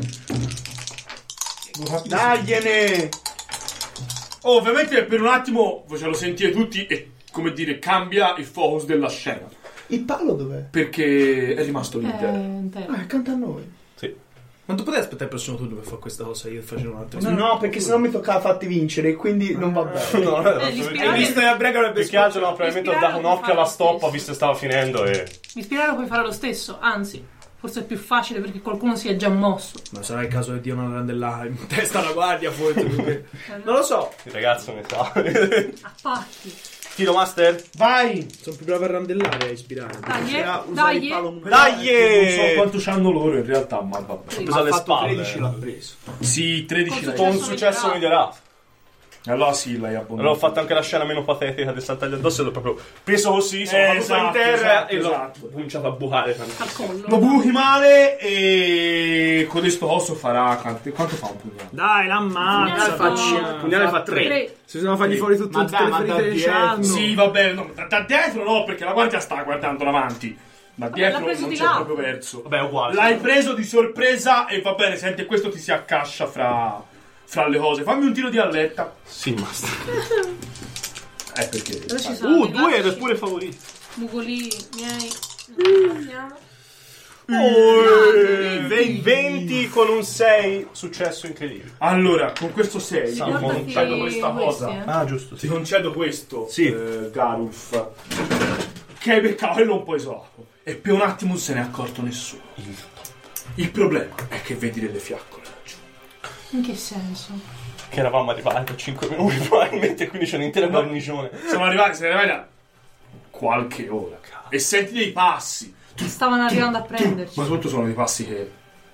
Dagliene! Oh, ovviamente per un attimo ce lo sentite tutti e, come dire, cambia il focus della scena. Il palo dov'è? Perché è rimasto lì. Eh, intero. Ah, accanto a noi. Sì. Ma tu potrai aspettare il prossimo turno per fare questa cosa? Io faccio un'altra. No, perché sennò mi toccava fatti vincere, quindi non va bene. No, no, Eh, gli no, spirali- Hai visto che la brega avrebbe più che altro no, probabilmente ho dato un occhio alla stoppa visto che stava finendo e... Ispirare puoi fare lo stesso, anzi, forse è più facile perché qualcuno si è già mosso. Ma sarà il caso che Dio non randella in testa alla guardia, forse. perché- Non lo so. Il ragazzo ne sa. A patti. Tiro master? Vai! Sono più bravo a randellare e a ispirare. Dai, Bisogna eh, usare dai, il palo eh. numerale. Non so Dai! quanto c'hanno loro in realtà, ma vabbè. Sì. preso alle Ha fatto spalle. tredici, l'ha preso. Sì, tredici Con l'hai. Con successo successo migliorato. migliorato. Allora sì, l'hai abbondato. Allora ho fatto anche la scena meno patetica del saltaggio addosso e l'ho proprio preso così, sono Eh, caduto esatto, in terra esatto, e l'ho esatto. cominciato a bucare Al tantissimo. collo. Lo buchi male e codesto osso farà quanto, quanto fa un pugnale? Dai, l'ammazza. Pugnale Faccia. fa- Pugnale fa tre. Tre. Se bisogna fargli fuori tutto, Ma tutte dai, le ma da ferite che dietro. c'hanno. Sì, va bene, no, da, da dietro no, perché la guardia sta guardando davanti. Da dietro l'ha preso non di c'è là. proprio verso. Vabbè, è uguale. L'hai preso di sorpresa e va bene, senti, questo ti si accascia fra, fra le cose. Fammi un tiro di alletta. Sì, master. Eh, perché? Adesso ci saranno Uh, dei due ed è classici pure favorito. Mugolini miei. Andiamo. Ve- venti con un sei, successo incredibile. Allora, con questo sei ti Salvo Guardati concedo questa questi, cosa. eh. Ah, giusto, Ti concedo questo, Sì. eh, Garulf. Che hai beccato e l'ho un po' isolato. E per un attimo non se ne è accorto nessuno. Il problema è che vedi delle fiaccole laggiù. In che senso? Che eravamo arrivati a cinque minuti probabilmente e quindi c'è un'intera guarnigione. Sono arrivati, se ne arrivati da qualche ora. E senti dei passi. Stavano arrivando a prenderci. Ma soprattutto sono dei passi che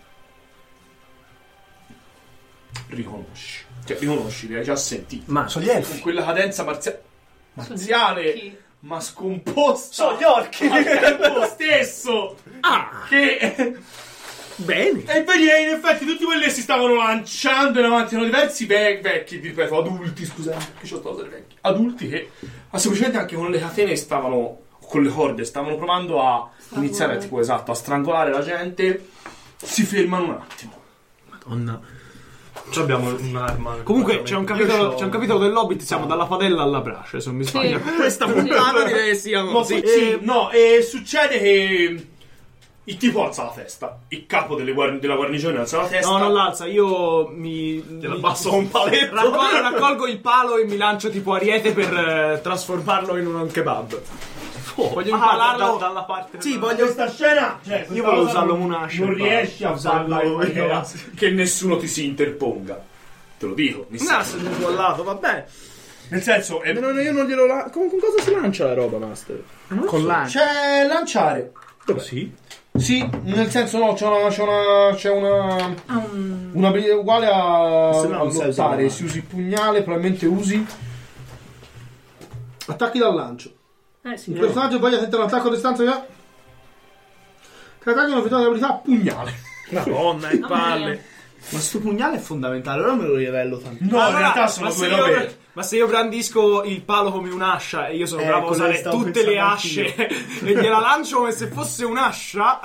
riconosci. Cioè, riconosci, li hai già sentiti. Ma Sono gli elfi. Con quella cadenza marzia- marziale, Chi? ma scomposta. Sono gli orchi. Al tempo stesso. Ah, Che... bene. E vedi, eh, in effetti tutti quelli si stavano lanciando in avanti. Erano diversi vec- vecchi, ti ripeto, adulti, scusate, che c'ho stato dei vecchi. Adulti che, ma semplicemente anche con le catene stavano, con le corde, stavano provando a iniziare, tipo, esatto, a strangolare la gente. Si fermano un attimo. Madonna. Ci abbiamo un'arma. Comunque c'è un capitolo, Io c'è un capitolo dell'Hobbit, siamo dalla padella alla brace, se non mi sbaglio. Sì. Questa puntata direi che siamo No, sì. sì, no, e succede che il tipo alza la testa. Il capo delle guar- della guarnigione alza la testa. No, non l'alza, io mi... Te la mi- basso con un paletto. Raccol- raccolgo il palo e mi lancio tipo ariete per eh, trasformarlo in un kebab. Voglio Ah, impalarlo. da- dalla parte. Sì, voglio... Questa scena, cioè, Io questa volevo cosa usarlo non- come un ascia, Non però. riesci a Usarlo farlo in in maniera maniera- che nessuno ti si interponga. Te lo dico, mi No, sa. se mi al lato, va bene. Nel senso, è... no, no, io non glielo la... con, con cosa si lancia la roba, Master? Con so. lancio. C'è lanciare. Dov'è? Sì. Sì, nel senso no, c'è una... C'è una... C'è una... Um, Una abilità uguale a, Se no a non sai lottare. usare. Si usi il pugnale, probabilmente usi... Attacchi dal lancio. eh sì. Il personaggio voglia tentare l'attacco a distanza via. Che attacchi una vittoria di abilità pugnale. Madonna, e Mamma palle. mia. Ma sto pugnale è fondamentale, ora me lo livello tanto. No, in realtà sono ma due se io- robe... Ma se io brandisco il palo come un'ascia e io sono Eh, bravo a quello usare stavo tutte le pensando asce e gliela lancio come se fosse un'ascia.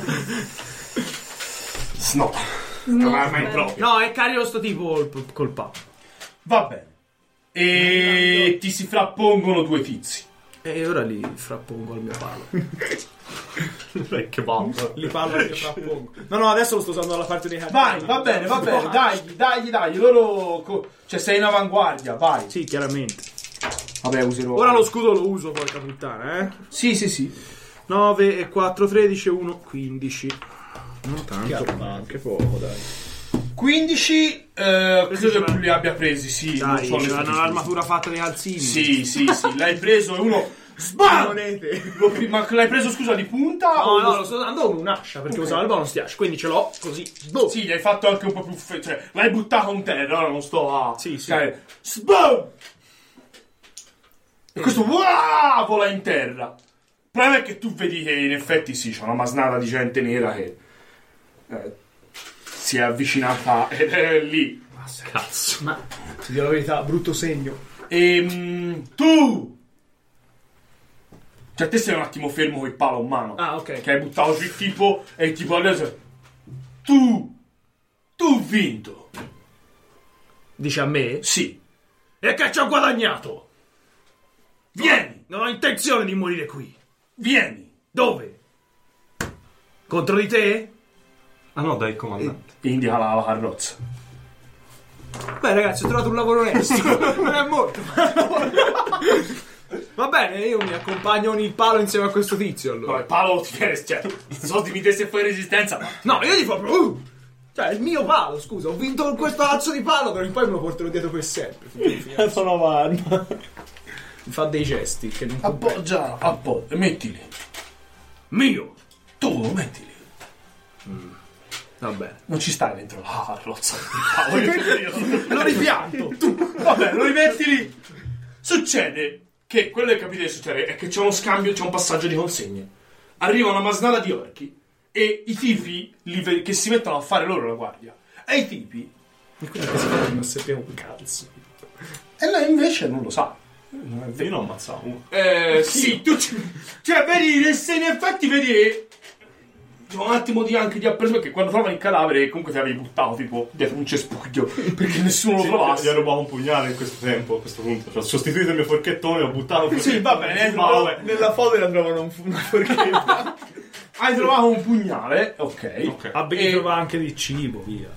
No. No, Ma mai beh. proprio. No, è carico sto tipo col, col palo. Va bene. E ti si frappongono due tizi. E ora li frappongo al mio palo. Che palle. Li palo e li frappongo. No, no, adesso lo sto usando dalla parte dei cartoni. Vai, va bene, va bene. Dai, dai, dai. Loro... co- Cioè, sei in avanguardia, vai. Sì, chiaramente. Vabbè, userò... Ora lo scudo lo uso, porca puttana, eh. Sì, sì, sì. nove e quattro, tredici e uno, quindici. Non tanto, Che ma anche poco, dai. quindici... Eh, Preso credo che ce tu li abbia presi, sì. non Dai, so le c'è statistiche. un'armatura fatta di calzini. Sì, sì, sì. L'hai preso e uno... Sbam! Monete. Lo pi- Ma l'hai preso, scusa, di punta? No, o no, lo- lo sto dando con un'ascia perché Ok. usavo il bonus di ascia, quindi ce l'ho così. Boh. Sì, gli hai fatto anche un po' più... fe- Cioè, l'hai buttato in terra, ora non sto a... Sì, sì. Cioè, sbam! E questo wow, vola in terra. Il problema è che tu vedi che in effetti sì, c'è una masnada di gente nera che eh, si è avvicinata ed è lì. Cazzo. Ma ti dico la verità, brutto segno. E tu... Cioè, te sei un attimo fermo con il palo in mano. Ah, ok. Che hai buttato sul tipo e il tipo adesso... Tu... Tu hai vinto. Dice a me? Sì. E che ci ho guadagnato? Vieni, Non ho intenzione di morire qui. vieni. Dove? Contro di te? Ah no, dai, il comandante. Indica la, la carrozza. Beh, ragazzi, ho trovato un lavoro onesto. Non è morto. Va bene, io mi accompagno con il palo insieme a questo tizio No, allora. il palo ti viene... Cioè, non so se mi desse fuori resistenza, ma... No, io gli proprio. Uh! Cioè, il mio palo, scusa, ho vinto con questo cazzo di palo, però poi me lo porterò dietro per sempre. Mi Sono vanno. fa dei gesti che non comprendo. Appoggia, appoggia, mettili. Mio! Tu, mettili. Va bene. Non ci stai dentro la carrozza. Palo, io- Lo ripianto! Vabbè, lo rimettili. Succede che quello che capite che succede è che c'è uno scambio, c'è un passaggio di consegne. Arriva una masnada di orchi e i tipi li ve- che si mettono a fare loro la guardia. E i tipi... E quindi che si fa non sappiamo un cazzo. E lei invece non lo sa. Non è Io vero. non ammazzavo uno. Eh, sì, tu... Cioè, vedi, se in effetti vedi... C'è un attimo di anche di appreso perché quando trovano il cadavere comunque ti avevi buttato tipo dietro un cespuglio perché nessuno lo Sì, trovasse. gli ho rubato un pugnale in questo tempo, a questo punto. Cioè, ho sostituito il mio forchettone, ho buttato un Sì, va bene, Ma no, vabbè. Nella foto la trovano un una forchetta. hai trovato un pugnale, ok. Ok. Vabbè, E- che trova anche di cibo, via.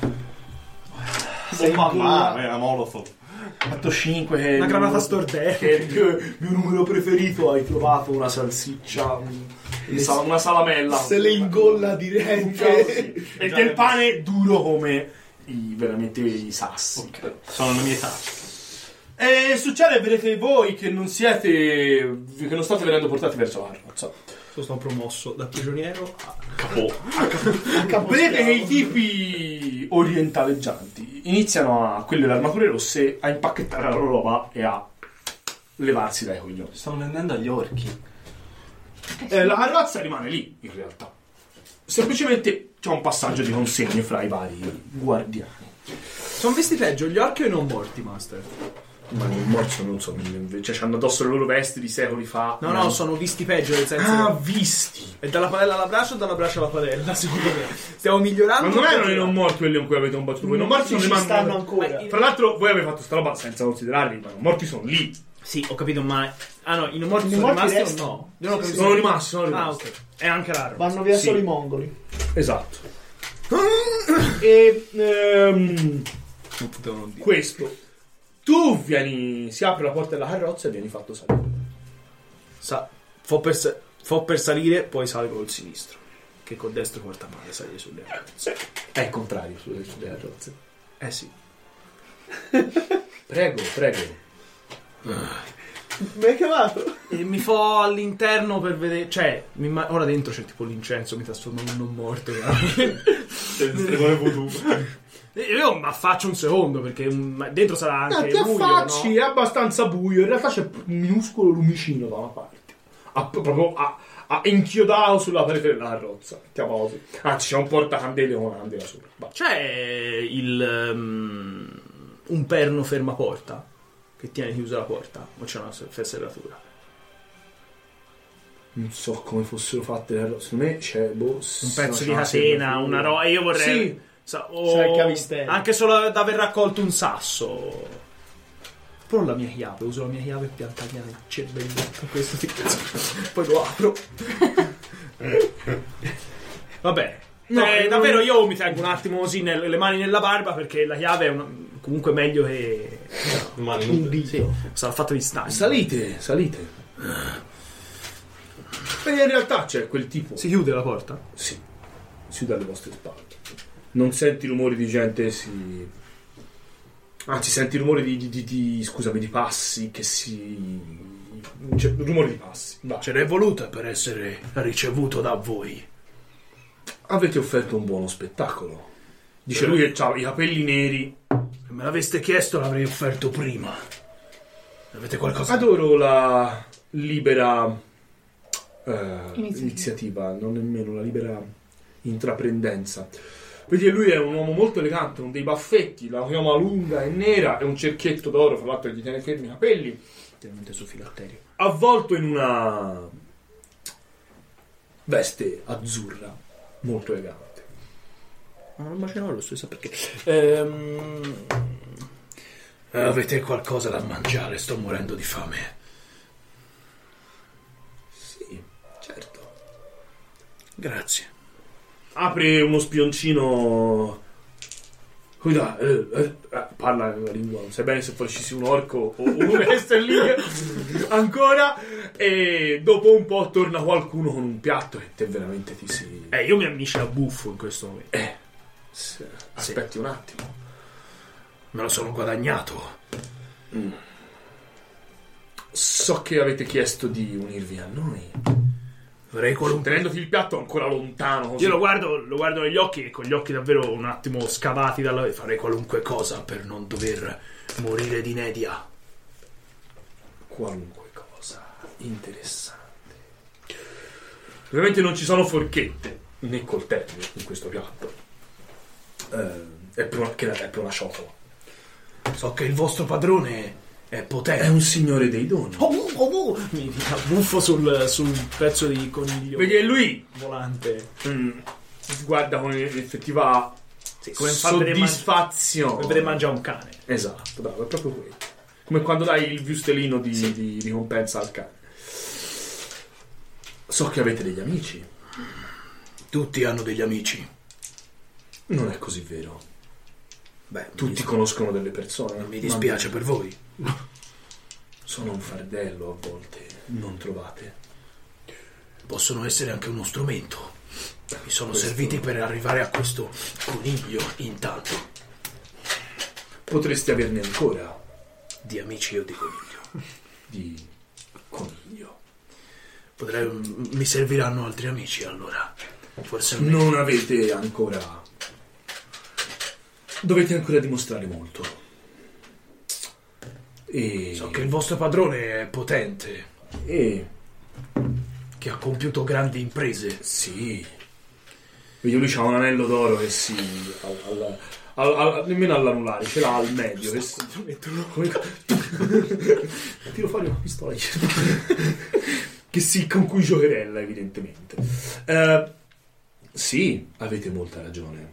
Oh mamma, è una molotov. Fatto cinque. Una granata stordere. Che è il mio, mio numero preferito. Hai trovato una salsiccia, un- sa- una salamella. Se le ingolla diretto. E del pane duro come i, veramente i sassi. Sono le mie età. E succede, vedete voi che non siete, che non state venendo portati verso la carrozza. Io sto promosso da prigioniero a... Capo. Vedete che i tipi orientaleggianti iniziano a, quelle armature rosse, a impacchettare la loro roba e a levarsi dai coglioni. Stanno vendendo agli orchi. Eh, la carrozza rimane lì, in realtà. Semplicemente c'è un passaggio di consegne fra i vari guardiani. Sono visti peggio gli orchi o i non morti, Master? Ma i morti non sono, cioè hanno addosso le loro vesti di secoli fa. No, no, sono visti peggio nel senso... Ah, visti. È dalla padella alla braccia o dalla braccia alla padella, secondo me. Stiamo migliorando. Ma non o erano i peggiorando? non morti quelli con cui avete combattuto voi. I non morti sono ci rimasti. stanno ancora. Tra l'altro, voi avete fatto sta roba senza considerarli, ma i non morti sono lì. Sì, ho capito, ma... Ah no, i non morti I sono non morti rimasti restano. o no? Io non ho capito. Sono rimasti, sono Ah, rimasti. ok. È anche raro. Vanno via Sì. solo i mongoli. Esatto. E ehm, Non potevo non dire. questo. Tu vieni, si apre la porta della carrozza e vieni fatto salire. Sa... Fo per, sa- fo per salire, poi salgo col sinistro. Che col destro porta male salire sulle carrozze. È il contrario sulle, sulle carrozze. Eh sì. Prego, prego. Mi hai chiamato? E mi fo all'interno per vedere. Cioè, mi imma- ora dentro c'è tipo l'incenso, mi trasforma in un non morto. Io mi affaccio un secondo perché um, dentro sarà anche. No, ti buio, affacci, no? è abbastanza buio. In realtà c'è un minuscolo lumicino da una parte. A, proprio a, a inchiodato sulla parete della carrozza. Mettiamo così. Anzi, c'è un portacandele con una candela sopra. Va. C'è il um, un perno fermaporta che tiene chiusa la porta, o c'è una serratura? Non so come fossero fatte le carrozze. Secondo me c'è boh, un pezzo di catena, una roba. Io vorrei. Sì. Sa, o C'è il chiavistello. anche solo ad aver raccolto un sasso. Però la mia chiave, uso la mia chiave per piantarmi nel cervelletto. Questo tipo. Poi lo apro. Va bene. No, eh, non- davvero io mi tengo un attimo così nel- le mani nella barba perché la chiave è una, comunque meglio che Mani un nude. dito. Sì, sarà fatto di stagno. Salite, salite. E in realtà c'è quel tipo. Si chiude la porta? Sì. Si chiude alle vostre spalle. Non senti rumori di gente si. Anzi, senti rumori di, di, di, di scusami, di passi che si. C'è rumore di passi. Va. Ce n'è voluta per essere ricevuto da voi. Avete offerto un buono spettacolo. Dice lui che ha i capelli neri. Se me l'aveste chiesto l'avrei offerto prima. Avete qualcosa? Adoro la libera eh, Iniziativa. iniziativa, non nemmeno la libera intraprendenza. Vedi, lui è un uomo molto elegante, con dei baffetti, la chioma lunga e nera e un cerchietto d'oro, fra l'altro, che gli tiene fermi i capelli, Ovviamente su filatterio. avvolto in una veste azzurra, molto elegante. Ma non immaginavo lo stesso perché. Ehm... Avete qualcosa da mangiare? Sto morendo di fame. Sì, certo. Grazie. Apre uno spioncino. Guarda, eh, eh, eh, parla la lingua, non sai bene se fossi un orco o un Westerling ancora. E dopo un po' torna qualcuno con un piatto e te veramente ti si. Eh, io mi amici a buffo in questo momento. Eh, s- aspetti un attimo. Me lo sono guadagnato. So che avete chiesto di unirvi a noi. Vorrei qualunque. Tenendoti il piatto ancora lontano così. Io lo guardo, lo guardo negli occhi e con gli occhi davvero un attimo scavati dalla. Farei qualunque cosa per non dover morire di inedia. Qualunque cosa interessante. Ovviamente non ci sono forchette né coltelli in questo piatto. Eh, è per una, che è per una ciotola. So che il vostro padrone è potente. È un signore dei doni. Oh, oh, oh. Mi mi buffo sul, sul pezzo di coniglio Vedi, è lui volante. mm, si guarda con effettiva Sì, come fa vedere man- soddisfazione. per vedere mangiare un cane. Esatto, bravo, è proprio quello. Come quando dai il viustelino di, Sì. di ricompensa al cane. So che avete degli amici. Tutti hanno degli amici. Non è così vero. Beh, Tutti mi, conoscono delle persone. mi dispiace per voi. Sono un fardello a volte, non trovate? Possono essere anche uno strumento. Mi sono Questo- serviti per arrivare a questo coniglio intanto. Potresti averne ancora Di amici o di coniglio. di coniglio. Potrei, m- mi serviranno altri amici allora. Forse me- Non avete ancora... Dovete ancora dimostrare molto. E... So che il vostro padrone è potente, E... che ha compiuto grandi imprese. Sì. Vedi, lui c'ha un anello d'oro che si... Al, al, al, al- nemmeno all'anulare, ce l'ha al medio. Che si... Come... Tiro fuori una pistola. che si... con cui giocherella, evidentemente. Eh, sì, avete molta ragione.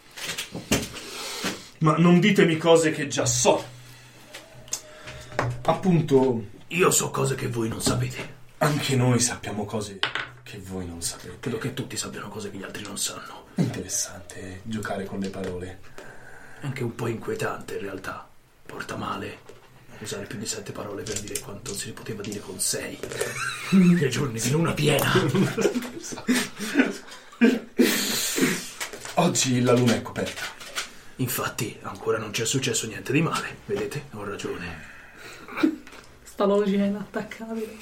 Ma non ditemi cose che già so. Appunto, Io so cose che voi non sapete. anche noi sappiamo cose che voi non sapete. Credo che tutti sappiano cose che gli altri non sanno. Interessante giocare con le parole. Anche un po' inquietante in realtà. Porta male usare più di sette parole per dire quanto si poteva dire con sei. Che giorni di luna piena. Oggi la luna è coperta. Infatti ancora non c'è successo niente di male. Vedete? Ho ragione. sta logica inattaccabile.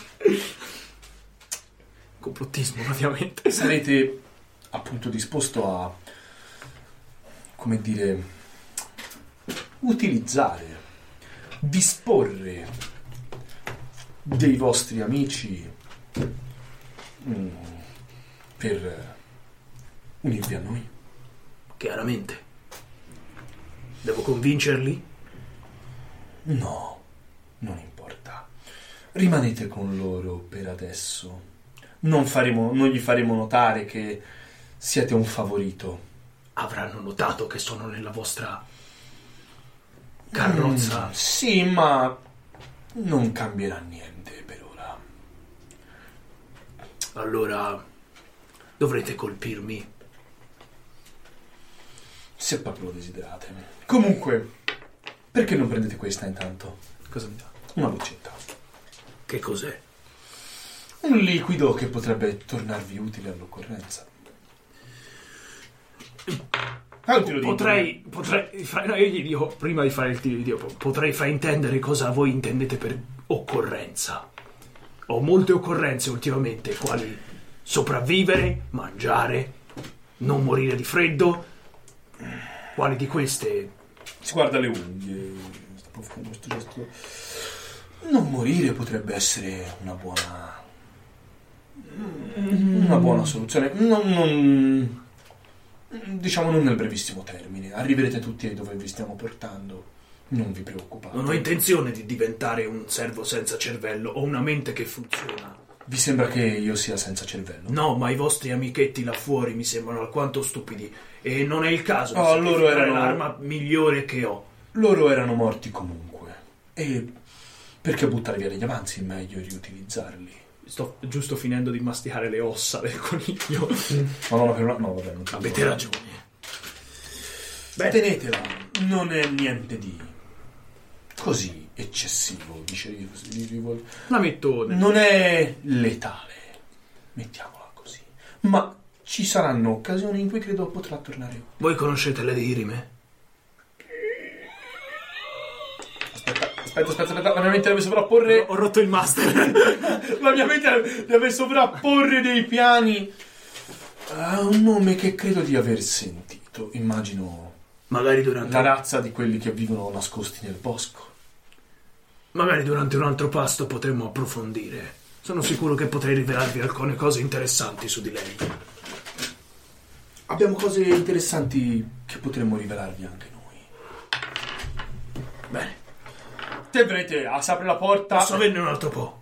Complottismo, praticamente. Sarete appunto disposto a, come dire, utilizzare, disporre dei vostri amici mm, per unirvi a noi? Chiaramente. Devo convincerli? No, non importa. Rimanete con loro per adesso. Non faremo, non gli faremo notare che siete un favorito. Avranno notato che sono nella vostra carrozza? Mm, sì, ma non cambierà niente per ora. Allora dovrete colpirmi. Se proprio lo desiderate. Comunque, perché non prendete questa intanto? Cosa mi dà? Una boccetta. Che cos'è? Un liquido che potrebbe tornarvi utile all'occorrenza. Ah, te lo dico. Potrei, potrei, fra- no, io gli dico, prima di fare il tiro, gli dico, potrei fraintendere cosa voi intendete per occorrenza. Ho molte occorrenze ultimamente, quali sopravvivere, mangiare, non morire di freddo. Quali di queste? Si guarda le unghie. Sto facendo questo gesto. Non morire potrebbe essere una buona... Una buona soluzione. Non... non diciamo non nel brevissimo termine. Arriverete tutti dove vi stiamo portando. Non vi preoccupate. Non ho intenzione di diventare un servo senza cervello. Ho una mente che funziona. Vi sembra che io sia senza cervello? No, ma i vostri amichetti là fuori mi sembrano alquanto stupidi. E non è il caso di Oh, loro sacrificare erano- l'arma migliore che ho. Loro erano morti comunque. E perché buttare via degli avanzi? È meglio riutilizzarli. Sto giusto finendo di masticare le ossa del coniglio. Ma no, per una... no, vabbè, non Avete ragione. Beh, tenetela. Non è niente di così eccessivo, dice Rivol. La metto nel... Non è letale, mettiamola così. Ma ci saranno occasioni in cui credo potrà tornare utile. Voi conoscete le dirime? Aspetta, aspetta, aspetta, aspetta. La mia mente deve sovrapporre... Ho rotto il master. La mia mente deve sovrapporre dei piani a un nome che credo di aver sentito. Immagino Magari durante... la razza di quelli che vivono nascosti nel bosco. Magari durante un altro pasto potremmo approfondire. Sono sicuro che potrei rivelarvi alcune cose interessanti su di lei. Abbiamo cose interessanti che potremmo rivelarvi anche noi. Bene. Te vedete, ah, si apre la porta. Posso averne un altro po'?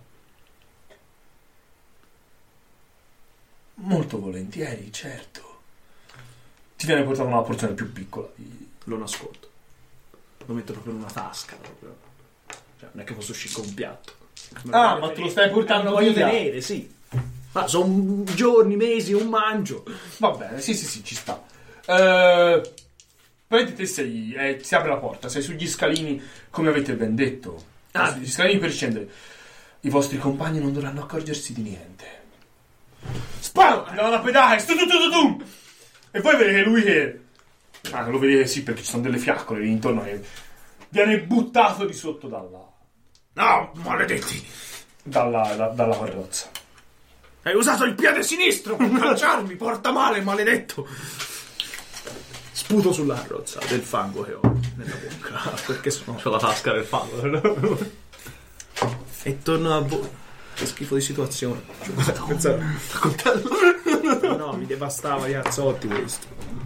Molto volentieri, certo. Ti viene portata una porzione più piccola. Lo nascondo. Lo metto proprio in una tasca. Proprio. Cioè, non è che posso uscire con un piatto. Ah, ma tu lo stai portando lo voglio via? tenere, sì. Ma sono giorni, mesi, un mangio. Va bene, sì, sì, sì, ci sta. Eh, Prendi te sei, eh, si apre la porta, sei sugli scalini, come avete ben detto. Ah. Sugli scalini per scendere. I vostri compagni non dovranno accorgersi di niente. Spam! Ti danno una pedale, stu, tu, tu, tu, tu. E poi vedete lui che... Ah, lo vedete sì, perché ci sono delle fiaccole lì intorno e viene buttato di sotto dalla... No, maledetti. Dalla, da, dalla carrozza. Hai usato il piede sinistro per calciarmi, porta male, maledetto. Sputo sulla carrozza del fango che ho nella bocca, perché sono... C'ho la tasca del fango. E torno a voi. Che schifo di situazione. Pensate, no, mi devastava gli azzotti questo.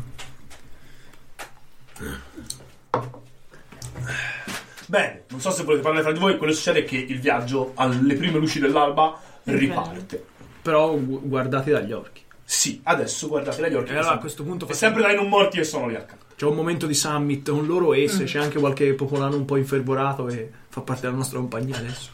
Bene, non so se volete parlare tra di voi. Quello che succede è che il viaggio alle prime luci dell'alba riparte. Però gu- guardati dagli occhi. Sì, adesso guardate dagli occhi. E allora a questo punto è facciamo- sempre dai non morti e sono lì accanto. C'è un momento di summit con loro e se c'è anche qualche popolano un po' infervorato e fa parte della nostra compagnia adesso.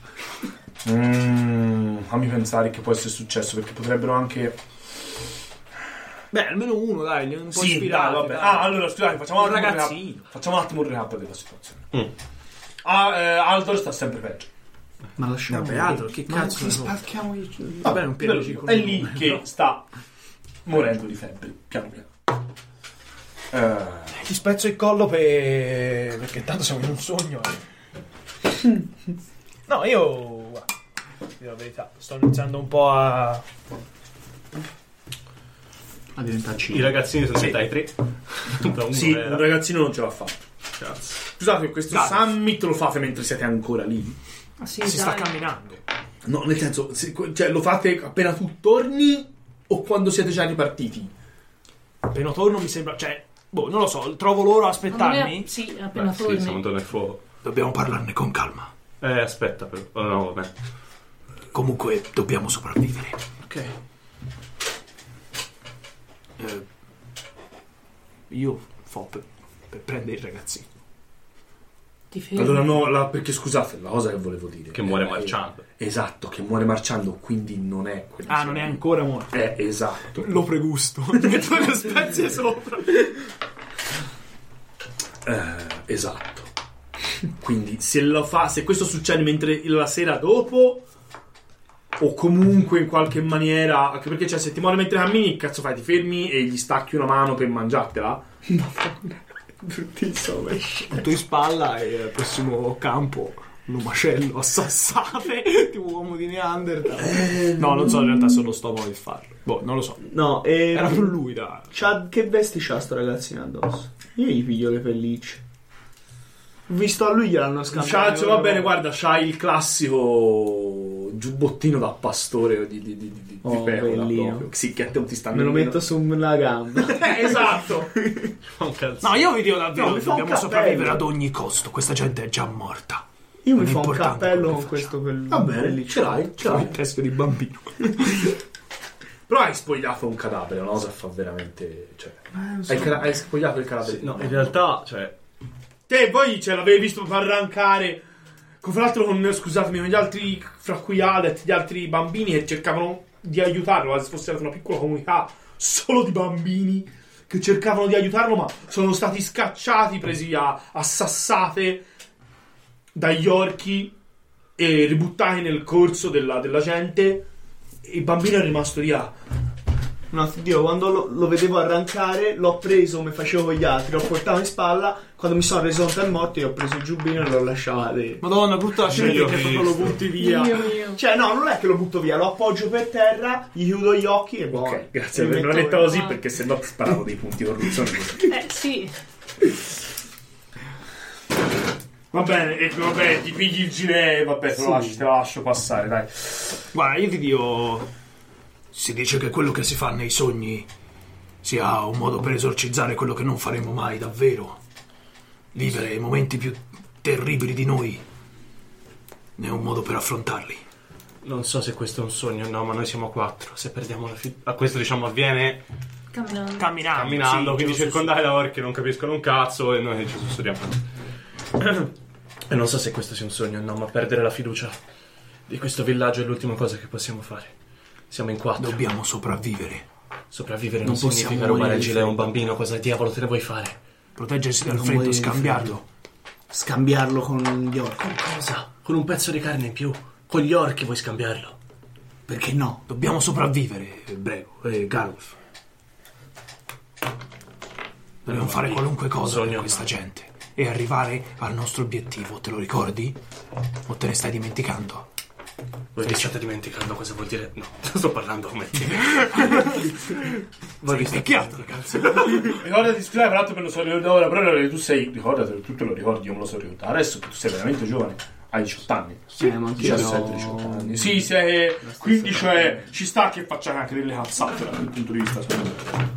Mm, fammi pensare che può essere successo, perché potrebbero anche... Beh, almeno uno, dai, un po' Sì, ispirati. dai, vabbè. dai. Ah, allora scusate, facciamo Un un attimo un ragazzino. recap. Facciamo un attimo un recap della situazione. Ah, eh, Aldor sta sempre peggio. Ma lasciamo Vabbè, altro, che cazzo ne so. Spacchiamo i... Vabbè, un piede Ve lo dico, è lì che sta morendo di febbre, piano piano. Eh, Ti spezzo il collo per... perché tanto siamo in un sogno. Eh. No, io... guarda, dico la verità, sto iniziando un po' a... a diventare I cinque. ragazzini sono diventati tre. Da uno Sì, era. un ragazzino non ce l'ha fatto. Cazzo. Scusate, questo Dai. summit lo fate mentre siete ancora lì? Ah, sì, si dai. sta camminando. No, nel senso, se- cioè, lo fate appena tu torni o quando siete già ripartiti? Appena torno mi sembra... Cioè, boh, non lo so, trovo loro a aspettarmi? Sì, appena Beh, sì, torni. siamo intorno al fuoco. Dobbiamo parlarne con calma. Eh, aspetta però. Oh, no, vabbè. Comunque dobbiamo sopravvivere. Ok. Eh, io fo per, per prendere il ragazzino. Ti fermi. Allora no, la- perché scusate, la cosa che volevo dire Che muore eh, marciando. Esatto, che muore marciando, quindi non è quello. Ah, non è ancora morto. Eh, esatto. Lo pregusto. Metto le spezie sopra. Eh, esatto. Quindi se lo fa, se questo succede mentre la sera dopo o comunque in qualche maniera, anche perché cioè se ti muore mentre cammini, che cazzo fai? Ti fermi e gli stacchi una mano per mangiartela? Bruttissimo. Metto in spalla e al prossimo campo lo macello a sassate tipo uomo di Neanderthal. No, non so in realtà se ho lo stomaco di farlo. Boh, non lo so. No, e... Era per lui da... C'ha, che vesti c'ha sto ragazzino addosso? Io gli piglio le pellicce. Ho visto a lui gliel'hanno scambiato. C'ha, cioè, va bene, guarda, c'hai il classico giubbottino da pastore di, di, di, di, Oh, di pecora bellino. proprio. Sì, che a te non ti sta Me lo nemmeno- metto sulla gamba. Eh, esatto. Un cazzo. No, io vi dico davvero, No, mi fa dobbiamo un sopravvivere cappello. ad ogni costo. Questa gente è già morta. Io Non mi è fa un importante cappello quello con che questo pel- Va bene, pellicce. ce l'hai, ce Il l'hai. testo di bambino. Però hai spogliato un cadavere, una cosa fa veramente... Cioè, hai, cara- hai spogliato il cadavere. No, in realtà, cioè, Te voi ce l'avevi visto arrancare, con, fra l'altro con, scusatemi, con gli altri, fra cui Adet, gli altri bambini che cercavano di aiutarlo, come se fosse una piccola comunità solo di bambini che cercavano di aiutarlo, ma sono stati scacciati, presi a, a sassate dagli orchi e ributtati nel corso della, della gente. E il bambino è rimasto lì a... No, Dio, quando lo, lo vedevo arrancare, l'ho preso come facevo con gli altri, l'ho portato in spalla. Quando mi sono reso conto del morto, io ho preso il giubbino e l'ho lasciato. Madonna, brutta la scena Io che vi- proprio lo butti via. Dio mio. Cioè, no, non è che lo butto via, lo appoggio per terra, gli chiudo gli occhi e buono. Ok, grazie, Mi me l'ho metto- detto così Ah. perché sennò ti sparavo dei punti di corruzione. Eh, sì. Va bene, e vabbè, ti pigli il gilet, vabbè, te lo, lascio, te lo lascio passare, dai. Guarda, io ti dico... Si dice che quello che si fa nei sogni sia un modo per esorcizzare quello che non faremo mai davvero. Vivere i momenti più terribili di noi ne è un modo per affrontarli. non so se questo è un sogno o no, ma noi siamo quattro. Se perdiamo la fiducia... Questo, diciamo, avviene Camminando. Camminando, camminando, sì, quindi giusto, circondati da orchi che non capiscono un cazzo e noi ci sussurriamo. E non so se questo sia un sogno o no, ma perdere la fiducia di questo villaggio è l'ultima cosa che possiamo fare. Siamo in quattro. Dobbiamo sopravvivere. Sopravvivere non, Non possiamo significa rubare il morire di gilet a un freddo. bambino. Cosa diavolo te ne vuoi fare? Proteggersi dal Non freddo e morire di scambiarlo. Scambiarlo con gli orchi. Con cosa? Con un pezzo di carne in più. Con gli orchi vuoi scambiarlo? Perché no? Dobbiamo sopravvivere, Brego e Garulf. Dobbiamo fare qualunque cosa Sogno per no. questa gente e arrivare al nostro obiettivo. Te lo ricordi? O te ne stai dimenticando? Voi vi state dimenticando cosa vuol dire? No, sto parlando come te. Sei invecchiato, ragazzi. Ricordati, scusate, tra l'altro me lo so ricordato ora, però tu sei, ricordati, tu te lo ricordi, io me lo so ricordato. Adesso tu sei veramente giovane, hai diciotto anni. Sì, ma anch'io diciassette diciotto anni. Sì, sei, quindi cioè, ci sta che faccia anche delle cazzate dal punto di vista secondo me.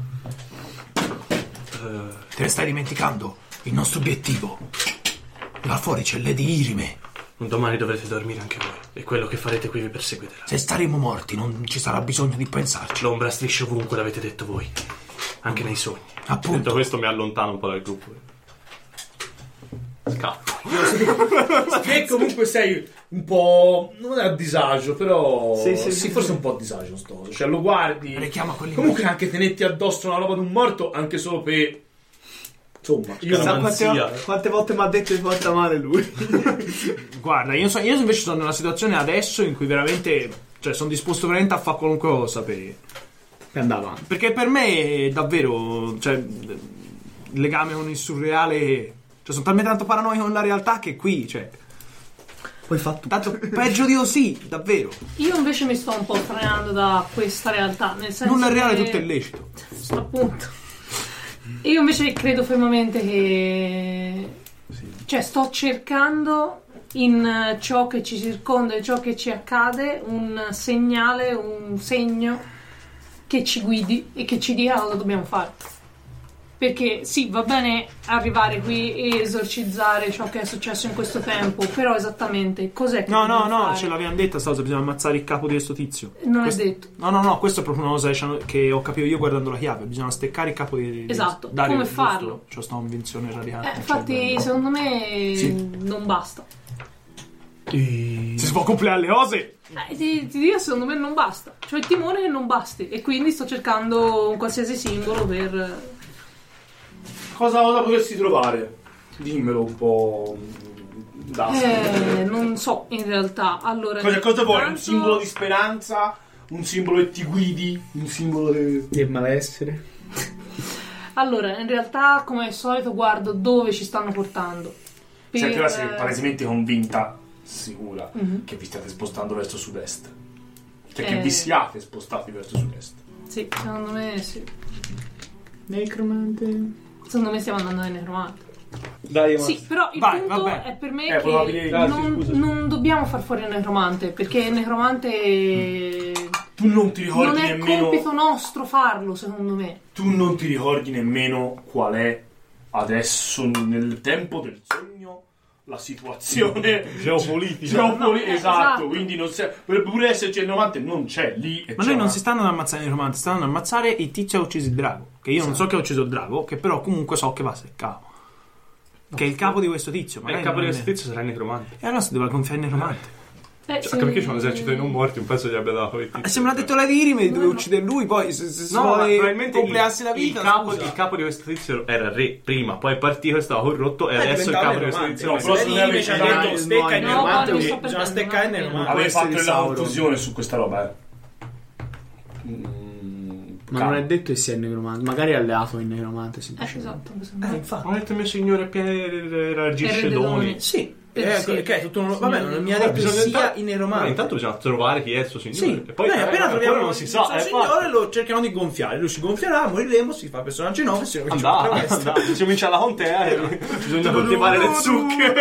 Te ne stai dimenticando il nostro obiettivo. Là fuori c'è Lady Irime. Un domani dovrete dormire anche voi. E quello che farete qui vi perseguiterà. Se staremo morti non ci sarà bisogno di pensarci. L'ombra striscia ovunque, l'avete detto voi. Anche nei sogni. Appunto. Detto questo mi allontano un po' dal gruppo. Scappo. Che comunque sei un po', non è a disagio, però Sì, sì, sì, sì, forse sì. un po' a disagio sto coso. Cioè lo guardi, Richiama quelli. comunque anche tenerti addosso una roba di un morto anche solo per, insomma, io Sa quante, Scaramanzia. quante volte mi ha detto di porta male lui? Guarda, io, so, io invece sono in una situazione adesso in cui veramente, cioè, sono disposto veramente a fare qualunque cosa per, Per andare avanti. perché per me davvero, cioè, il legame con il surreale, cioè, sono talmente tanto paranoico con la realtà che qui, cioè, Poi fatto. Tanto peggio di così, davvero. Io invece mi sto un po' frenando da questa realtà, nel senso Non è reale, che... tutto è lecito. Appunto. Io invece credo fermamente che... Cioè, sto cercando in ciò che ci circonda e ciò che ci accade un segnale, un segno che ci guidi e che ci dica cosa dobbiamo fare. Perché sì, va bene arrivare qui e esorcizzare ciò che è successo in questo tempo, però esattamente cos'è che No, no, dobbiamo no, fare? ce l'avevamo detta sta cosa, bisogna ammazzare il capo di questo tizio. Non Questo- è detto. No, no, no, questo è proprio una cosa che ci hanno- che ho capito io guardando la chiave. Bisogna steccare il capo di, di Esatto, Dario, come giusto? farlo? C'ho sta invenzione radicale. Eh, nel infatti, cervello. secondo me Sì. non basta. Si si può completare le cose. Eh, ti, ti dico, secondo me non basta. Cioè, il timone che non basti. E quindi sto cercando un qualsiasi simbolo per... Cosa, cosa potresti trovare? Dimmelo un po'. Da. Eh, non so, in realtà. Allora, Cosa, cosa vuoi? Un intanto- simbolo di speranza? Un simbolo che ti guidi? Un simbolo che... Del malessere. Allora, in realtà, come al solito, guardo dove ci stanno portando. Per, Senti, ora sei eh, palesemente convinta, sicura, Mhm. che vi state spostando verso sud-est. Cioè Eh. che vi siate spostati verso sud-est. Sì, secondo me sì. Necromante. Secondo me stiamo andando nel necromante. Dai, Sì, però il Vai, punto vabbè. è per me Eh, probabile- che grazie, non, scusa. non dobbiamo far fuori il necromante, perché il necromante Tu non ti ricordi non è nemmeno... compito nostro farlo, secondo me. Tu non ti ricordi nemmeno qual è adesso, nel tempo del sogno, la situazione Geopolitica. geopoli- No, eh, esatto, esatto. quindi non c'è, per pure esserci il novanta non c'è lì. e Ma c'è noi non una- si stanno ad ammazzare i romanzi, stanno ad ammazzare il tizio che ha ucciso il drago. Che io non so che ha ucciso il drago, che però comunque so che va a essere il capo. Che è il capo di questo tizio. Ma il magari capo di non questo è- tizio sarà il necromante. E allora si doveva confiare nel necromante. Eh, Cioè, sì. anche perché c'è un esercito di non morti, un pezzo gli abbia dato. il tizio. E se me l'ha detto lei di Irime, doveva uccidere lui, poi se, se si No, ma vuole probabilmente complearsi il, la vita. il, capo, scusa. il capo di questo tizio era re prima, poi è partito e stava corrotto e Eh, adesso il diventava capo di questo necromante. tizio No, è però re. se Lei ne invece ha avete detto già- stecca il no, necromante, no, quindi non sto bisogna perdendo, steccare il non è necromante. Avevi Può fatto essere la Sauron. confusione su questa roba, eh. Mm, Ma non è detto che sia il necromante. Magari è alleato il necromante, Eh, semplicemente. esatto, mi Eh, sembra. infatti. Ma ha detto mio signore Pierre ragisce Re dei doni. doni. Sì. Eh, Eh, sì. che è tutto un... Vabbè, non mi ha Ma detto bisogna sia intanto- i Ma necromanti. intanto bisogna trovare chi è il suo signore. Sì, E poi noi eh, appena ancora troviamo non si sa. il eh, signore infatti. lo cerchiamo di gonfiare. Lui si gonfierà, moriremo, si fa personaggio nuovo e si ricomincia Andà, tutta questa. andà, si comincia la contea e bisogna coltivare le zucche.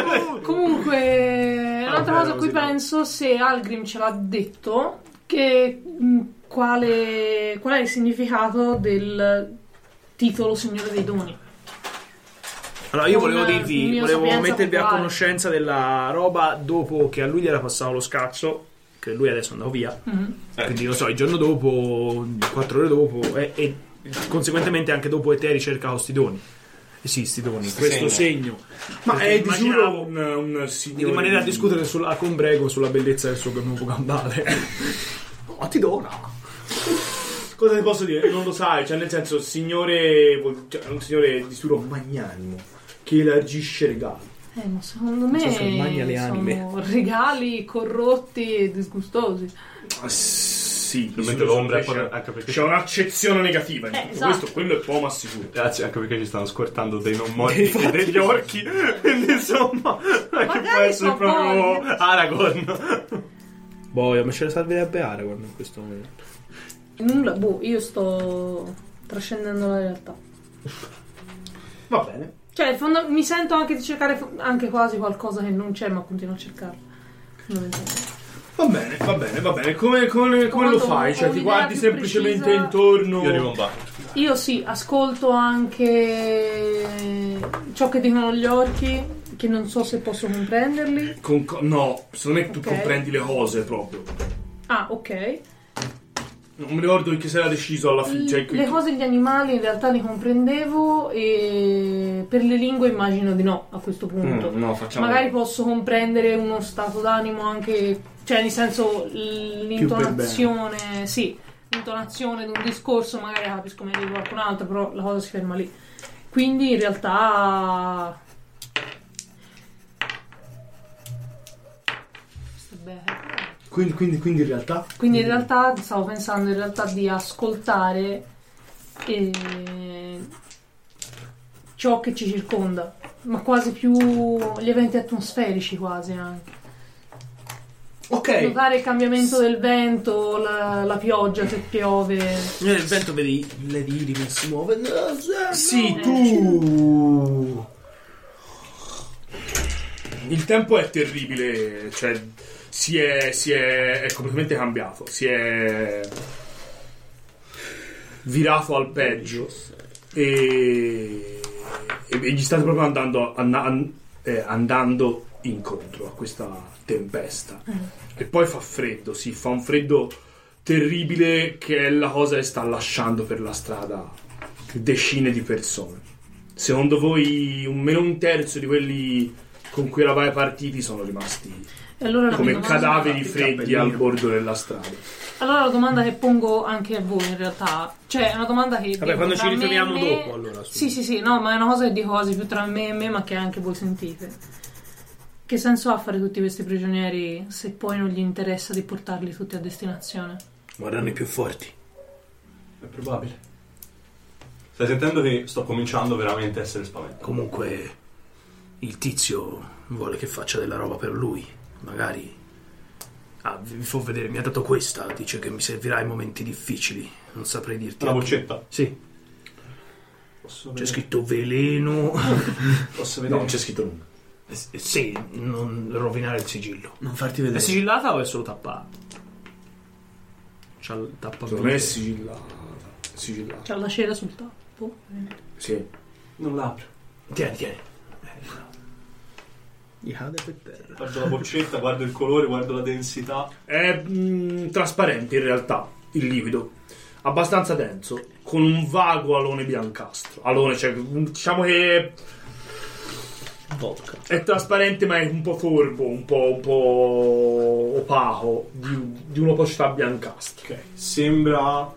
Comunque, un'altra Vabbè, cosa a cui così no. penso, se Algrim ce l'ha detto, che mh, quale, qual è il significato del titolo Signore dei Doni? Allora, io Con volevo il dirvi, mio volevo sapienza mettervi a popolare. conoscenza della roba dopo che a lui gli era passato lo scazzo, che lui adesso è andato via. Mhm. Quindi lo so, il giorno dopo, quattro ore dopo, e, e conseguentemente anche dopo che te hai ricercato sti doni. Eh sì, sti doni, questo segno. Ma Perché è di immaginavo sicuro un, un di signore rimanere a discutere sulla, con Brego sulla bellezza del suo nuovo gambale. Oh, ti dona. Cosa ti posso dire? Non lo sai, cioè nel senso, il signore, vuol- cioè, è un signore di sicuro magnanimo che elargisce regali. Eh, ma secondo me so se magna le anime. sono regali corrotti e disgustosi. Ah, sì, di Probabilmente sicuro l'ombra è c'è, poi- anche perché c'è un'accezione negativa in Eh, tutto esatto. questo, quello è poco ma sicuro. Grazie, anche perché ci stanno scortando dei non morti e degli orchi. Quindi insomma, che può Magari essere sono proprio buoni. Aragorn. Boh, ma ce la salverebbe Aragorn in questo momento. Nulla, boh, io sto trascendendo la realtà. Va bene. Cioè, in fondo mi sento anche di cercare fo- anche quasi qualcosa che non c'è, ma continuo a cercarlo. Fondamentalmente. Va bene, va bene, va bene. Come, come- come lo Quando fai? ho Cioè, ti un'idea guardi più semplicemente precisa- intorno. Io arrivo un bar. Io sì, ascolto anche ciò che dicono gli orchi, che non so se posso comprenderli. Con co- no, secondo me tu Ok. comprendi le cose proprio. Ah, ok. Non mi ricordo che si era deciso alla fine. Cioè, Le cose degli animali in realtà li comprendevo e per le lingue immagino di no a questo punto. Mm, no, facciamo. Magari posso comprendere uno stato d'animo anche, cioè nel senso l- l'intonazione, sì, l'intonazione di un discorso magari la capisco meglio di qualcun altro, però la cosa si ferma lì. Quindi in realtà Sta bene. Quindi, quindi, quindi in realtà. Quindi in realtà stavo pensando in realtà di ascoltare eh, ciò che ci circonda, ma quasi più gli eventi atmosferici quasi anche. Ok. Notare il cambiamento del vento, la, la pioggia se piove. Nel vento vedi le viri che si muove. Sì, tu. Il tempo è terribile, cioè si è, si è, è completamente cambiato, si è virato al peggio e, e, e gli state proprio andando, an, eh, andando incontro a questa tempesta. Mm. E poi fa freddo, sì, fa un freddo terribile che è la cosa che sta lasciando per la strada decine di persone. Secondo voi un, meno un terzo di quelli con cui eravate partiti sono rimasti e allora come cadaveri freddi al bordo della strada. Allora la domanda che pongo anche a voi in realtà, cioè è una domanda che vabbè, quando ci ritroviamo me, dopo allora sì sì sì no ma è una cosa che dico quasi più tra me e me, ma che anche voi sentite. Che senso ha fare tutti questi prigionieri se poi non gli interessa di portarli tutti a destinazione? Guardano i più forti. È probabile. Stai sentendo che sto cominciando veramente a essere spaventato. Comunque il tizio vuole che faccia della roba per lui. Magari ah, vi fa vedere, mi ha dato questa, dice che mi servirà in momenti difficili. Non saprei dirti. Una boccetta? Sì. Posso c'è vedere? scritto veleno. Posso vedere? No, c'è scritto nulla. Eh, sì, non rovinare il sigillo. Non farti vedere. È sigillata o è solo tappata? C'ha il tappa. Non è sigillata. Sigillata. C'ha la cera sul tappo. Sì. Non l'apro. Tieni, tieni. Gli cade per terra. Guardo la boccetta, guardo il colore, guardo la densità. È mh, trasparente in realtà il liquido, abbastanza denso, con un vago alone biancastro. Alone, cioè diciamo che Vodka. è trasparente ma è un po' torbo, un po', un po' opaco, di, di un'opacità biancastra. Ok, sembra...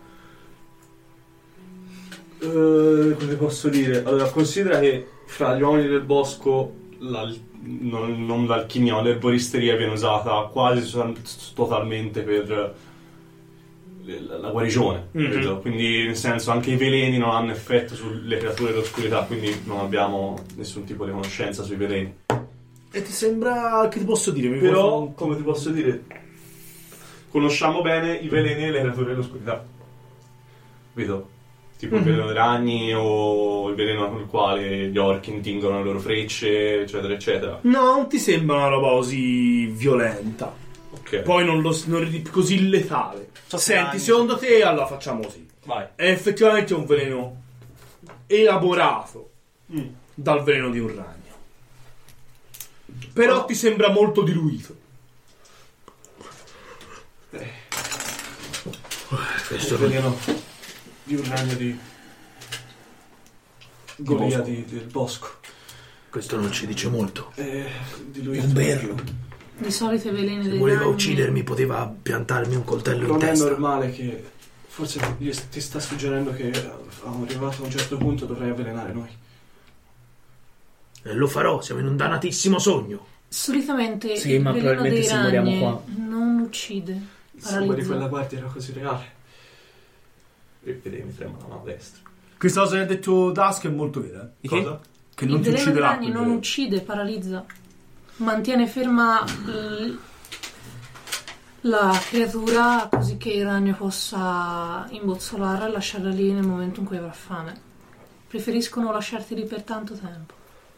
Uh, come posso dire? Allora, considera che fra gli uomini del bosco la, non, non l'alchimia, ma l'erboristeria viene usata quasi so- totalmente per la, la guarigione. Mm-hmm. Credo. Quindi, nel senso, anche i veleni non hanno effetto sulle creature dell'oscurità, quindi non abbiamo nessun tipo di conoscenza sui veleni. E ti sembra, che ti posso dire? Mi Però, vuoi- come ti posso dire, conosciamo bene i veleni e le creature dell'oscurità. Vedo? Tipo il veleno dei ragni o il veleno con il quale gli orchi intingono le loro frecce, eccetera, eccetera. No, non ti sembra una roba così violenta. Ok. Poi non lo non, così letale. Senti, ragni. secondo te, allora facciamo così. Vai. È effettivamente un veleno elaborato Mm. dal veleno di un ragno. Però No. ti sembra molto diluito. Questo è il veleno di un ragno di Goliati del bosco. Questo non ci dice molto. Eh, di lui È un berlo. Di solito i veleni Se dei voleva ragni- uccidermi poteva piantarmi un coltello in non è testa. normale che forse gli- ti sta suggerendo che arrivato a un certo punto dovrei avvelenare noi. E lo farò, siamo in un dannatissimo sogno. Solitamente Sì, il ma veleno probabilmente dei se moriamo ragni qua. non uccide, Il sangue di paralizza. quella guardia era così reale. E vedevi, mi trema la mano destra. Questa cosa che ha detto Dusk è molto vera. eh. Cosa? Che Il non ti veleno dei ucciderà. ragni quel non veleno. uccide, paralizza. Mantiene ferma l- la creatura così che il ragno possa imbozzolarla e lasciarla lì nel momento in cui avrà fame. Preferiscono lasciarti lì per tanto tempo.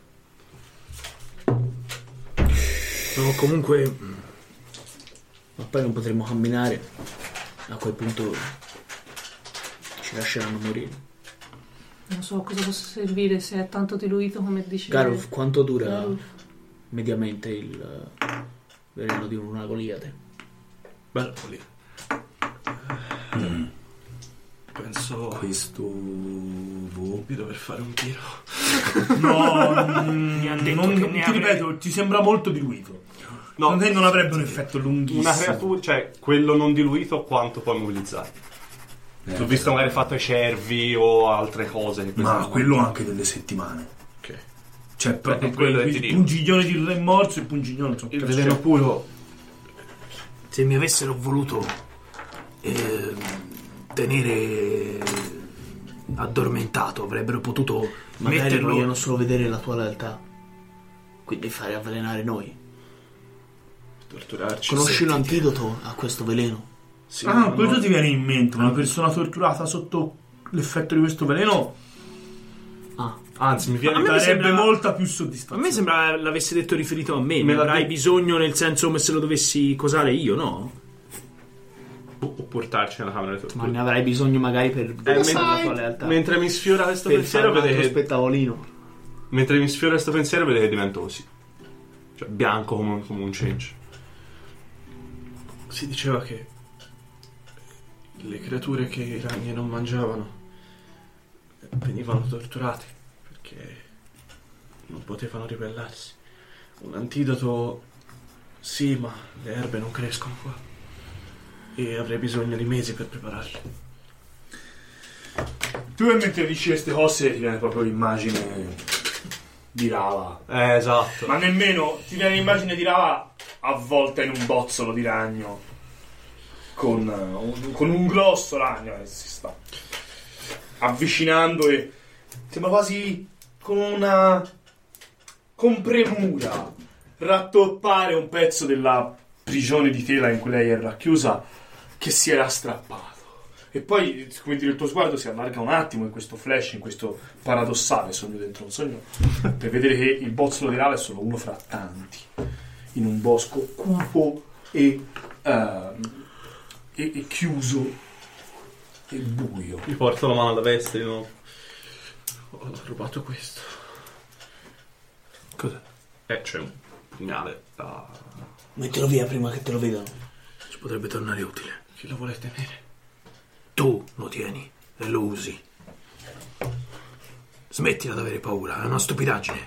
No, comunque Ma poi non potremo camminare. A quel punto ci lasceranno morire. Non so cosa possa servire se è tanto diluito come dice Garuf, quanto dura Garuf. mediamente il eh, veleno di una Goliate? Bello lì. Mm. Penso Questo boh. di dover fare un tiro. No, mm, Mi han detto non, che ti ne avrei- ripeto, ti sembra molto diluito. No, Secondo te non avrebbe un effetto lunghissimo. una creatura, cioè quello non diluito quanto puoi mobilizzare. Eh, L'ho visto magari fatto ai cervi o altre cose. che Ma queste- quello anche delle settimane. Ok. Cioè, proprio Beh, quello quel- che ti il dico. pungiglione di re morso e il pungiglione non so Il che veleno c'è. puro. se mi avessero voluto eh, tenere addormentato avrebbero potuto Magari metterlo. vogliono solo vedere la tua lealtà. Quindi fare avvelenare noi. torturarci. Conosci l'antidoto a questo veleno? Sì, Ah, no, quello no. ti viene in mente, una persona torturata sotto l'effetto di questo veleno Ah. Anzi, mi viene A me mi darebbe sembra- molta più A soddisfazione. me sembra l'avesse detto riferito a me. Me Me l'ha avrai detto. bisogno nel senso come se lo dovessi cosare io, no? o portarci nella camera di Ma tortura. ne avrai bisogno magari per Eh, per la sai, tua lealtà. mentre mi sfiora questo Per pensiero, fare un vede altro che spettacolino. mentre mi sfiora questo pensiero, vede che divento così. Cioè, bianco come, come un cencio. Si diceva che le creature che i ragni non mangiavano venivano torturate perché non potevano ribellarsi. Un antidoto, sì, ma le erbe non crescono qua e avrei bisogno di mesi per prepararle. Tu mentre dici queste cose ti viene proprio l'immagine di Rava. Eh, esatto. Ma nemmeno ti viene l'immagine di Rava avvolta in un bozzolo di ragno con, uh, un, con un grosso ragno che si sta avvicinando e sembra quasi con una con premura rattoppare un pezzo della prigione di tela in cui lei è racchiusa che si era strappato. E poi, come dire, il tuo sguardo si allarga un attimo in questo flash, in questo paradossale sogno dentro un sogno, per vedere che il bozzolo di Rava è solo uno fra tanti, in un bosco cupo e, uh, e, e chiuso e buio. Mi porto la mano alla veste di nuovo. Ho rubato questo. Cos'è? Eh, c'è un pugnale da... Mettilo via prima che te lo vedano. Ci potrebbe tornare utile. Chi lo vuole tenere? Tu lo tieni e lo usi. Smettila di avere paura, è una stupidaggine.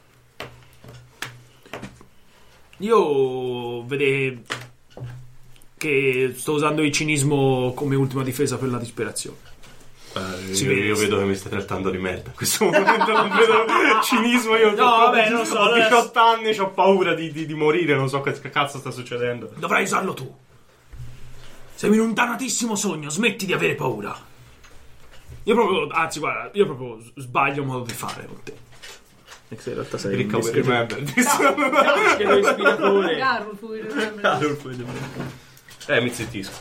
Io vede che sto usando il cinismo come ultima difesa per la disperazione. Eh, Si io, vede. io vedo che mi stai trattando di merda. In questo momento non vedo cinismo. Io No, vabbè, non lo so, Ho adesso- diciotto anni, ho paura di, di, di morire. Non so che cazzo sta succedendo. Dovrai usarlo tu. Sei in un dannatissimo sogno, smetti di avere paura. Io proprio, anzi guarda, io proprio sbaglio modo di fare con te. E che in realtà sei Ricca un will remember. chiedo ispiratore. Garro, fu il Eh, mi zittisco.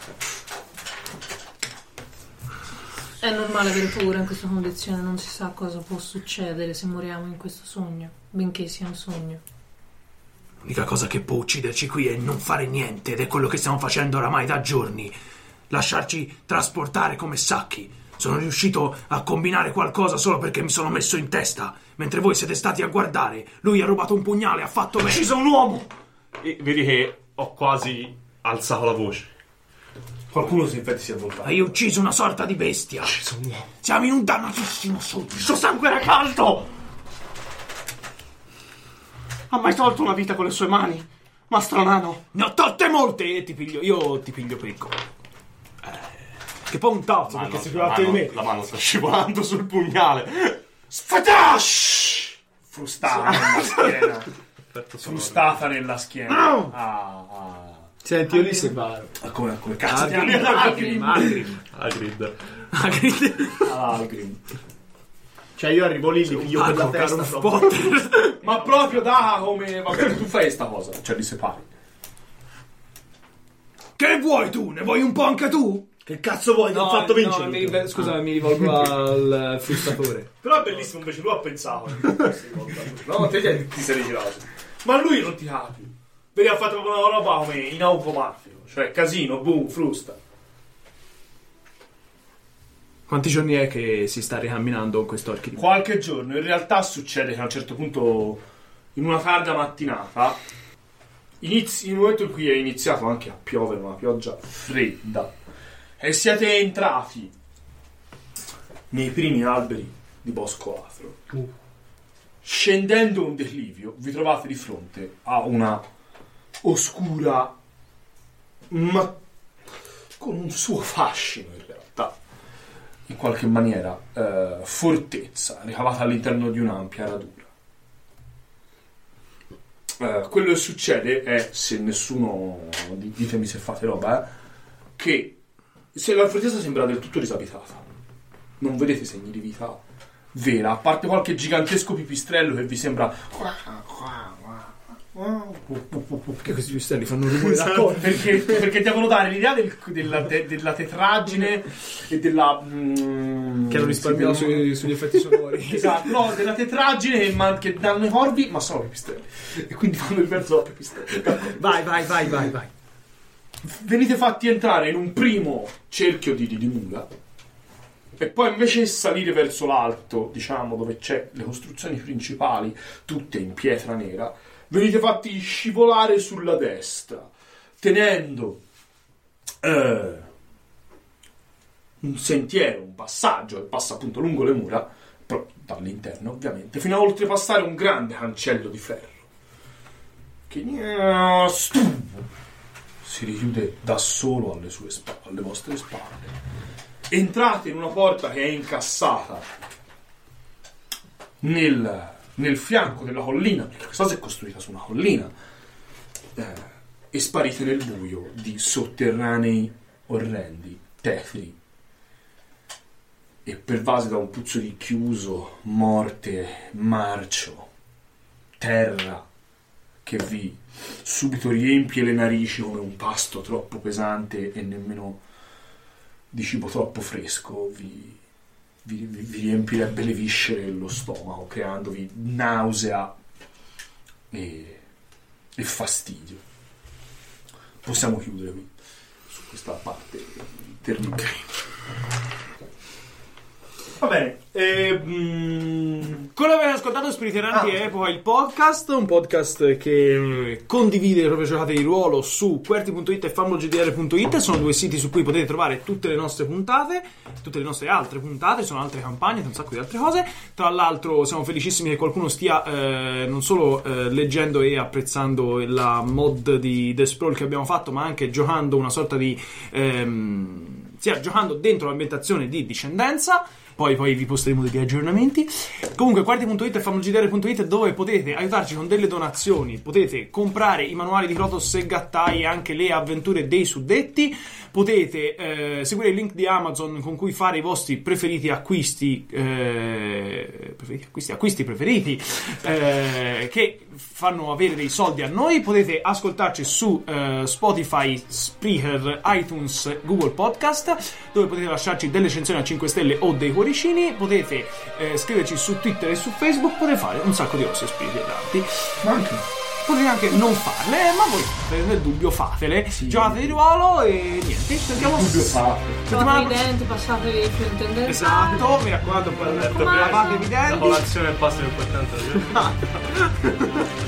È normale avere paura in questa condizione, non si sa cosa può succedere se moriamo in questo sogno, benché sia un sogno. L'unica cosa che può ucciderci qui è non fare niente, ed è quello che stiamo facendo oramai da giorni. Lasciarci trasportare come sacchi. Sono riuscito a combinare qualcosa solo perché mi sono messo in testa. Mentre voi siete stati a guardare, lui ha rubato un pugnale, ha fatto me. Ucciso un uomo! E vedi che ho quasi alzato la voce. Qualcuno si infatti si è avvoltato. Hai ucciso una sorta di bestia. Ucciso un uomo. Siamo in un dannatissimo sogno. Il suo sangue era caldo! Ha mai tolto una vita con le sue mani? Mastro Nano? Ne ho tolte molte e ti piglio, io ti piglio pecco. Eh, che poi un tazzo, perché si la, più di mano, me. la mano sta scivolando sul pugnale. Sfatash! Frustata nella schiena. Frustata nella schiena. Ah, ah. Senti, io li separo. Ah, come, come cazzo ti Agrim, chiami? Agrim, Agrid. Agrim. Algrim. Cioè io arrivo lì, li piglio per la Agro, testa. caro proprio. Potter. Ma proprio da come... Vabbè, tu fai sta cosa, cioè li separi. Che vuoi tu? Ne vuoi un po' anche tu? Che cazzo vuoi? Ti ho fatto vincere. mi rive- scusa, mi rivolgo al frustratore. Però è bellissimo, invece lui ha pensato. No, te ti, ti sei ritirato. Ma lui non ti capi. Vedi, ha fatto proprio una roba come in automatico. Cioè, casino, boom, frusta. Quanti giorni è che si sta ricamminando con quest'orchi di... Qualche giorno, in realtà succede che a un certo punto, in una tarda mattinata, inizi, in un momento in cui è iniziato anche a piovere, una pioggia fredda, e siete entrati nei primi alberi di Bosco Afro. Scendendo un declivio, vi trovate di fronte a una oscura, ma con un suo fascino in realtà, in qualche maniera, eh, fortezza ricavata all'interno di un'ampia radura. Eh, quello che succede è, se nessuno, ditemi se fate roba, eh, che se la fortezza sembra del tutto disabitata, non vedete segni di vita vera, a parte qualche gigantesco pipistrello che vi sembra Perché questi pistelli fanno un rumore d'accordo? Perché, perché devono dare l'idea del- della, de- della tetraggine e della... mm, Che hanno risparmiato sì, sui- sugli effetti sonori. Esatto, no, della tetraggine che, man- che danno i corvi, ma sono pipistrelli. E quindi fanno il verso da pipistrelli. Vai, vai, vai, vai, vai. Venite fatti entrare in un primo cerchio di, di, di mura e poi invece di salire verso l'alto, diciamo, dove c'è le costruzioni principali, tutte in pietra nera, venite fatti scivolare sulla destra, tenendo eh, un sentiero, un passaggio che passa appunto lungo le mura, però dall'interno ovviamente, fino a oltrepassare un grande cancello di ferro che si richiude da solo alle sue spalle, alle vostre spalle. Entrate in una porta che è incassata nel, nel fianco della collina, perché questa cosa è costruita su una collina, eh, e sparite nel buio di sotterranei orrendi, tetri, e pervasi da un puzzo di chiuso, morte, marcio, terra, che vi subito riempie le narici come un pasto troppo pesante e nemmeno di cibo troppo fresco vi, vi, vi riempirebbe le viscere e lo stomaco, creandovi nausea e, e fastidio. Possiamo chiudere qui su questa parte terribile. Va bene. E, mm, quello che avete ascoltato Spiriti Erranti Ah. Epoca, il podcast, un podcast che mm, condivide le proprie giocate di ruolo su Qwerty punto it e famogdr punto it. Sono due siti su cui potete trovare tutte le nostre puntate, tutte le nostre altre puntate, sono altre campagne, un sacco di altre cose. Tra l'altro siamo felicissimi che qualcuno stia eh, non solo eh, leggendo e apprezzando la mod di The Sprawl che abbiamo fatto, ma anche giocando una sorta di ehm, stia giocando dentro l'ambientazione di Discendenza. Poi, poi vi posteremo degli aggiornamenti. Comunque Qwerty punto it e famogdr punto it, dove potete aiutarci con delle donazioni, potete comprare i manuali di Krotos e Gattai e anche le avventure dei suddetti, potete eh, seguire il link di Amazon con cui fare i vostri preferiti acquisti eh, preferiti acquisti, acquisti preferiti eh, che fanno avere dei soldi a noi. Potete ascoltarci su eh, Spotify, Spreaker, iTunes, Google Podcast, dove potete lasciarci delle recensioni a cinque stelle o dei cuoricini. Potete eh, scriverci su Twitter e su Facebook. Potete fare un sacco di cose Spiriti Erranti, ma anche potete anche non farle, ma voi nel dubbio fatele. Sì. Giocate di ruolo e niente, sentiamo Dubbio fatto. Lavate i denti, passatevi il più intendenza. Esatto, mi raccomando, raccomando. lavatevi i La denti. colazione è il pasto più importante della giornata.